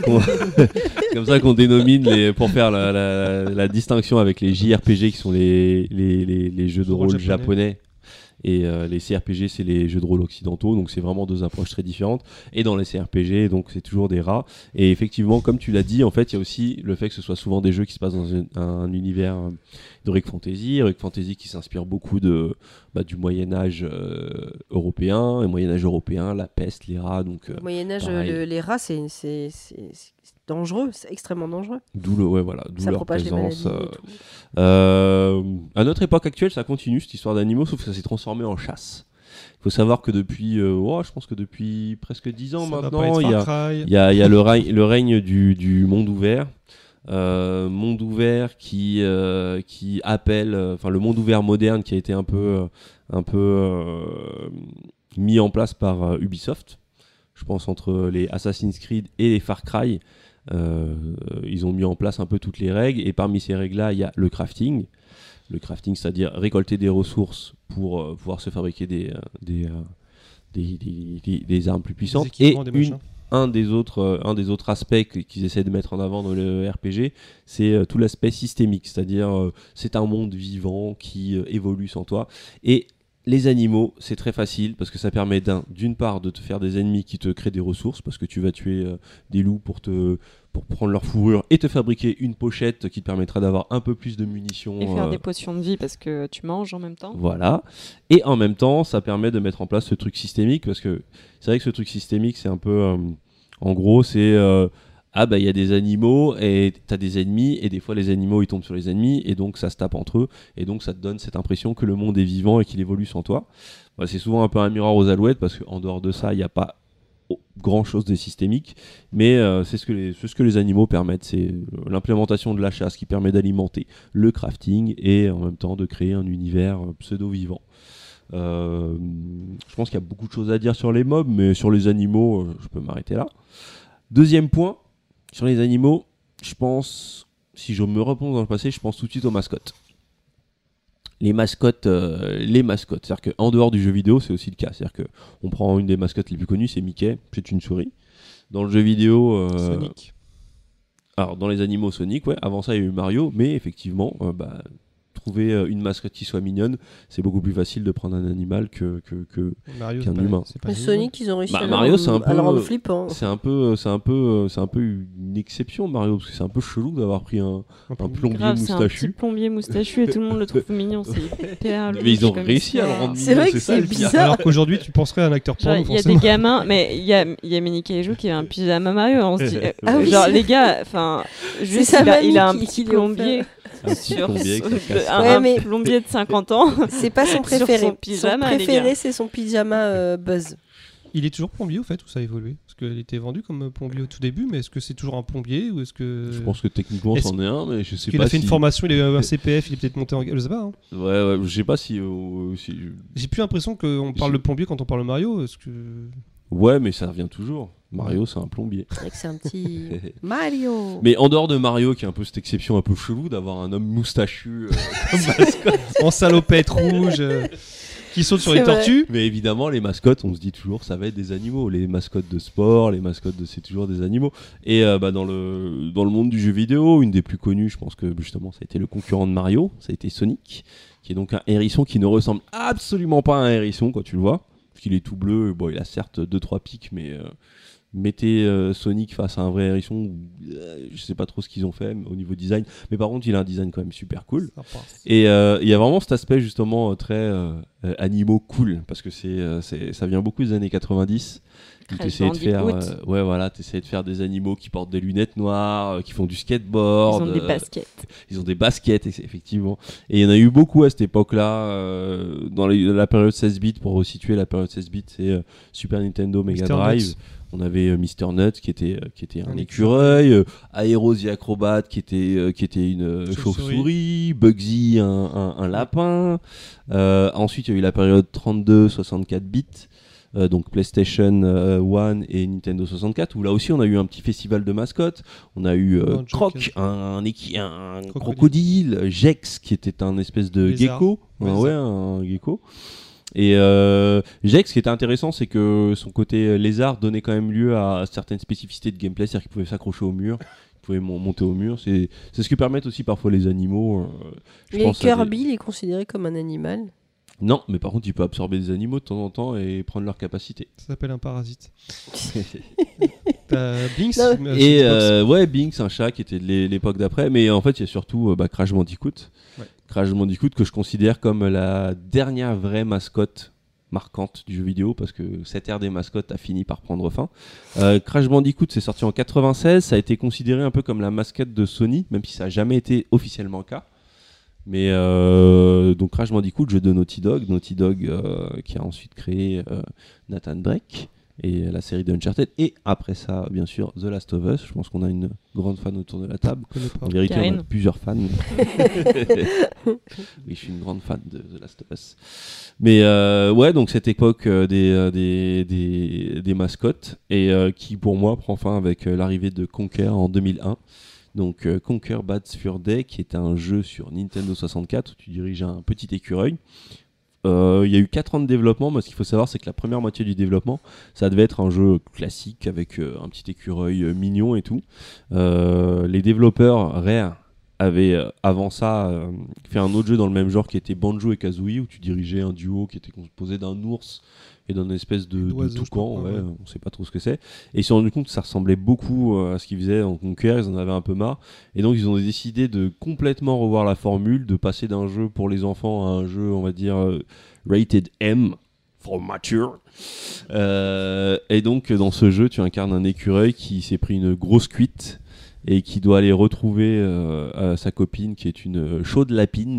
comme ça qu'on dénomine pour faire la distinction avec les JRPG qui sont les jeux de rôle japonais. Et les CRPG, c'est les jeux de rôle occidentaux, donc c'est vraiment deux approches très différentes. Et dans les CRPG, donc c'est toujours des rats. Et effectivement, comme tu l'as dit, en fait, il y a aussi le fait que ce soit souvent des jeux qui se passent dans un univers d'Heroic Fantasy qui s'inspire beaucoup du Moyen-Âge européen. Et Moyen-Âge européen, la peste, les rats. Donc, Au Moyen-Âge, pareil. les rats, c'est dangereux, c'est extrêmement dangereux. D'où Ça leur propage les présence. maladies et tout. À notre époque actuelle, ça continue cette histoire d'animaux, sauf que ça s'est transformé en chasse. Il faut savoir que depuis, je pense que depuis presque 10 ans Ça va pas maintenant, être il y a, Far Cry. il y a le règne du monde ouvert. Monde ouvert qui appelle, le monde ouvert moderne qui a été un peu mis en place par Ubisoft. Je pense entre les Assassin's Creed et les Far Cry, ils ont mis en place un peu toutes les règles, et parmi ces règles-là, il y a le crafting. Le crafting, c'est-à-dire récolter des ressources pour pouvoir se fabriquer des armes plus puissantes. Des Et équipements, des machins. un des autres aspects qu'ils essaient de mettre en avant dans le RPG, c'est tout l'aspect systémique, c'est-à-dire c'est un monde vivant qui évolue sans toi. Et les animaux, c'est très facile parce que ça permet d'une part de te faire des ennemis qui te créent des ressources, parce que tu vas tuer des loups pour prendre leur fourrure et te fabriquer une pochette qui te permettra d'avoir un peu plus de munitions. Et faire des potions de vie parce que tu manges en même temps. Voilà. Et en même temps, ça permet de mettre en place ce truc systémique, parce que c'est vrai que ce truc systémique, c'est un peu... en gros, c'est... il y a des animaux et t'as des ennemis, et des fois les animaux ils tombent sur les ennemis, et donc ça se tape entre eux, et donc ça te donne cette impression que le monde est vivant et qu'il évolue sans toi. C'est souvent un peu un miroir aux alouettes, parce qu'en dehors de ça, il n'y a pas grand chose de systémique, mais c'est ce que les animaux permettent. C'est l'implémentation de la chasse qui permet d'alimenter le crafting et en même temps de créer un univers pseudo-vivant. Je pense qu'il y a beaucoup de choses à dire sur les mobs, mais sur les animaux, je peux m'arrêter là. Deuxième point, sur les animaux, je pense, si je me replonge dans le passé, je pense tout de suite aux mascottes. Les mascottes. C'est-à-dire qu'en dehors du jeu vidéo, c'est aussi le cas. C'est-à-dire qu'on prend une des mascottes les plus connues, c'est Mickey, c'est une souris. Dans le jeu vidéo... Sonic. Alors, dans les animaux, Sonic, ouais. Avant ça, il y a eu Mario, mais effectivement, trouver une mascotte qui soit mignonne, c'est beaucoup plus facile de prendre un animal Mario, qu'un c'est pas- humain. c'est pas Mais un Sonic, ils ont réussi Bah, à Mario, c'est un à le rendre peu- flippant. C'est un peu une exception, Mario, parce que c'est un peu chelou d'avoir pris un plombier Grave, c'est un petit moustachu. plombier moustachu et tout le monde le trouve mignon. C'est hyper Mais ils ont louche comme réussi à le histoire. rendre C'est vrai que ça, c'est le pire. bizarre. Alors qu'aujourd'hui, tu penserais à un acteur Genre, porno, il y a forcément. des gamins, mais il y a Mini Kaiju qui a un pyjama Mario. On se dit, Ah oui, genre c'est- les gars, enfin, juste sa il a un mamie petit qui lui a offert. plombier Un petit sur plombier avec sa son- casse. un Ouais, mais- plombier de 50 ans. C'est pas son Sur préféré. son pyjama, son les préféré, gars. c'est son pyjama Buzz. Il est toujours plombier, au fait, ou ça a évolué? Parce qu'il était vendu comme plombier au tout début, mais est-ce que c'est toujours un plombier ou est-ce que. Je pense que techniquement, Est-ce c'en est un, mais je sais qu'il pas a fait si... une formation, il a eu un CPF, il est peut-être monté en. Je sais pas. Hein. Ouais, je sais pas si... J'ai plus l'impression qu'on parle de plombier quand on parle de Mario. Est-ce que. Ouais, mais ça revient toujours. Mario, c'est un plombier. C'est vrai que c'est un petit Mario. Mais en dehors de Mario, qui est un peu cette exception un peu chelou d'avoir un homme moustachu comme mascotte. En salopette rouge, qui saute sur C'est les vrai. tortues. Mais évidemment, les mascottes, on se dit toujours, ça va être des animaux. Les mascottes de sport, les mascottes c'est toujours des animaux. Et dans le monde du jeu vidéo, une des plus connues, je pense que justement, ça a été le concurrent de Mario, ça a été Sonic, qui est donc un hérisson qui ne ressemble absolument pas à un hérisson quand tu le vois. Parce qu'il est tout bleu, bon, il a certes 2-3 pics, mais mettez Sonic face à un vrai hérisson, je sais pas trop ce qu'ils ont fait au niveau design, mais par contre, il a un design quand même super cool. Sympa. Et il y a vraiment cet aspect justement très animaux cool, parce que ça vient beaucoup des années 90. Où Crash t'essayais de faire, Bandicoot. t'essayais de faire des animaux qui portent des lunettes noires, qui font du skateboard. Ils ont des baskets. Ils ont des baskets, effectivement. Et il y en a eu beaucoup à cette époque-là, dans la période 16 bits. Pour resituer la période 16 bits, c'est Super Nintendo, Mega Mr. Drive. Nuts. On avait Mr. Nuts qui était un Un écureuil, Aero the Acrobat qui était une chauve-souris, Bugsy un lapin. Ensuite, il y a eu la période 32-64 bits. Donc PlayStation 1 et Nintendo 64, où là aussi on a eu un petit festival de mascottes. On a eu Banjo, Croc, Kazooie. un crocodile, Jex qui était un espèce de Lézard. gecko, Ouais, un gecko. Et Jex, ce qui était intéressant, c'est que son côté lézard donnait quand même lieu à certaines spécificités de gameplay, c'est-à-dire qu'il pouvait s'accrocher au mur, il pouvait monter au mur. C'est ce que permettent aussi parfois les animaux. Je Et pense à des- Kirby, il est considéré comme un animal. Non, mais par contre, il peut absorber des animaux de temps en temps et prendre leur capacité. Ça s'appelle un parasite. T'as Binks Non, mais Et c'est Xbox. ouais, Binks, un chat qui était de l'époque d'après, mais en fait il y a surtout Crash Bandicoot. Ouais. Crash Bandicoot que je considère comme la dernière vraie mascotte marquante du jeu vidéo, parce que cette ère des mascottes a fini par prendre fin. Crash Bandicoot c'est sorti en 96, ça a été considéré un peu comme la mascotte de Sony, même si ça n'a jamais été officiellement le cas. Mais donc Crash Bandicoot, jeu de Naughty Dog qui a ensuite créé Nathan Drake et la série d'Uncharted, et après ça bien sûr The Last of Us. Je pense qu'on a une grande fan autour de la table. Je connais pas. En vérité, on a Karine. plusieurs fans. Oui, je suis une grande fan de The Last of Us. Mais ouais, donc cette époque des mascottes, et qui pour moi prend fin avec l'arrivée de Conker en 2001. Donc Conker Bad Fur Day, qui est un jeu sur Nintendo 64 où tu diriges un petit écureuil. Il y a eu 4 ans de développement, mais ce qu'il faut savoir, c'est que la première moitié du développement, ça devait être un jeu classique avec un petit écureuil mignon et tout. Les développeurs Rare avaient avant ça fait un autre jeu dans le même genre qui était Banjo et Kazooie, où tu dirigeais un duo qui était composé d'un ours et d'un espèce de D'oiseau, toucan, je crois, ouais, ouais. on sait pas trop ce que c'est. Et ils se sont rendus compte que ça ressemblait beaucoup à ce qu'ils faisaient en Conquer, ils en avaient un peu marre. Et donc ils ont décidé de complètement revoir la formule, de passer d'un jeu pour les enfants à un jeu, on va dire, rated M, for mature. Et donc dans ce jeu, tu incarnes un écureuil qui s'est pris une grosse cuite et qui doit aller retrouver sa copine qui est une chaude lapine.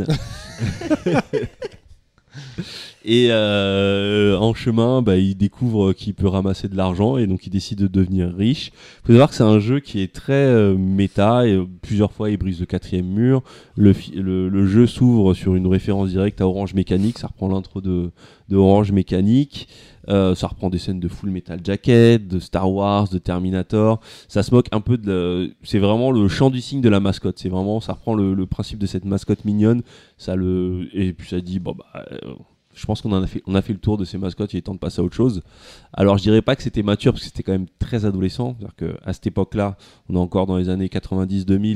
Et en chemin, il découvre qu'il peut ramasser de l'argent et donc il décide de devenir riche. Il faut savoir que c'est un jeu qui est très méta, et plusieurs fois il brise le 4e mur. Le jeu s'ouvre sur une référence directe à Orange Mécanique, ça reprend l'intro de Orange Mécanique. Ça reprend des scènes de Full Metal Jacket, de Star Wars, de Terminator. Ça se moque un peu c'est vraiment le chant du cygne de la mascotte. C'est vraiment, ça reprend le principe de cette mascotte mignonne. Et puis ça dit, je pense qu'on a fait le tour de ces mascottes. Il est temps de passer à autre chose. Alors je dirais pas que c'était mature parce que c'était quand même très adolescent. C'est-à-dire qu'à cette époque-là, on est encore dans les années 90-2000.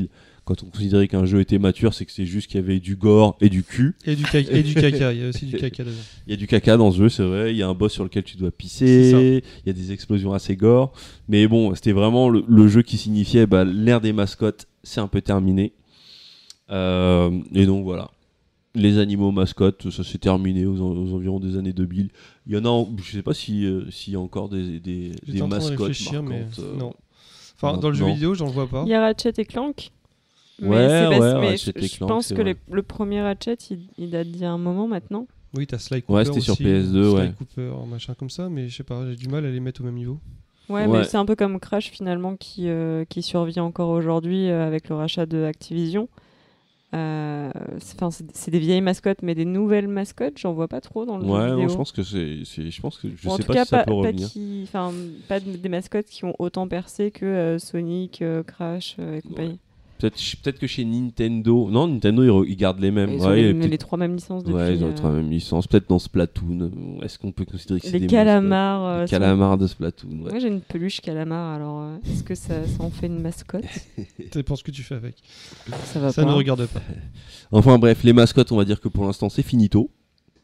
quand on considérait qu'un jeu était mature, c'est que c'est juste qu'il y avait du gore et du cul. Et du caca. Il y a aussi du caca dedans. Il y a du caca dans ce jeu, c'est vrai. Il y a un boss sur lequel tu dois pisser. Il y a des explosions assez gore. Mais bon, c'était vraiment le jeu qui signifiait l'ère des mascottes, c'est un peu terminé. Et donc voilà. Les animaux mascottes, ça s'est terminé aux environs des années 2000. Il y en a, je sais pas s'il y a encore des mascottes marquantes. Non. Enfin, dans le jeu vidéo, j'en vois pas. Il y a Ratchet et Clank. Ratchet et je Clank, pense c'est que vrai. le premier Ratchet, il date d'il y a un moment maintenant. Oui, t'as Sly Cooper. Ouais, c'était sur aussi, PS2, Sly ouais. Cooper, machin comme ça, mais je sais pas, j'ai du mal à les mettre au même niveau. Ouais, mais c'est un peu comme Crash finalement qui survit encore aujourd'hui avec le rachat de Activision. C'est des vieilles mascottes, mais des nouvelles mascottes, j'en vois pas trop dans le jeu vidéo. Ouais, je pense que je en sais tout pas cas, si ça peut revenir. pas des mascottes qui ont autant percé que Sonic, Crash et compagnie. Peut-être que chez Nintendo, ils gardent les mêmes. Ils ont les trois mêmes licences depuis. Ouais, ils ont les trois mêmes licences. Peut-être dans Splatoon. Est-ce qu'on peut considérer que c'est les des calamars. Les calamars de Splatoon. Ouais. Moi, j'ai une peluche calamar. Alors, est-ce que ça en fait une mascotte? Ça dépend ce que tu fais avec. Ça va Ça pas. ne regarde pas. Enfin bref, les mascottes, on va dire que pour l'instant, c'est finito.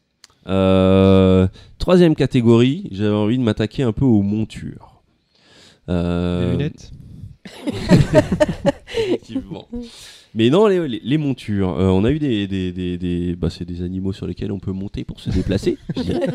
Troisième catégorie, j'avais envie de m'attaquer un peu aux montures. Les lunettes. Effectivement. Mais non, les montures. On a eu c'est des animaux sur lesquels on peut monter pour se déplacer. je dirais.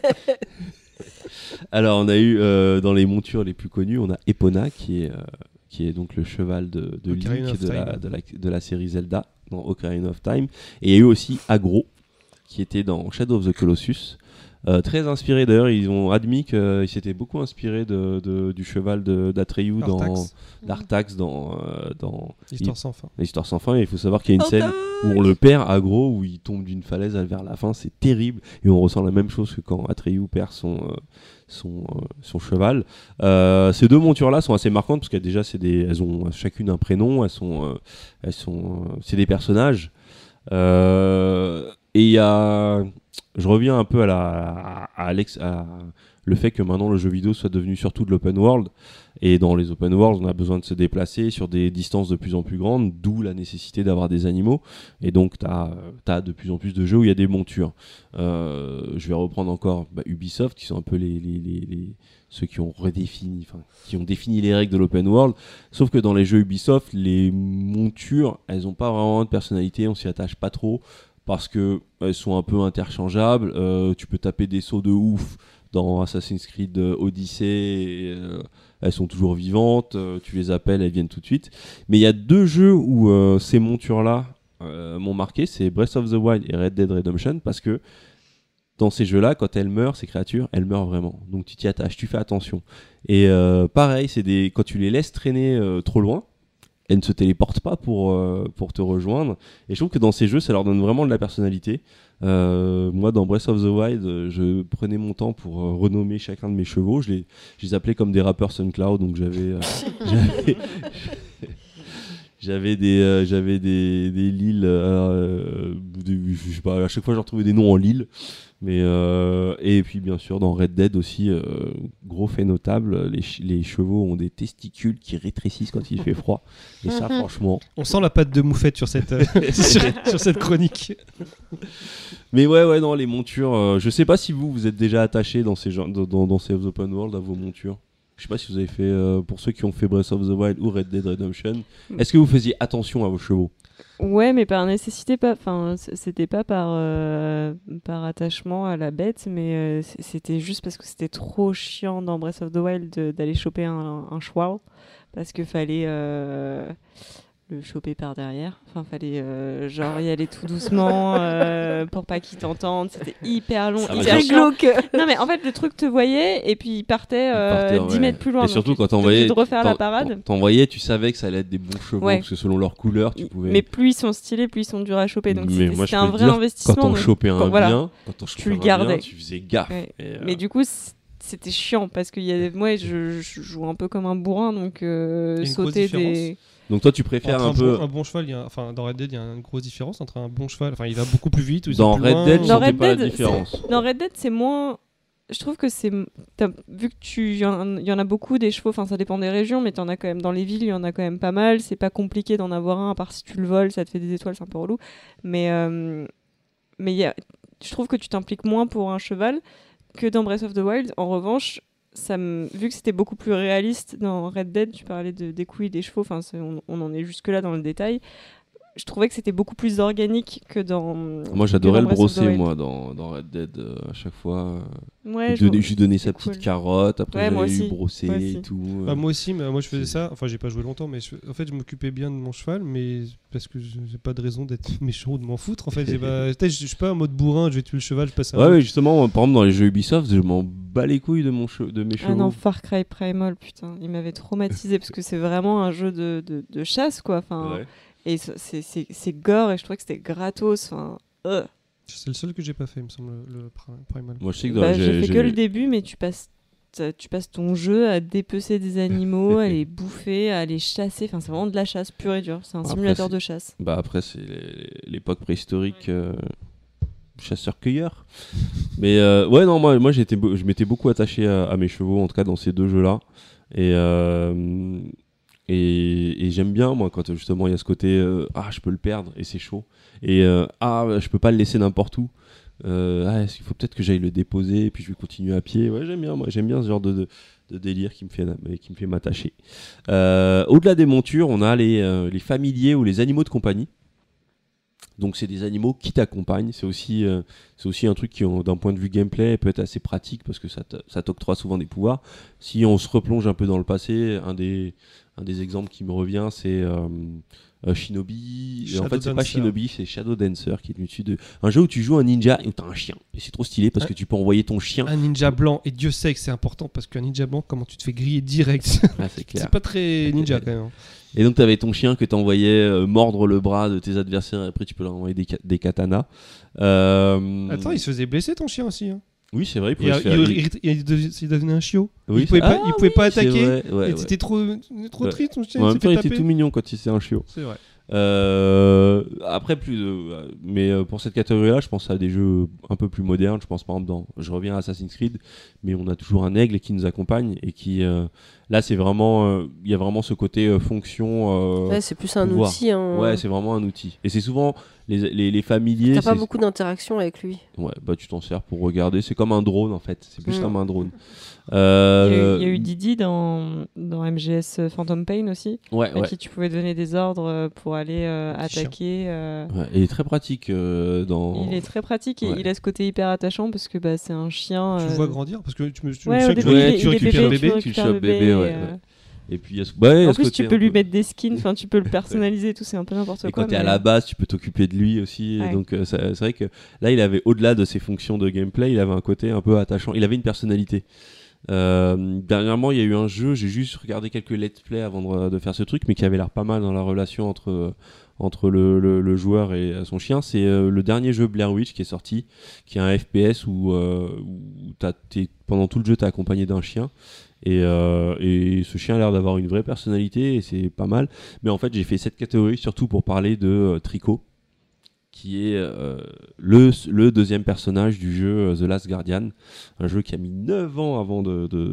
Alors, on a eu dans les montures les plus connues, on a Epona qui est donc le cheval de Link de la série Zelda dans Ocarina of Time. Et il y a eu aussi Agro qui était dans Shadow of the Colossus. Très inspiré d'ailleurs, ils ont admis qu'ils s'étaient beaucoup inspirés du cheval d'Atreyu d'Artax dans L'histoire sans fin. L'histoire sans fin. Et il faut savoir qu'il y a une scène où on le perd Agro, où il tombe d'une falaise vers la fin, c'est terrible. Et on ressent la même chose que quand Atreyu perd son cheval. Ces deux montures-là sont assez marquantes parce que déjà elles ont chacune un prénom, c'est des personnages. Et il y a, je reviens un peu à le fait que maintenant le jeu vidéo soit devenu surtout de l'open world. Et dans les open world, on a besoin de se déplacer sur des distances de plus en plus grandes, d'où la nécessité d'avoir des animaux. Et donc, tu as de plus en plus de jeux où il y a des montures. Je vais reprendre encore Ubisoft, qui sont un peu ceux qui ont défini les règles de l'open world. Sauf que dans les jeux Ubisoft, les montures, elles n'ont pas vraiment de personnalité, on s'y attache pas trop. Parce qu'elles sont un peu interchangeables. Tu peux taper des sauts de ouf dans Assassin's Creed Odyssey. Elles sont toujours vivantes. Tu les appelles, elles viennent tout de suite. Mais il y a deux jeux où ces montures-là m'ont marqué. C'est Breath of the Wild et Red Dead Redemption. Parce que dans ces jeux-là, quand elles meurent, ces créatures, elles meurent vraiment. Donc tu t'y attaches, tu fais attention. Et pareil, quand tu les laisses traîner trop loin, elles ne se téléportent pas pour te rejoindre. Et je trouve que dans ces jeux, ça leur donne vraiment de la personnalité. Moi, dans Breath of the Wild, je prenais mon temps pour renommer chacun de mes chevaux. Je les appelais comme des rappeurs SoundCloud. Donc j'avais des Lille. Je sais pas, à chaque fois, je retrouvais des noms en Lille. Et puis bien sûr dans Red Dead aussi, gros fait notable, les chevaux ont des testicules qui rétrécissent quand il fait froid. Et ça franchement... On sent la patte de moufette sur cette, sur cette chronique. Mais ouais, non, les montures, je sais pas si vous êtes déjà attaché dans ces open world à vos montures. Je sais pas si vous avez fait, pour ceux qui ont fait Breath of the Wild ou Red Dead Redemption, est-ce que vous faisiez attention à vos chevaux ? Ouais, mais par nécessité, pas. Enfin, c'était pas par attachement à la bête, mais c'était juste parce que c'était trop chiant dans Breath of the Wild d'aller choper un cheval, parce que fallait le choper par derrière. Enfin, fallait genre y aller tout doucement pour pas qu'il t'entende. C'était hyper long, hyper chiant. Non, mais en fait, le truc te voyait et puis il partait 10 mètres plus loin. Et surtout quand t'envoyais de refaire la parade. T'envoyais, tu savais que ça allait être des bons chevaux, parce que selon leur couleur, tu pouvais. Mais plus ils sont stylés, plus ils sont durs à choper. Donc c'était un vrai investissement. Quand on chopait un bien, tu le gardais. Tu faisais gaffe. Ouais. Mais du coup, c'était chiant parce que moi, je joue un peu comme un bourrin, donc sauter des. Donc toi tu préfères un bon cheval, dans Red Dead il y a une grosse différence entre un bon cheval, il va beaucoup plus vite ou dans Red Dead, je sentais pas la différence. Dans Red Dead c'est moins je trouve que vu que il y en a beaucoup des chevaux, enfin ça dépend des régions, mais t'en as quand même dans les villes, il y en a quand même pas mal. C'est pas compliqué d'en avoir un, à part si tu le voles, ça te fait des étoiles, c'est un peu relou. Mais je trouve que tu t'impliques moins pour un cheval que dans Breath of the Wild. En revanche, vu que c'était beaucoup plus réaliste dans Red Dead, tu parlais des couilles des chevaux, enfin on en est jusque là dans le détail. Je trouvais que c'était beaucoup plus organique que dans. Moi, j'adorais le Breath of the brosser, Wild. moi, dans Red Dead, à chaque fois. Ouais, Je lui donnais sa c'est petite cool. carotte, après Ouais, moi j'allais lui aussi. brosser Moi aussi. et tout. Bah, moi aussi, mais moi je faisais ça. Enfin, j'ai pas joué longtemps, mais en fait, je m'occupais bien de mon cheval, mais parce que j'ai pas de raison d'être méchant ou de m'en foutre. En fait, je suis pas en mode bourrin, je vais tuer le cheval, je passe un. Ouais, justement, par exemple, dans les jeux Ubisoft, je m'en bats les couilles de mes Ah chevaux. non, Far Cry Primal, putain, il m'avait traumatisé parce que c'est vraiment un jeu de chasse, quoi. Enfin, Ouais. et c'est gore et je trouvais que c'était gratos. Enfin, C'est le seul que j'ai pas fait, il me semble, le Primal. Moi, je sais que Bah, j'ai fait que le début, mais tu passes ton jeu à dépecer des animaux, à les bouffer, à les chasser. Enfin, c'est vraiment de la chasse pure et dure. C'est un Après, simulateur de chasse. Bah après, c'est l'époque préhistorique, chasseur-cueilleur. Mais ouais, non, moi je m'étais beaucoup attaché à mes chevaux, en tout cas dans ces deux jeux-là. Et j'aime bien, moi, quand justement il y a ce côté je peux le perdre et c'est chaud. Et je peux pas le laisser n'importe où. Il faut peut-être que j'aille le déposer et puis je vais continuer à pied. Ouais, j'aime bien ce genre de délire qui me fait m'attacher. Au-delà des montures, on a les familiers ou les animaux de compagnie. Donc c'est des animaux qui t'accompagnent. C'est aussi un truc qui, d'un point de vue gameplay, peut être assez pratique parce que ça t'octroie souvent des pouvoirs. Si on se replonge un peu dans le passé, un des exemples qui me revient, c'est Shinobi. Shadow En fait, c'est pas Dancer. Shinobi, c'est Shadow Dancer qui est dessus de un jeu où tu joues un ninja et où t'as un chien. Et c'est trop stylé parce que tu peux envoyer ton chien. Un ninja blanc, et Dieu sait que c'est important parce qu'un ninja blanc, comment tu te fais griller direct. Ah, c'est clair. C'est pas très ninja quand même. Et donc, tu avais ton chien que tu envoyais mordre le bras de tes adversaires et après, tu peux leur envoyer des katanas. Attends, il se faisait blesser ton chien aussi. Hein. Oui, c'est vrai. Il devenait un chiot. Oui, il pouvait pas, il pouvait pas c'est attaquer. vrai, ouais, Et ouais. c'était trop Ouais. triste, ton chien. En il même s'est temps, fait il était taper. tout mignon quand il c'est un chiot. C'est vrai. Après, mais pour cette catégorie-là, je pense à des jeux un peu plus modernes. Je pense par exemple je reviens à Assassin's Creed, mais on a toujours un aigle qui nous accompagne et qui, là, c'est vraiment, il y a vraiment ce côté fonction. Ouais, c'est plus un pouvoir. outil. Hein. Ouais, c'est vraiment un outil. Et c'est souvent les familiers. T'as pas c'est- beaucoup d'interaction avec lui. Ouais, bah tu t'en sers pour regarder. C'est comme un drone en fait. C'est plus comme un drone. Il y a eu Didi dans MGS Phantom Pain aussi, Ouais, à ouais. qui tu pouvais donner des ordres pour aller attaquer. Ouais, il est très pratique dans. Il est très pratique et Ouais. il a ce côté hyper attachant parce que c'est un chien. Tu le vois grandir parce que tu me Ouais, souviens au que début, Ouais, il tu est récupères bébé, le bébé, tu tu récupères chopes le bébé, bébé. ouais. Et puis il y a il y a En ce plus, côté tu peux un lui peu- mettre des skins, enfin, tu peux le personnaliser et tout, c'est un peu n'importe Et quoi. quand t'es à mais- la base, tu peux t'occuper de lui aussi. Ouais. Donc c'est vrai que là, il avait au-delà de ses fonctions de gameplay, il avait un côté un peu attachant. Il avait une personnalité. Dernièrement, il y a eu un jeu, j'ai juste regardé quelques let's play avant de faire ce truc, mais qui avait l'air pas mal dans la relation entre le joueur et son chien. C'est le dernier jeu Blair Witch qui est sorti, qui est un FPS où pendant tout le jeu, t'es accompagné d'un chien. Et ce chien a l'air d'avoir une vraie personnalité et c'est pas mal. Mais en fait, j'ai fait cette catégorie surtout pour parler de Trico, qui est le deuxième personnage du jeu The Last Guardian, un jeu qui a mis 9 ans avant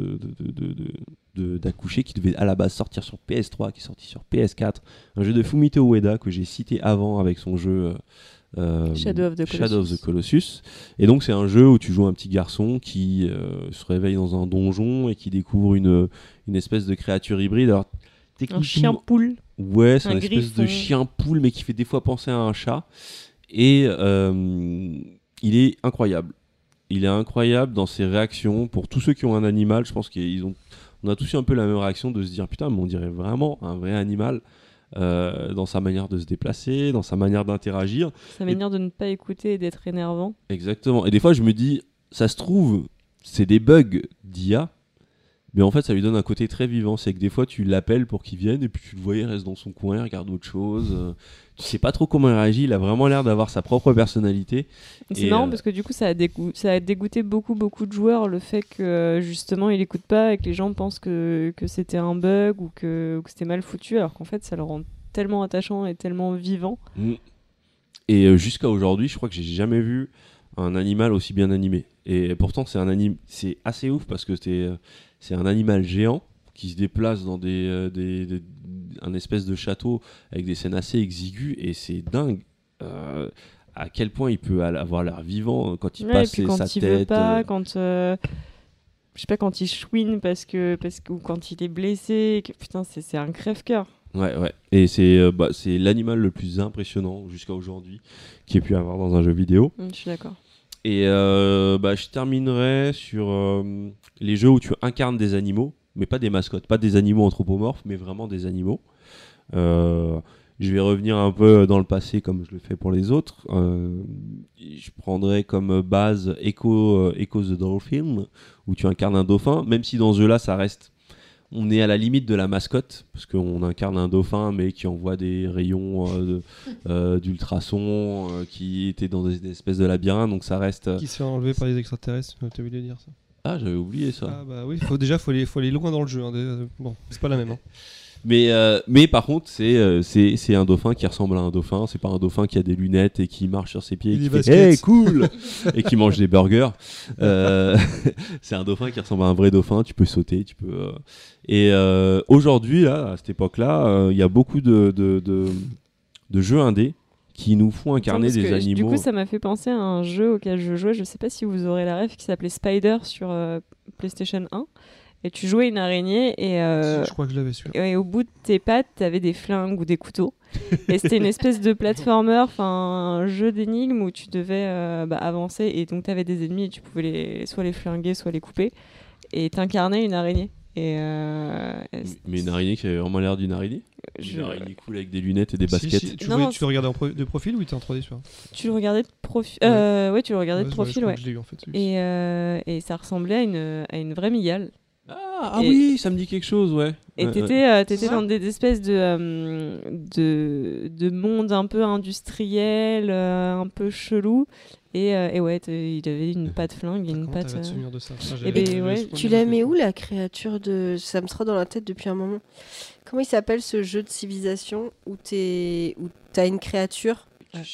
d'accoucher, qui devait à la base sortir sur PS3, qui est sorti sur PS4, un jeu de Fumito Ueda que j'ai cité avant avec son jeu Shadow of the Colossus. Et donc c'est un jeu où tu joues un petit garçon qui se réveille dans un donjon et qui découvre une espèce de créature hybride. Alors, Un techniquement, chien poule. ouais, c'est un une espèce de griffon. chien poule mais qui fait des fois penser à un chat. Et il est incroyable. Il est incroyable dans ses réactions. Pour tous ceux qui ont un animal, je pense on a tous eu un peu la même réaction de se dire putain, mais on dirait vraiment un vrai animal dans sa manière de se déplacer, dans sa manière d'interagir. Sa manière de ne pas écouter et d'être énervant. Exactement. Et des fois, je me dis, ça se trouve, c'est des bugs d'IA, mais en fait, ça lui donne un côté très vivant. C'est que des fois, tu l'appelles pour qu'il vienne, et puis tu le vois, il reste dans son coin, il regarde autre chose. Tu sais pas trop comment il réagit. Il a vraiment l'air d'avoir sa propre personnalité. Et c'est Et, marrant parce que du coup, ça a dégoûté beaucoup de joueurs le fait que justement, il écoute pas et que les gens pensent que c'était un bug ou que c'était mal foutu, alors qu'en fait, ça le rend tellement attachant et tellement vivant. Et jusqu'à aujourd'hui, je crois que j'ai jamais vu un animal aussi bien animé. Et pourtant, c'est assez ouf parce que c'est un animal géant qui se déplace dans un espèce de château avec des scènes assez exiguës et c'est dingue à quel point il peut avoir l'air vivant quand il passe et puis quand sa il tête. veut pas, quand je sais pas, quand il chouine ou quand il est blessé, putain, c'est un crève-cœur. Ouais. Et c'est l'animal le plus impressionnant jusqu'à aujourd'hui qu'il ait pu avoir dans un jeu vidéo. Je suis d'accord. Et je terminerai sur les jeux où tu incarnes des animaux, mais pas des mascottes, pas des animaux anthropomorphes, mais vraiment des animaux. Je vais revenir un peu dans le passé comme je le fais pour les autres. Je prendrai comme base Echo the Dolphin, où tu incarnes un dauphin, même si dans ce jeu-là, on est à la limite de la mascotte, parce qu'on incarne un dauphin, mais qui envoie des rayons d'ultrasons, qui était dans des espèces de labyrinthes, donc ça reste... Qui se fait enlever par les extraterrestres, t'as oublié de dire ça. Ah, j'avais oublié ça. Ah bah oui, faut aller loin dans le jeu. Bon, c'est pas la même. Hein. Mais par contre, c'est un dauphin qui ressemble à un dauphin. C'est pas un dauphin qui a des lunettes et qui marche sur ses pieds et qui fait « Hey, cool !» et qui mange des burgers. C'est un dauphin qui ressemble à un vrai dauphin. Tu peux sauter, tu peux... Et aujourd'hui, là, à cette époque-là, il y a beaucoup de jeux indés qui nous font incarner des animaux. Du coup, ça m'a fait penser à un jeu auquel je jouais. Je sais pas si vous aurez la ref, qui s'appelait Spider sur PlayStation 1. Et tu jouais une araignée et je crois que je l'avais su. Et au bout de tes pattes, t'avais des flingues ou des couteaux. Et c'était une espèce de platformer, un jeu d'énigmes où tu devais avancer et donc t'avais des ennemis et tu pouvais soit les flinguer, soit les couper. Et t'incarnais une araignée. Mais une araignée qui avait vraiment l'air d'une araignée. Une araignée cool avec des lunettes et des baskets. Si, tu le regardais de profil ou il était en 3D sur Tu le regardais de profil. Ouais, tu le regardais de profil, ouais. Je l'ai eu en fait. Et ça ressemblait à une vraie migale. Ah oui, ça me dit quelque chose, ouais. Et t'étais dans des espèces de monde un peu industriel, un peu chelou. Et ouais, il avait une patte flingue et une patte. T'avais de souvenir de ça. Tu la mets où la créature de... Ça me sera dans la tête depuis un moment. Comment il s'appelle ce jeu de civilisation où t'as une créature?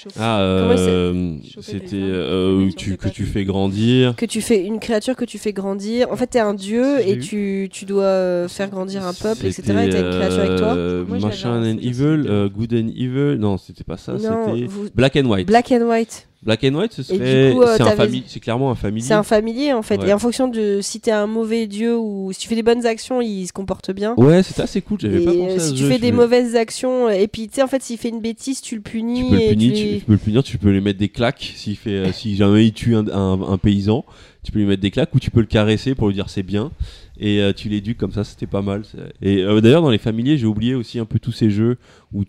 C'était que tu fais grandir. Que tu fais une créature que tu fais grandir. En fait, t'es un dieu et tu dois faire grandir un peuple, etc. Et t'as une créature avec toi. Machin and Evil, Good and Evil. Non, c'était pas ça. C'était Black and White. Black and White. Black and White, c'est clairement un familier. C'est un familier en fait. Ouais. Et en fonction de si t'es un mauvais dieu ou si tu fais des bonnes actions, il se comporte bien. Ouais, c'est assez cool. J'avais pas pensé à ce si jeu. tu fais des mauvaises actions, et puis tu sais, en fait, s'il fait une bêtise, tu le punis. Tu peux le punir, tu peux lui mettre des claques. Si jamais il tue un paysan, tu peux lui mettre des claques ou tu peux le caresser pour lui dire c'est bien. Et tu l'éduques comme ça, c'était pas mal. Et d'ailleurs, dans les familiers, j'ai oublié aussi un peu tous ces jeux où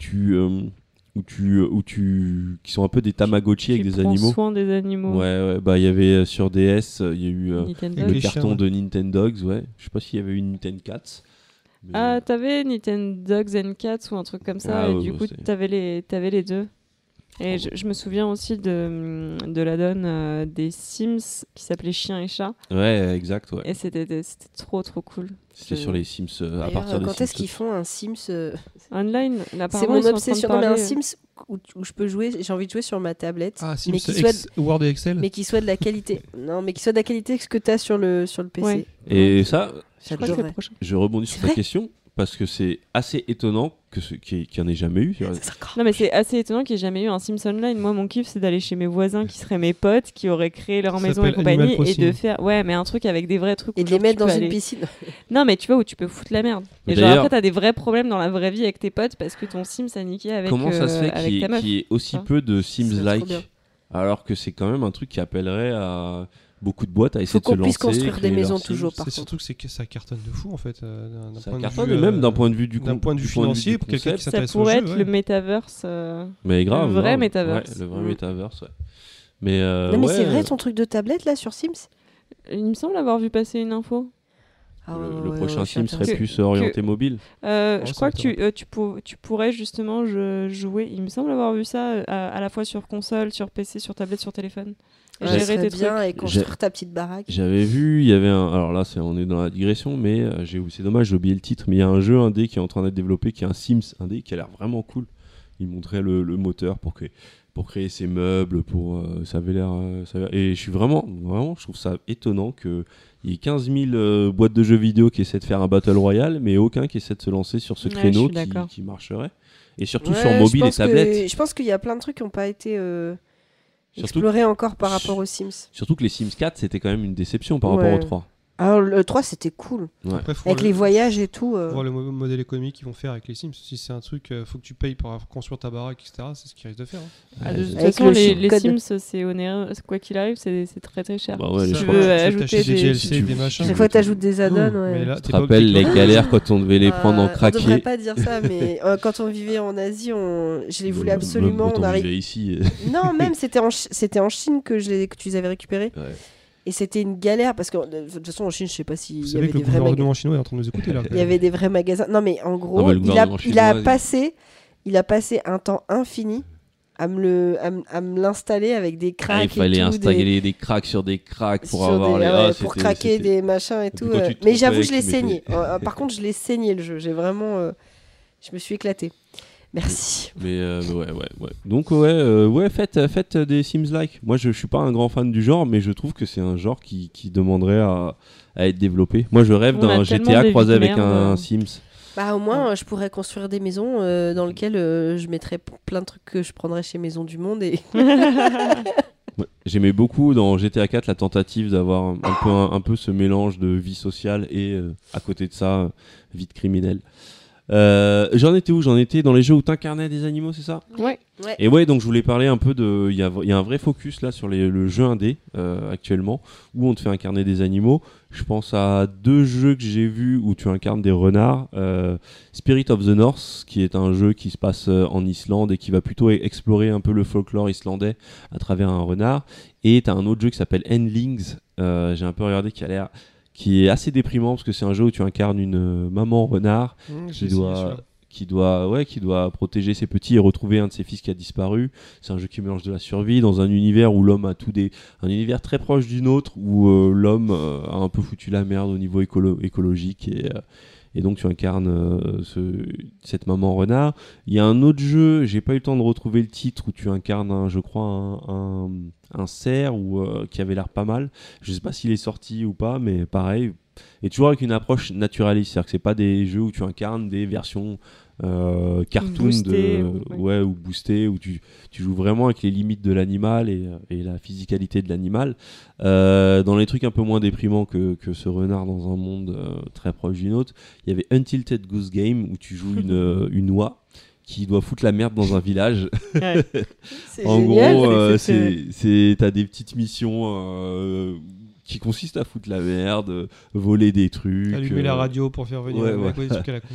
qui sont un peu des Tamagotchi avec des animaux. Soin des animaux. Ouais, bah il y avait sur DS, il y a eu le carton chiens, de Nintendogs, ouais. Je sais pas s'il y avait eu Nintendo Cats. Ah, t'avais Nintendo Dogs and Cats ou un truc comme ça, et du coup t'avais les deux. Et je me souviens aussi de l'add-on des Sims qui s'appelait Chien et Chat. Ouais, exact, ouais. Et c'était trop trop cool. C'était sur les Sims à partir des Sims. Quand est-ce qu'ils font un Sims Online? C'est mon obsession. Non, mais un Sims où je peux jouer, j'ai envie de jouer sur ma tablette. Ah, Sims mais qui Word et Excel. Mais qui soit de la qualité. Non, mais qui soit de la qualité que ce que tu as sur le PC. Ouais. Et ça, j'adorerais. Je rebondis sur ta question parce que c'est assez étonnant qu'il n'y en ait jamais eu. Non, mais c'est assez étonnant qu'il n'y ait jamais eu un Sims Online. Moi, mon kiff, c'est d'aller chez mes voisins qui seraient mes potes, qui auraient créé leur maison et compagnie, et de faire. Ouais, mais un truc avec des vrais trucs. Et de les mettre dans une piscine. Non, mais tu vois, où tu peux foutre la merde. Et genre, après, t'as des vrais problèmes dans la vraie vie avec tes potes parce que ton Sims a niqué avec ta meuf. Comment ça se fait qu'il y ait aussi peu de Sims-like alors que c'est quand même un truc qui appellerait à beaucoup de boîtes à essayer de se lancer. Faut qu'on puisse construire des maisons toujours, par contre. C'est surtout que ça cartonne de fou, en fait. Ça cartonne, et même d'un point de vue financier, pour quelqu'un qui s'intéresse au jeu. Ça pourrait être le metaverse. Mais grave. Le vrai metaverse. Le vrai metaverse, ouais. Mais non, mais c'est vrai, ton truc de tablette, là, sur Sims? Il me semble avoir vu passer une info. Le prochain Sims serait plus orienté mobile. Je crois que tu pourrais justement jouer. Il me semble avoir vu ça à la fois sur console, sur PC, sur tablette, sur téléphone. Et gérer tes trucs et construire ta petite baraque. J'avais vu, il y avait alors là on est dans la digression, mais c'est dommage, j'ai oublié le titre, mais il y a un jeu indé qui est en train d'être développé, qui est un Sims indé, qui a l'air vraiment cool. Il montrait le moteur pour que pour créer ses meubles, ça avait l'air... Et je suis vraiment, je trouve ça étonnant qu'il y ait 15 000 boîtes de jeux vidéo qui essaient de faire un Battle Royale, mais aucun qui essaie de se lancer sur ce créneau qui marcherait. Et surtout sur mobile et tablette. Je pense qu'il y a plein de trucs qui n'ont pas été explorés encore par rapport aux Sims. Surtout que les Sims 4, c'était quand même une déception par rapport au 3. Alors le 3 c'était cool. Ouais. Après, avec les voyages et tout. Voir le modèle économique qu'ils vont faire avec les Sims. Si c'est un truc, faut que tu payes pour construire ta baraque, etc. C'est ce qu'ils risquent de faire. De toute façon, les Sims, c'est onéreux. Quoi qu'il arrive, c'est très très cher. Bah ouais, tu veux ajouter des DLC, des machins. Chaque fois que tu ajoutes des add-ons. Tu te rappelles les galères quand on devait les prendre en craqué. On devrait pas dire ça, mais quand on vivait en Asie, je les voulais absolument. On vivait ici. Non, même c'était en Chine que tu les avais récupérés. Ouais. Et c'était une galère parce que de toute façon en Chine, je sais pas s'il y avait des vrais magasins. Le gouvernement chinois est en train de nous écouter là. Il y avait des vrais magasins. Non mais en gros, il a passé un temps infini à me l'installer avec des cracks. Il fallait installer des cracks sur des cracks pour avoir pour craquer des machins et tout. Mais j'avoue, je l'ai saigné. Par contre, je l'ai saigné le jeu. J'ai vraiment, je me suis éclaté. Merci. Mais ouais. Donc faites des Sims-like. Moi, je suis pas un grand fan du genre, mais je trouve que c'est un genre qui demanderait à être développé. Moi, je rêve d'un GTA croisé avec un Sims. Bah au moins, je pourrais construire des maisons dans lesquelles je mettrais plein de trucs que je prendrais chez Maison du Monde et. Ouais, j'aimais beaucoup dans GTA 4 la tentative d'avoir un peu ce mélange de vie sociale et à côté de ça, vie de criminel. J'en étais où ? J'en étais dans les jeux où t'incarnais des animaux, c'est ça ? Ouais. Et ouais, donc je voulais parler un peu de... Il y a un vrai focus là sur le jeu indé actuellement, où on te fait incarner des animaux. Je pense à 2 jeux que j'ai vus où tu incarnes des renards. Spirit of the North, qui est un jeu qui se passe en Islande et qui va plutôt explorer un peu le folklore islandais à travers un renard. Et t'as un autre jeu qui s'appelle Endlings, j'ai un peu regardé, qui est assez déprimant parce que c'est un jeu où tu incarnes une maman renard qui doit protéger ses petits et retrouver un de ses fils qui a disparu. C'est un jeu qui mélange de la survie dans un univers où l'homme a un univers très proche du nôtre où l'homme a un peu foutu la merde au niveau écologique et donc tu incarnes cette maman renard. Il y a un autre jeu, j'ai pas eu le temps de retrouver le titre, où tu incarnes un cerf qui avait l'air pas mal. Je sais pas s'il est sorti ou pas, mais pareil. Et toujours avec une approche naturaliste, c'est-à-dire que c'est pas des jeux où tu incarnes des versions cartoon ou boostées, où tu joues vraiment avec les limites de l'animal et la physicalité de l'animal. Dans les trucs un peu moins déprimants que ce renard dans un monde très proche du nôtre, il y avait Untilted Goose Game où tu joues une oie qui doit foutre la merde dans un village. Ouais. En gros, t'as des petites missions qui consistent à foutre la merde, voler des trucs, allumer la radio pour faire venir des trucs à la con.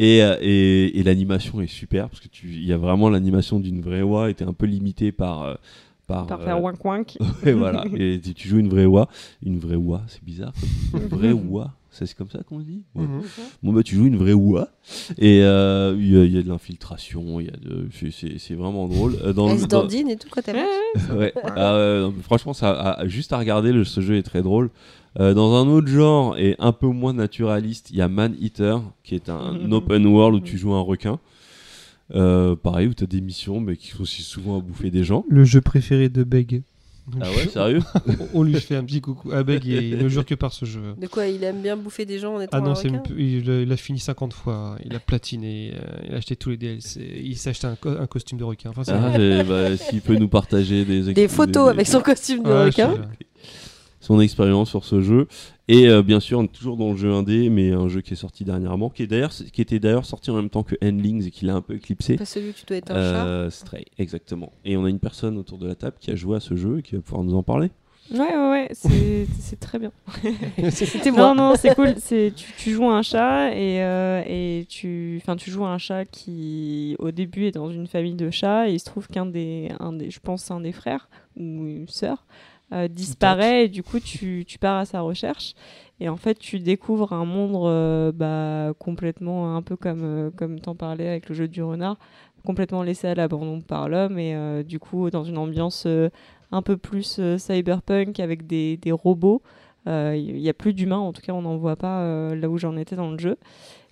Et l'animation est super parce que il y a vraiment l'animation d'une vraie oie et t'es un peu limité par faire wank wank. Ouais, voilà. Et tu joues une vraie oie, c'est bizarre. Une vraie oie, c'est comme ça qu'on le dit. Ouais. Bon bah tu joues une vraie oie et il y a de l'infiltration, c'est vraiment drôle. Elle se dandine et tout quand elle marche. Ouais. Franchement, juste à regarder, ce jeu est très drôle. Dans un autre genre et un peu moins naturaliste, il y a Man Eater, qui est un open world où tu joues un requin. Pareil, où tu as des missions mais qui consistent souvent à bouffer des gens. Le jeu préféré de Beg. Ah ouais, sérieux? On lui fait un petit coucou à Beg et il ne jure que par ce jeu. De quoi, il aime bien bouffer des gens en étant un requin? Il a fini 50 fois, il a platiné, il a acheté tous les DLC, il s'est acheté un costume de requin. Enfin, s'il peut nous partager des photos avec son costume de requin. Son expérience sur ce jeu. Et bien sûr, on est toujours dans le jeu indé, mais un jeu qui est sorti dernièrement, qui était d'ailleurs sorti en même temps que Endlings et qui l'a un peu éclipsé. Pas celui où tu dois être un chat. Stray, exactement. Et on a une personne autour de la table qui a joué à ce jeu et qui va pouvoir nous en parler. Ouais, c'est très bien. C'était moi. Non, c'est cool. Tu joues un chat et tu joues un chat qui, au début, est dans une famille de chats et il se trouve qu'un des frères ou une sœur disparaît et du coup tu pars à sa recherche et en fait tu découvres un monde complètement un peu comme t'en parlais avec le jeu du renard, complètement laissé à l'abandon par l'homme et du coup dans une ambiance un peu plus cyberpunk avec des robots. Il n'y a plus d'humains, en tout cas on n'en voit pas là où j'en étais dans le jeu.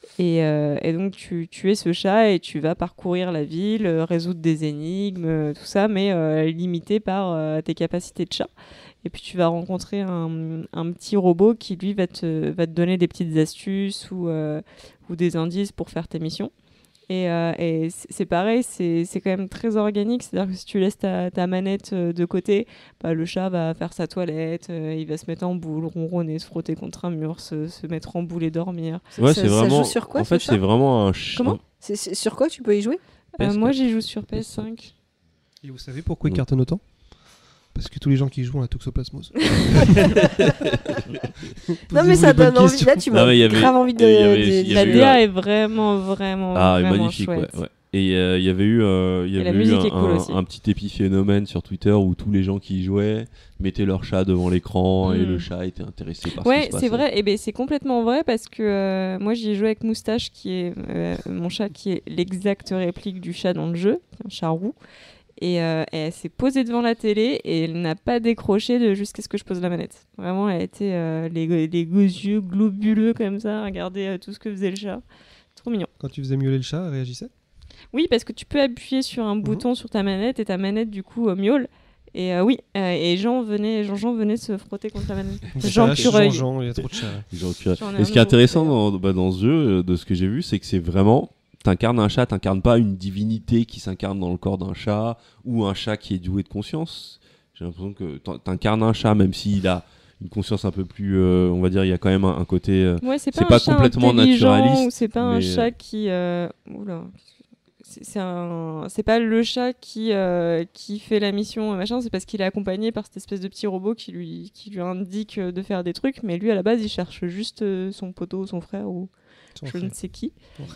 Et donc tu es ce chat et tu vas parcourir la ville, résoudre des énigmes, tout ça, mais limité par tes capacités de chat. Et puis tu vas rencontrer un petit robot qui lui va te donner des petites astuces ou des indices pour faire tes missions. Et c'est pareil, c'est quand même très organique. C'est-à-dire que si tu laisses ta manette de côté, le chat va faire sa toilette, il va se mettre en boule, ronronner, se frotter contre un mur, se mettre en boule et dormir. Ouais, Ça c'est vraiment. joue sur quoi, en ce fait, chat c'est vraiment un chat. Comment C'est sur quoi tu peux y jouer? Moi, j'y joue sur PS5. Et vous savez pourquoi il cartonne autant? Parce que tous les gens qui jouent ont la toxoplasmose. Non, mais ça donne envie. Là, tu m'as grave envie de. La DA est vraiment magnifique, chouette. ouais. Et il y avait eu, la musique est cool aussi. un petit épiphénomène sur Twitter où tous les gens qui y jouaient mettaient leur chat devant l'écran et le chat était intéressé par ce qui se passait. C'est vrai. Et c'est complètement vrai parce que moi j'y ai joué avec Moustache, qui est mon chat, qui est l'exacte réplique du chat dans le jeu, un chat roux. Et elle s'est posée devant la télé et elle n'a pas décroché jusqu'à ce que je pose la manette. Vraiment, elle était les gros yeux globuleux comme ça, regarder tout ce que faisait le chat. Trop mignon. Quand tu faisais miauler le chat, elle réagissait? Oui, parce que tu peux appuyer sur un bouton sur ta manette et ta manette du coup miaule. Et et Jean venait se frotter contre la manette. Jean Pureuil. Il y a trop de chats. Et ce qui est intéressant dans ce jeu, de ce que j'ai vu, c'est que c'est vraiment... T'incarnes un chat, t'incarnes pas une divinité qui s'incarne dans le corps d'un chat ou un chat qui est doué de conscience. J'ai l'impression que t'incarnes un chat, même s'il a une conscience un peu plus, on va dire, il y a quand même un côté. C'est pas complètement naturaliste. C'est pas un chat qui. Oula. C'est pas le chat qui fait la mission machin, c'est parce qu'il est accompagné par cette espèce de petit robot qui lui indique de faire des trucs, mais lui à la base il cherche juste son poteau, son frère ou ne sais qui.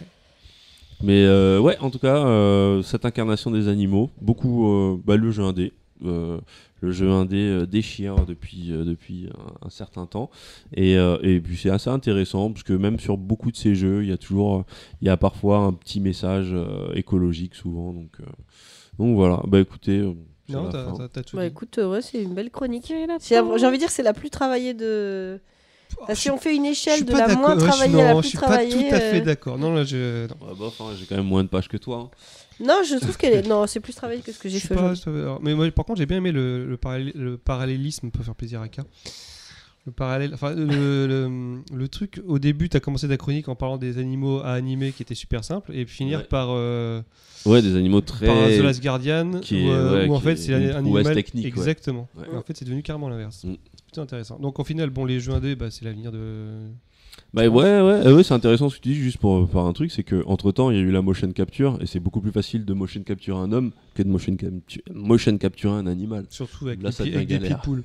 Mais ouais, en tout cas, cette incarnation des animaux, beaucoup le jeu indé. Le jeu indé déchire depuis un certain temps et puis c'est assez intéressant parce que même sur beaucoup de ces jeux il y a parfois un petit message écologique souvent donc voilà écoutez non t'as tout dit. Écoute c'est une belle chronique. J'ai envie de dire c'est la plus travaillée de si on fait une échelle de la moins travaillée à la plus travaillée. Je suis pas tout à fait d'accord. Non, là, j'ai quand même moins de pages que toi. Non, je trouve qu'elle est... Non, c'est plus travaillé que ce que j'ai fait. Mais moi, par contre, j'ai bien aimé le parallélisme peut faire plaisir à K. Le parallèle, enfin le truc. Au début, t'as commencé ta chronique en parlant des animaux à animer qui étaient super simples et finir par des animaux très par The Last Guardian où en fait c'est un animal technique. Exactement. Ouais. En fait, c'est devenu carrément l'inverse. C'est plutôt intéressant. Donc au final, les jeux indés, c'est l'avenir de. Ouais, c'est intéressant ce que tu dis. Juste pour faire un truc, c'est que entre temps, il y a eu la motion capture et c'est beaucoup plus facile de motion capturer un homme que de motion capturer un animal. Surtout avec des pitbulls.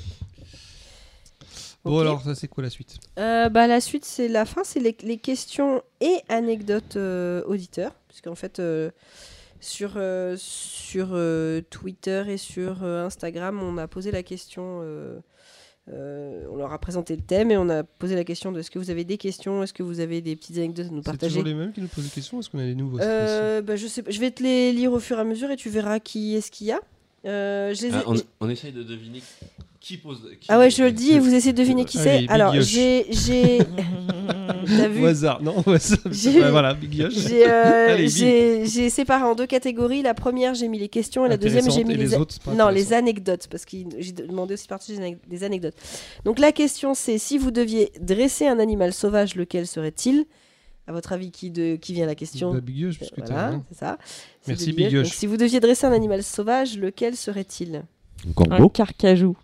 Bon, Okay. alors, ça, c'est quoi la suite? La suite, c'est la fin, c'est les questions et anecdotes auditeurs. Puisqu'en fait, sur Twitter et sur Instagram, on a posé la question... on leur a présenté le thème et on a posé la question de est-ce que vous avez des questions, est-ce que vous avez des petites anecdotes à nous partager. C'est toujours les mêmes qui nous posent des questions ou est-ce qu'on a des nouveaux? Je sais pas, je vais te les lire au fur et à mesure et tu verras qui est-ce qu'il y a. On essaye de deviner qui pose. Ah ouais, je le dis et vous essayez de deviner qui c'est. Alors, j'ai. T'as vu? Au hasard, non, au hasard. Voilà, Big Yosh. J'ai séparé en deux catégories. La première, j'ai mis les questions et la deuxième, j'ai mis les anecdotes. Parce que j'ai demandé aussi partager des anecdotes. Donc, la question, c'est si vous deviez dresser un animal sauvage, lequel serait-il? À votre avis, qui vient la question? Big Yosh, puisque voilà, c'est ça. Merci Big Yosh. Si vous deviez dresser un animal sauvage, lequel serait-il? Un carcajou.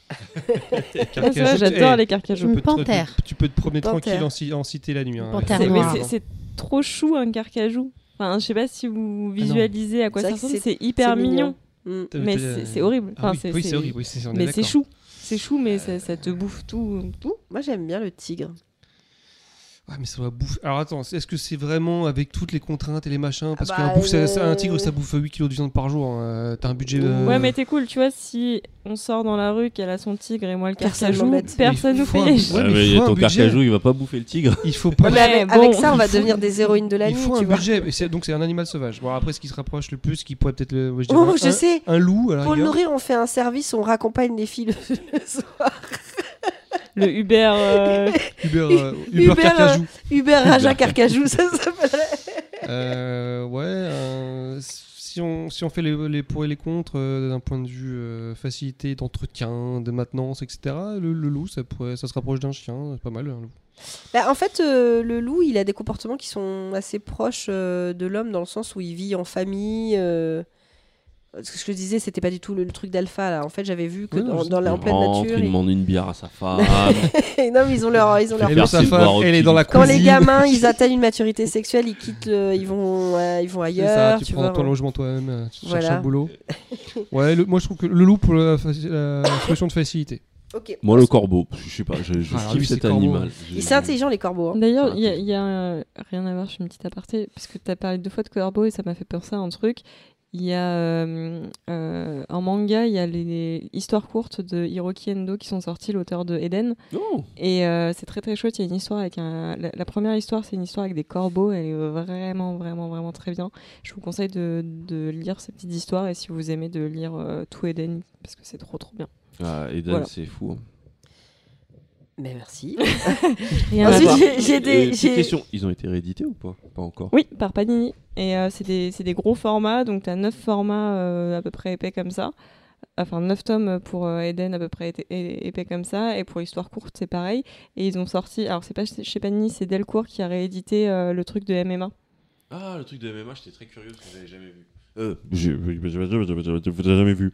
J'adore les carcajous. Une panthère. Tu peux te promener tranquille en cité la nuit. C'est trop chou un carcajou. Enfin, je sais pas si vous visualisez à quoi ça ressemble. C'est hyper mignon. Mais c'est horrible. Oui, c'est horrible. Mais c'est chou. C'est chou, mais ça te bouffe tout. Moi, j'aime bien le tigre. Ouais, mais ça va bouffer. Alors attends, est-ce que c'est vraiment avec toutes les contraintes et les machins? Parce qu'un tigre, ça bouffe 8 kilos de viande par jour. T'as un budget. Ouais, mais t'es cool, tu vois, si on sort dans la rue, qu'elle a son tigre et moi le carcajou, personne nous fait. Mais ton carcajou, il va pas bouffer le tigre. Il faut pas. Avec ça, on va devenir des héroïnes de la nuit. Il faut un budget. Donc c'est un animal sauvage. Bon, après, ce qui se rapproche le plus, qui pourrait peut-être je sais. Un loup. Pour le nourrir, on fait un service, on raccompagne les filles le soir. le Uber. Uber Carcajou. Uber Raja Carcajou, ça s'appellerait. Si on fait les pour et les contre d'un point de vue facilité d'entretien, de maintenance, etc., le loup, ça se rapproche d'un chien, c'est pas mal. Un loup. Bah, en fait, le loup, il a des comportements qui sont assez proches de l'homme dans le sens où il vit en famille. Ce que je disais, c'était pas du tout le truc d'alpha là. En fait, j'avais vu que en pleine nature. Il demande une bière à sa femme. Non, mais ils ont leur Et là, sa femme, elle est dans la Quand cuisine. les gamins, ils atteignent une maturité sexuelle, ils quittent, ils vont C'est ça, ailleurs. tu prends ton logement toi-même, tu cherches Voilà. un boulot. Ouais, moi je trouve que le loup pour la solution de facilité. Ok. Moi, le corbeau, je sais pas, je Alors, kiffe lui, cet c'est corbeau. animal. C'est intelligent les corbeaux. Hein. D'ailleurs, il y a rien à voir, je fais une petite aparté, parce que tu as parlé 2 fois de corbeau et ça m'a fait penser à un truc. Il y a en manga, il y a les histoires courtes de Hiroki Endo qui sont sorties, l'auteur de Eden. Oh. Et c'est très très chouette. Il y a une histoire avec la première histoire, c'est une histoire avec des corbeaux. Elle est vraiment vraiment vraiment très bien. Je vous conseille de lire ces petites histoires et si vous aimez de lire tout Eden parce que c'est trop trop bien. Ah, Eden, Voilà. c'est fou. Hein. Mais merci. Rien à Ensuite, voir. j'ai des. Petite question, ils ont été réédités ou pas? Pas encore. Oui, par Panini. Et c'est des gros formats, donc tu as 9 formats à peu près épais comme ça. Enfin, 9 tomes pour Eden à peu près épais comme ça. Et pour Histoire courte, c'est pareil. Et ils ont sorti, alors c'est pas chez Panini, c'est Delcourt qui a réédité le truc de MMA. Ah, le truc de MMA, j'étais très curieux parce que j'avais jamais vu. Vous avez jamais vu.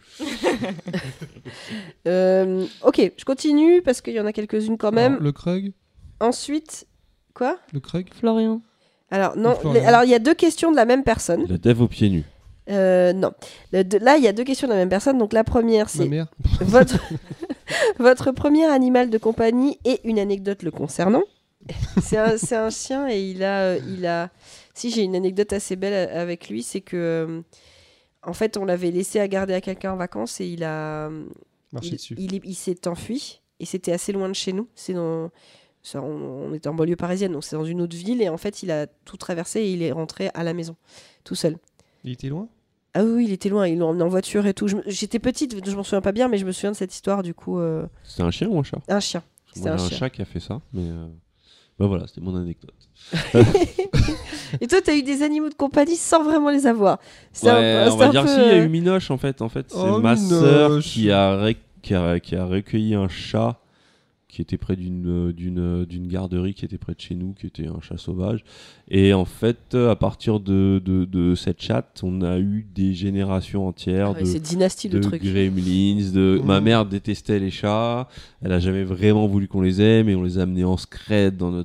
Ok, je continue parce qu'il y en a quelques-unes quand même. Alors, le Krug. Ensuite, quoi? Le Krug. Florian. Alors non, Florian. alors il y a 2 questions de la même personne. La dev aux pieds nus. Non, là il y a 2 questions de la même personne. Donc la première Ma c'est mère. votre premier animal de compagnie et une anecdote le concernant. C'est un chien et il a. Si j'ai une anecdote assez belle avec lui, c'est que en fait on l'avait laissé à garder à quelqu'un en vacances et Marcher dessus. il s'est enfui et c'était assez loin de chez nous. On était en banlieue parisienne, donc c'est dans une autre ville et en fait il a tout traversé et il est rentré à la maison tout seul. Il était loin. Ah oui, il était loin, ils l'ont emmené en voiture et tout. J'étais petite, je m'en souviens pas bien, mais je me souviens de cette histoire du coup. C'était un chien ou un chat? Un chien. C'était Moi, un j'ai un chien. chat qui a fait ça, mais bah voilà, c'était mon anecdote. Et toi, t'as eu des animaux de compagnie sans vraiment les avoir. On va dire si, il y a eu Minoche en fait. En fait, c'est Oh, ma Minoche. sœur qui a recueilli un chat qui était près d'une garderie qui était près de chez nous, qui était un chat sauvage. Et en fait, à partir de cette chatte, on a eu des générations entières c'est dynastie de le truc. gremlins. Ma mère détestait les chats. Elle a jamais vraiment voulu qu'on les aime et on les a amenés en secret dans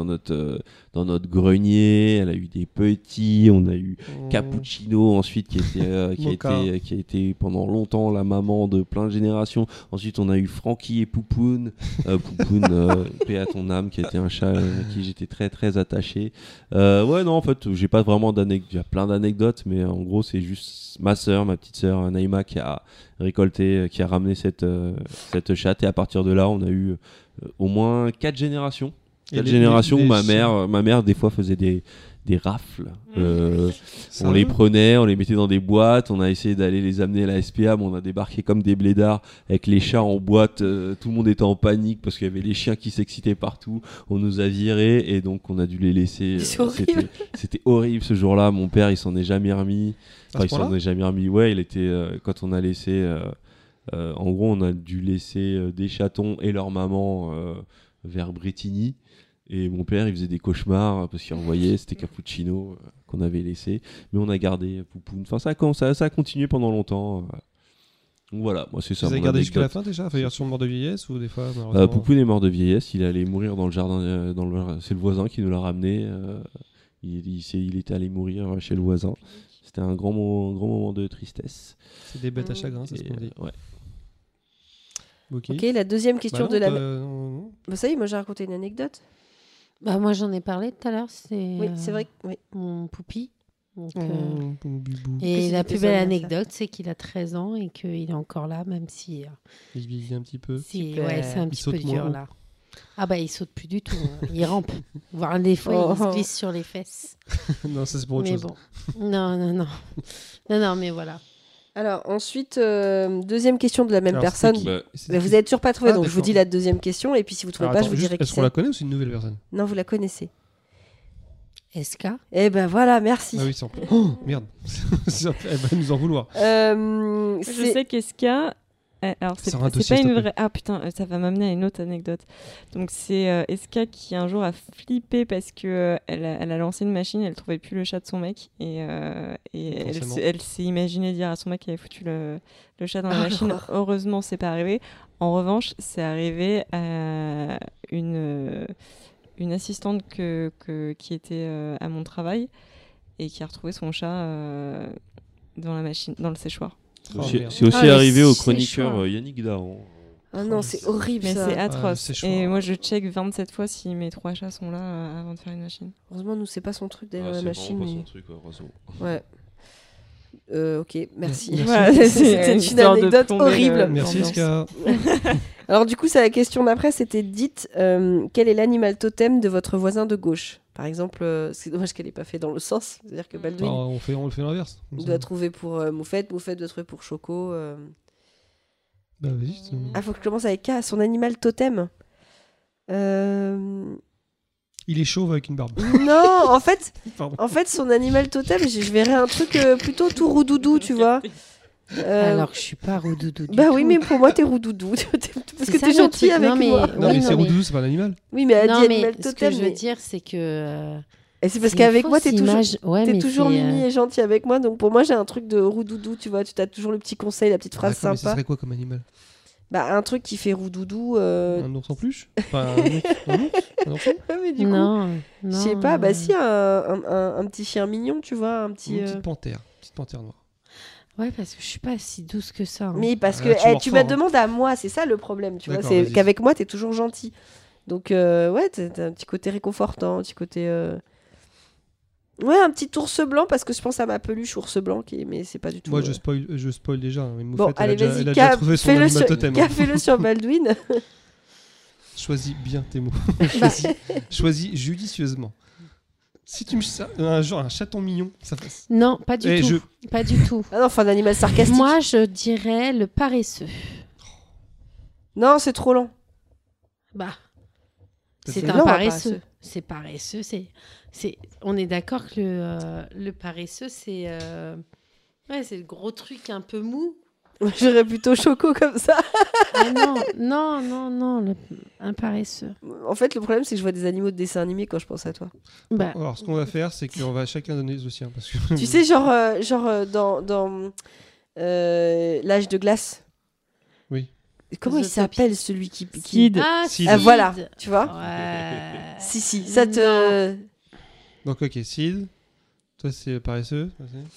notre grenier. Elle a eu des petits. On a eu Cappuccino ensuite qui a été pendant longtemps la maman de plein de générations. Ensuite, on a eu Frankie et Poupoune. Poupoune, paix à ton âme, qui était un chat à qui j'étais très très attaché. Ouais, non, en fait, j'ai pas vraiment d'anecdotes. Il y a plein d'anecdotes, mais en gros, c'est juste ma petite sœur Naïma, qui a récolté, qui a ramené cette chatte. Et à partir de là, on a eu au moins 4 générations. 4 générations où ma mère, des fois, faisait des rafles. On les prenait, on les mettait dans des boîtes, on a essayé d'aller les amener à la SPA, mais on a débarqué comme des blédards avec les chats en boîte. Tout le monde était en panique parce qu'il y avait les chiens qui s'excitaient partout. On nous a virés et donc on a dû les laisser. C'est horrible. C'était horrible ce jour-là. Mon père, il s'en est jamais remis. Enfin, il s'en est jamais remis. Ouais, il était quand on a laissé. En gros, on a dû laisser des chatons et leur maman vers Bretigny. Et mon père, il faisait des cauchemars parce qu'il envoyait, c'était Cappuccino qu'on avait laissé. Mais on a gardé Poupoune. Enfin, ça a continué pendant longtemps. Donc voilà, moi c'est ça. Vous avez mon gardé jusqu'à la anecdote. fin déjà? Enfin, sur mort de vieillesse ou des fois malheureusement... Poupoune est mort de vieillesse. Il est allé mourir dans le jardin. C'est le voisin qui nous l'a ramené. Il était allé mourir chez le voisin. C'était un grand moment de tristesse. C'est des bêtes à chagrin, c'est ce qu'on dit. Ouais. Ok, Ok, la deuxième question Bah non, de la. non. Vous savez, moi j'ai raconté une anecdote. Bah, moi, j'en ai parlé tout à l'heure. C'est Oui, c'est vrai. Oui. mon poupi. Donc, Bon bibou. et Que la c'était plus ça, belle ça. anecdote, c'est qu'il a 13 ans et qu'il est encore là, même si Il vieillit un petit peu. Super. ouais, c'est un Il petit saute peu moins dur haut. là. Ah bah il saute plus du tout, hein. Il rampe. Voire des fois il se glisse sur les fesses. Non, ça c'est pour autre Mais chose. bon, non, mais voilà. Alors, ensuite, deuxième question de la même Alors, personne. c'était qui Bah, Mais vous n'avez toujours pas trouvé, Ah, donc je vous d'accord. dis la deuxième question, et puis si vous ne trouvez Alors, pas, attends, je vous juste, dirai qui est-ce qu'on la c'est. connaît ou c'est une nouvelle personne? Non, vous la connaissez. SK. Eh ben voilà, merci. Ah oui, c'est en... Oh, merde. Elle va nous en vouloir. Je C'est- sais qu'Eska. Alors, c'est Sors un c'est dossier, pas s'il te une plaît. vraie. Ah putain, ça va m'amener à une autre anecdote. Donc, c'est Eska qui un jour a flippé parce que elle a lancé une machine, elle trouvait plus le chat de son mec. Et elle Forcément. elle s'est imaginé dire à son mec qu'elle avait foutu le chat dans la Ah, machine. l'horreur. Heureusement, c'est pas arrivé. En revanche, c'est arrivé à une assistante qui était à mon travail et qui a retrouvé son chat dans la machine, dans le séchoir. C'est Oh, aussi, merde. c'est aussi Ah, le arrivé au séchoir. chroniqueur Yannick Dahan. Ah non, c'est horrible Mais ça. c'est atroce. séchoir. Et moi, je check 27 fois si mes 3 chats sont là avant de faire une machine. Heureusement, nous, c'est pas son truc d'aller Ah, dans la c'est machine. vraiment pas mais- son truc, heureusement. Ouais. Ok, merci. Merci. Voilà, C'était une histoire de anecdote plomber horrible. Merci, l'ambiance. SK. Alors du coup, c'est la question d'après, c'était dites quel est l'animal totem de votre voisin de gauche. Par exemple, c'est dommage qu'elle n'ait pas fait dans le sens, c'est-à-dire que Baldwin On le fait l'inverse. doit trouver pour Moufette, Moufette doit trouver pour Choco. Bah, vas-y. Ah, faut que je commence avec K, son animal totem. Il est chauve avec une barbe. Non, en fait, Pardon. son animal totem, je verrais un truc plutôt tout roudoudou, tu vois. Alors que je suis pas roudoudou. du Bah tout. oui, mais pour moi, t'es roudoudou. Parce C'est que ça, t'es le gentil truc. avec Non, mais- moi. Non, Oui, mais c'est non, mais- Roudou, c'est pas un animal. Oui, mais elle a Non, dit mais animal ce que totem. je veux mais- dire, c'est que. Et c'est parce c'est qu'avec une moi, t'es fausse toujours... image. Ouais, T'es mais toujours c'est, mimi et gentil avec moi, donc pour moi j'ai un truc de roudoudou, tu vois, tu as toujours le petit conseil, la petite phrase D'accord, mais ce sympa. serait quoi comme animal? Bah un truc qui fait roudoudou. Un ours en peluche? Enfin, un ourson? Ouais, mais du coup, Non, je non. sais pas, bah si un petit chien mignon, tu vois, un petit. Une petite panthère noire. Ouais, parce que je suis pas si douce que ça. hein. Mais parce que Ah, tu mords tu fort, me hein. demandes à moi, c'est ça le problème, tu vois, D'accord, c'est vas-y. qu'avec moi t'es toujours gentil. Donc ouais, t'as un petit côté réconfortant, un petit côté. Ouais, un petit ours blanc parce que je pense à ma peluche ours blanc, mais c'est pas du tout. Moi, je spoil déjà. hein, mais Bon, Moufette, allez, elle a vas-y, déjà- elle a déjà trouvé son animal sur... totem. K, fais-le sur Baldwin. Choisis bien tes mots. Bah, Choisis judicieusement. Si tu me un chaton mignon, ça passe. non, pas du Eh, tout. Pas du tout. Ah non, enfin un animal sarcastique. Moi, je dirais le paresseux. Non, c'est trop long. Bah, T'as c'est fait un long, un paresseux. C'est paresseux. On est d'accord que le paresseux, c'est ouais, c'est le gros truc un peu mou. J'aurais plutôt Choco comme ça. Ah non, un paresseux. En fait, le problème, c'est que je vois des animaux de dessin animé quand je pense à toi. Bah, Alors, ce qu'on va faire, c'est qu'on va chacun donner le sien. Parce que... Tu sais, dans l'âge de glace. Oui. Comment il Zootopie. s'appelle celui qui... Sid. ah, Sid. Ah, voilà, tu vois. Ouais. Si, ça te... Donc, ok, Sid. Toi, c'est paresseux. Vas-y.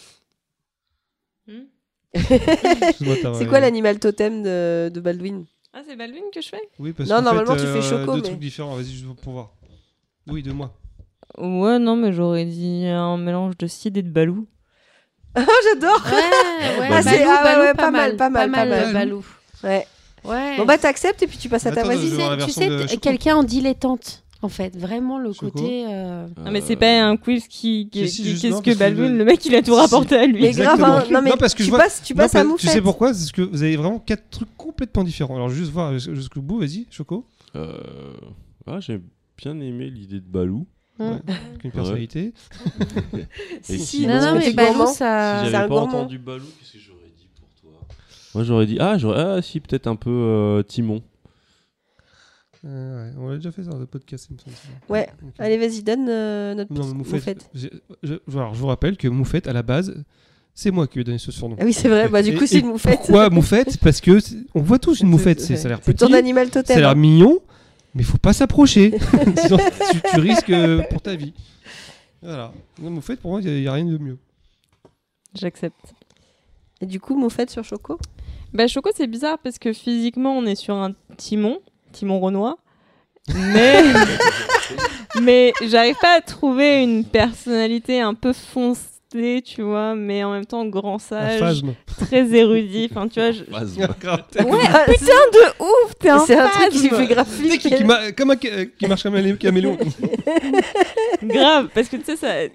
Excuse-moi, C'est quoi l'animal totem de Baldwin? Ah, c'est Baldwin que je fais? Oui, parce Non, qu'en normalement, fait, tu fais Choco, deux mais- trucs différents. Vas-y, juste pour voir. Oui, de moi. Ouais, non, mais j'aurais dit un mélange de Sid et de Balou. Oh, j'adore. Ouais, Ah, c'est- Balou, ah, Balou, ouais, pas mal, pas mal. Balou. Ouais. Ouais. Bon, bah, t'acceptes et puis tu passes à ta Attends, vas-y. je vais voir la Tu version sais, de Choco. quelqu'un en dilettante, en fait. Vraiment le Choco. côté. Non, mais c'est pas un quiz qui Si, juste qu'est-ce non, que parce que Baldwin, le- le mec, il a tout Si. rapporté à lui. Mais grave, hein. Exactement. Non, mais Non, parce que tu je vois- passes Non, à pas- Moufette. tu sais pourquoi? C'est parce que vous avez vraiment 4 trucs complètement différents. Alors, juste voir jusqu'au bout, vas-y, Choco. J'ai bien aimé l'idée de Balou. Hum. Avec une personnalité. Si, Et si, sinon, Non, non, parce que mais t'es Balou, gourmand. Si ça. c'est j'avais un pas gourmand. entendu Balou, qu'est-ce que j'aurais dit pour toi? Moi, j'aurais dit si, peut-être un peu Timon. Ouais, on l'a déjà fait ça dans le podcast, il me semble. Ouais. Ok. Allez, vas-y, donne notre Non, petite mais Moufette. Alors, je vous rappelle que Moufette, à la base, c'est moi qui lui ai donné ce surnom. Ah oui, c'est vrai. Bah, du coup, Et- c'est et une Moufette. Pourquoi Moufette? Parce que on voit tous une Moufette. Ça a l'air C'est ton petit, animal ça a totem. l'air hein. mignon, mais faut pas s'approcher. Sinon, tu risques pour ta vie. Voilà. Non, Moufette, pour moi, il n'y a rien de mieux. J'accepte. Et du coup, Moufette sur Choco. Bah, Choco, c'est bizarre parce que physiquement, on est sur un Timon Renoir. Mais, mais j'arrive pas à trouver une personnalité un peu foncée, tu vois, mais en même temps grand Un sage, phasme. très érudit. Enfin, tu vois, Ouais, putain de ouf, t'es un c'est un truc qui lui phasme. fait grave Tu sais, flipper. qui marche comme un caméléon. Grave, parce que tu sais, ça,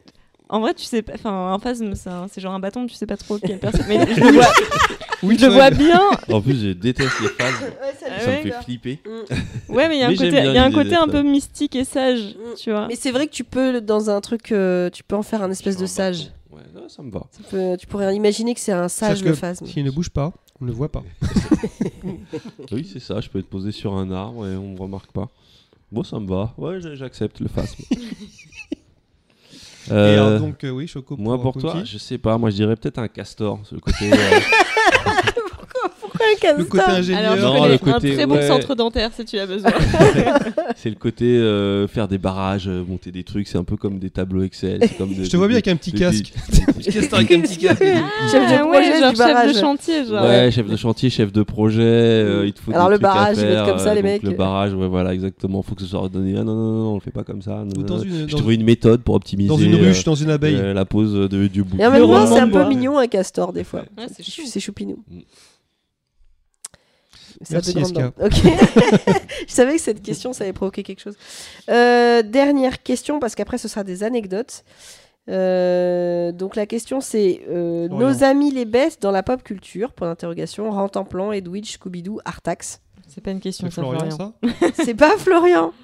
En vrai, tu sais pas. Enfin, un phasme, c'est genre un bâton, tu sais pas trop quelle personne. Mais je le vois, je le vois bien. En plus, je déteste les phases. Ça ouais. me fait flipper. Ouais, mais il y a Mais un côté, j'aime bien il y a un l'idée côté un d'être- peu mystique et sage, tu vois. Mais c'est vrai que tu peux, dans un truc, tu peux en faire un espèce de sage. Ouais, non, ça me va. Tu pourrais imaginer que c'est un sage, Sache le que phasme. s'il ne bouge pas, on ne le voit pas. Oui, c'est ça. Je peux être posé sur un arbre et on me remarque pas. Bon, ça me va. Ouais, j'accepte le phasme. Et alors, donc, oui, Choco. Moi, pour toi, Cookie. je sais pas. Moi, je dirais peut-être un castor. C'est le côté. Pourquoi un castor Le côté ingénieur. Alors, je Non, connais le côté, un très bon ouais. centre dentaire si tu as besoin. C'est le côté faire des barrages, monter des trucs. C'est un peu comme des tableaux Excel. C'est comme Je te vois bien avec un petit casque. Castor avec un petit casque. Chef de Ah projet ouais, genre du barrage. chef de chantier, genre. Ouais, chef de chantier, chef de projet, il te faut Alors, des le trucs à barrage, ils mettent faire, comme ça, les donc mecs. Le barrage, ouais, voilà, exactement. Faut que ce soit ordonné. Ah non, non, non, on le fait pas comme ça. Non, Ou non, dans non. une- J'ai dans- trouvé une méthode pour optimiser Dans une ruche, dans une abeille. la pose du bout. Et en même Le temps, c'est un roman de peu bois. mignon un castor des fois. Ouais, c'est chou. C'est choupinou. Mm. Ça a de Merci, grandes SK. dents. Ok. Je savais que cette question, ça allait provoquer quelque chose. Dernière question, parce qu'après, ce sera des anecdotes. Donc la question, c'est nos amis les bêtes dans la pop culture, point d'interrogation, Rantanplan, Edwidge, Scooby-Doo, Artax. C'est pas une question, C'est ça, Florian, Florian. ça C'est pas Florian.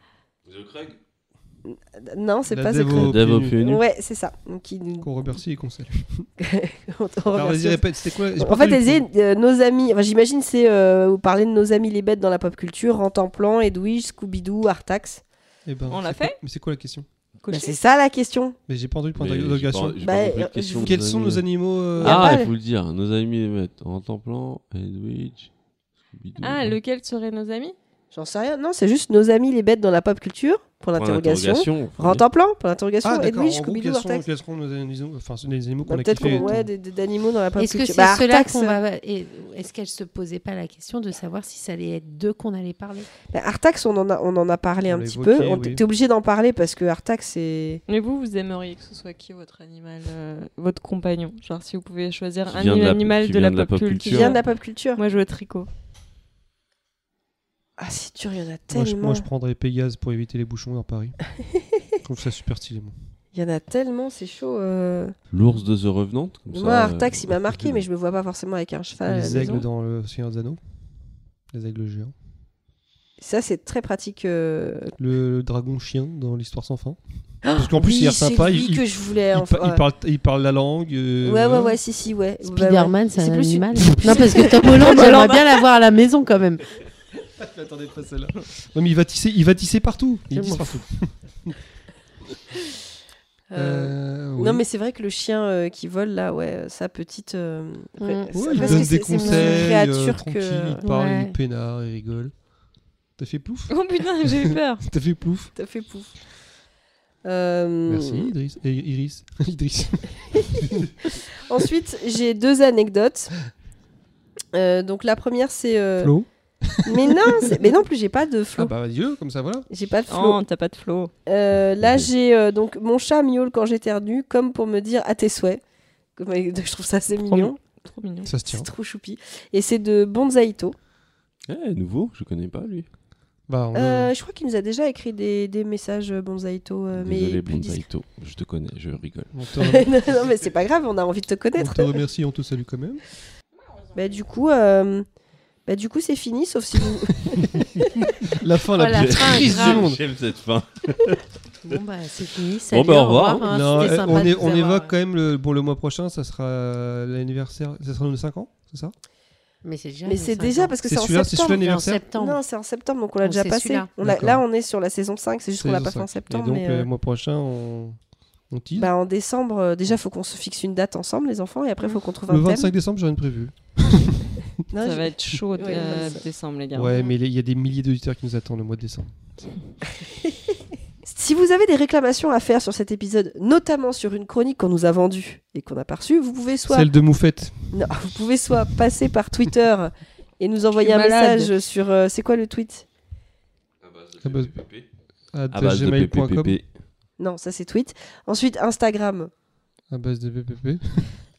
Non, c'est La pas Dev ce au Dev au pied pied nu. nu. Ouais, c'est ça. Donc, qui nous- Qu'on remercie et qu'on salue. on te Alors remercie. vas-y, répète, c'était quoi J'ai pas En fait, entendu elle le disait nos amis. Enfin, j'imagine c'est vous parlez de nos amis les bêtes dans la pop culture, Rantanplan, Edwidge, Scooby-Doo, Artax. Eh ben, On l'a c'est quoi- fait Mais c'est quoi la question Bah, c'est ça la question. Mais j'ai pas entendu le point Mais d'interrogation. j'ai Bah, pas compris de question. Quels sont nos animaux Y a Ah, pas il le- faut le dire. Nos amis les mettent en temps-plan, Edwidge, Scooby-Doo. Ah, lequel seraient nos amis? J'en sais rien. Non, c'est juste nos amis les bêtes dans la pop culture. Point d'interrogation. D'interrogation. Rantanplan. Point d'interrogation. Ah d'accord, Edwidge, en gros, Scooby-Doo, quels sont, Artax. quels seront nos animaux, enfin, les animaux qu'on Bah, a peut-être kiffés. ouais, d'animaux dans la pop Est-ce que culture. c'est Bah, cela Artax, qu'on va... Est-ce qu'elle se posait pas la question de savoir si ça allait être d'eux qu'on allait parler? bah, Artax, on en a parlé On un l'a petit évoqué, peu. oui. T'es obligé d'en parler parce que Artax, c'est. Mais vous aimeriez que ce soit qui votre animal, votre compagnon? Genre, si vous pouvez choisir Qui un vient de la- animal qui de vient la pop Qui culture. vient de la pop culture. Moi, je veux Tricot. Ah, c'est dur, il y en a Moi tellement. je prendrais Pégase pour éviter les bouchons dans Paris. Je trouve ça super stylé, moi. Il y en a tellement, c'est chaud. L'ours de The Revenant. Comme Moi, ça, Artax, il m'a marqué, mais je me vois pas forcément avec un cheval. à la Les aigles maison. dans le Seigneur des Anneaux. Les aigles géants. Ça, c'est très pratique. Le dragon chien dans l'histoire sans fin. Parce qu'en plus, il est sympa. C'est lui que je voulais. Il parle la langue. Ouais, si, ouais. Spider-Man, c'est un plus- animal. Non, parce que Tom Holland, j'aimerais bien l'avoir à la maison quand même. Je m'attendais pas à celle-là. Ouais, mais il va tisser partout. Il Je tisse m'en partout. Oui. Oui. Non, mais c'est vrai que le chien qui vole là, ouais, sa petite. Ouais, c'est il parce donne que des c'est une conseils, créature tranquille, que. il parle, Ouais. il peinard, il rigole. T'as fait plouf Oh putain, j'ai eu peur. T'as fait plouf T'as fait pouf. Merci Idriss. Iris. Idriss. Ensuite, j'ai deux anecdotes. Donc la première, c'est. Flo. Mais non, plus j'ai pas de Ah Flo. bah Dieu, comme ça voilà. J'ai pas de Flo. Oh, t'as pas de flow. Là, j'ai donc mon chat miaule quand j'éternue, comme pour me dire à tes souhaits. Je trouve ça assez mignon. Trop mignon. Ça se tient. C'est trop choupi. Et c'est de Bonzaito. Nouveau, je connais pas lui. Bah, Je crois qu'il nous a déjà écrit des messages Bonzaito. Mais Désolé, plus discret. Bonzaito. Je te connais, je rigole. on non, mais c'est pas grave, on a envie de te on connaître. te remercie, on te salue quand même. Bah, du coup, c'est fini, sauf si vous. La fin, Oh, la la plus fin, triste du grave. monde. J'aime cette fin. Bon, bah, c'est fini. Bon, Salut, bah, au revoir. hein, Non, c'était sympa on, de vous on avoir. évoque quand même le mois prochain, ça sera l'anniversaire, ça sera nos 5 ans, c'est ça? Mais c'est déjà. Mais c'est déjà parce que c'est en celui-là, c'est septembre. celui-là en l'anniversaire. septembre. Non, c'est en septembre, donc on l'a Donc, déjà c'est passé. celui-là. D'accord. Là, on est sur la saison 5, c'est juste qu'on l'a pas fait en Et septembre. donc mais, le mois prochain, on tease. bah, en décembre, déjà, faut qu'on se fixe une date ensemble, les enfants, et après, faut qu'on trouve un Le thème. 25 décembre, j'ai rien de prévu. Non, Ça j'ai- va être chaud Ouais, ça- décembre, les gars. Ouais, mais il y a des milliers d'auditeurs qui nous attendent le mois de décembre. Si vous avez des réclamations à faire sur cet épisode, notamment sur une chronique qu'on nous a vendue et qu'on n'a pas reçue, vous pouvez soit Celle de Moufette. non, vous pouvez soit passer par Twitter et nous envoyer un malade. message sur c'est quoi le tweet? À base À base de gmail.com. PPP. Non, ça c'est tweet. Ensuite Instagram. À base de PPP.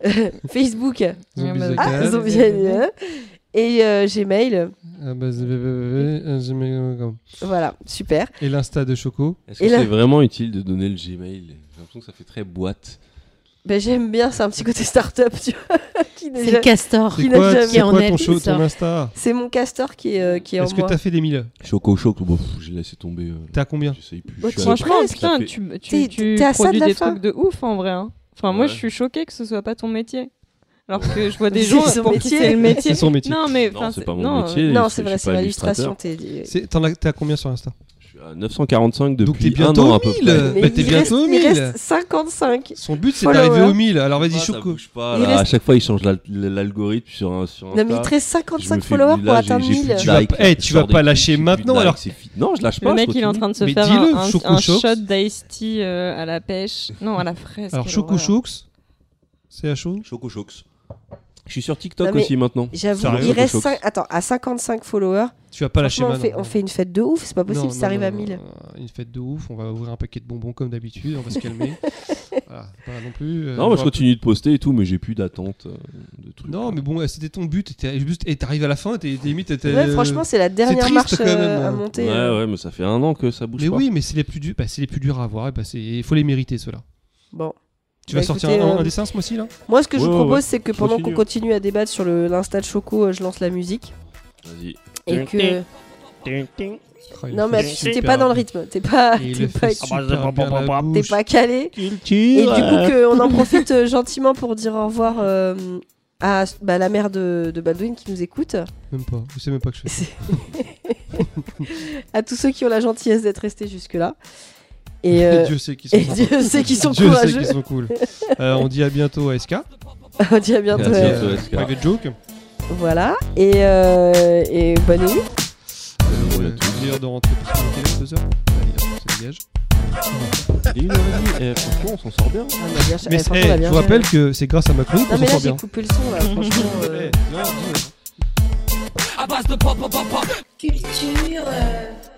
Facebook. Zombies Ah, Égales. Zombie Animal. Et Gmail. gmail.com. Voilà, super. Et l'Insta de Choco. Est-ce que Et là- c'est vraiment utile de donner le Gmail? J'ai l'impression que ça fait très boîte. Ben, j'aime bien, c'est un petit côté start-up, tu vois. Qui n'est C'est le jamais- castor. C'est Qui n'a quoi, jamais c'est en quoi elle, ton, qui ton sort. Insta? C'est mon castor qui est en Est-ce que moi. t'as fait des 1000? Choco, bon, j'ai laissé tomber. T'es à combien? J'essaye plus. Oh, Je suis à- Franchement, presque. putain, Ça fait- tu t'es à ça produis de la des fin. trucs de ouf en vrai. Hein. Enfin, moi, Ouais. je suis choquée que ce soit pas ton métier. Alors que je vois des C'est gens son pour qui métier. c'est le métier. C'est son métier. Non, mais Non, enfin, c'est pas mon non, métier. Non, je c'est suis vrai, pas c'est l'illustration. illustrateur. T'es à combien sur Insta? Je suis à 945 Donc depuis t'es un bientôt an à au peu 1000. près. Mais Bah, t'es il bientôt au reste, 1000. il reste 55. Son but, c'est Follower. d'arriver au 1000. Alors vas-y, Ah, ça Choco. bouge pas, Il là. reste- À chaque fois, il change l'algorithme sur Insta. Non, mais il te reste Je me 55 fais- followers pour là, atteindre j'ai plus 1000. de Tu vas likes, pas- eh, je tu vas sors des pas clips, lâcher j'ai plus de maintenant, likes, alors- c'est Non, je lâche pas. Le je mec, il est en continue. train de se Mais faire dis-le, un Choco shot Shox. d'Ice Tea à la pêche. Non, à la fraise. Alors, quelle Choco horreur. Choux, c'est à chaud. Choco Shox. Je suis sur TikTok Non, mais- aussi maintenant. J'avoue, Sérieux, il reste Choco 5... Attends, à 55 followers, Tu vas pas lâcher franchement, maintenant. on fait une fête de ouf, c'est pas possible Non, si non, ça arrive non, à non, 1000. non, une fête de ouf, on va ouvrir un paquet de bonbons comme d'habitude, on va se calmer. Voilà, pas non plus. Non, moi je continue de poster et tout, mais j'ai plus d'attente de trucs. Non, mais bon, c'était ton but, et t'arrives à la fin, t'es limite. Ouais, franchement, c'est la dernière triste, marche quand même, à hein. monter. Ouais, mais ça fait un an que ça bouge Mais pas. oui, mais c'est les plus durs, c'est les plus durs à avoir. Il faut les mériter ceux-là. Bon. Tu vas Bah, sortir écoutez, un dessin ce mois-ci là? Moi, ce que je Ouais, vous ouais, propose, ouais. c'est que pendant qu'on Continue. continue à débattre sur l'Insta de Choco, je lance la musique. Vas-y. Et que. Oh, il Non, le mais fait t'es super pas dans le bien. rythme. T'es pas, Et il t'es le pas, fait super bien la t'es bouche. pas calé. Et du coup, on en profite gentiment pour dire au revoir à la mère de Baldwin qui nous écoute. Même pas, je sais même pas que je fais. À tous ceux qui ont la gentillesse d'être restés jusque-là. Et Dieu sait qu'ils sont sympas. Dieu sait qu'ils sont Dieu sait courageux. qu'ils sont cool. On dit à bientôt à SK. On dit à bientôt. À bientôt. SK. Private Joke. Voilà. Et bonne nuit. Ouais. Plaisir de rentrer parce qu'on était 2 heures. Allez, ça dégage. Il est 1h30. Franchement, on s'en sort bien. Ah, on a bien- Mais franchement, on a je bien vous géré. rappelle que c'est grâce à ma chronique Non, qu'on mais s'en là, sort j'ai bien. coupé le son, là. Franchement. Eh, non, dis-le. Culture.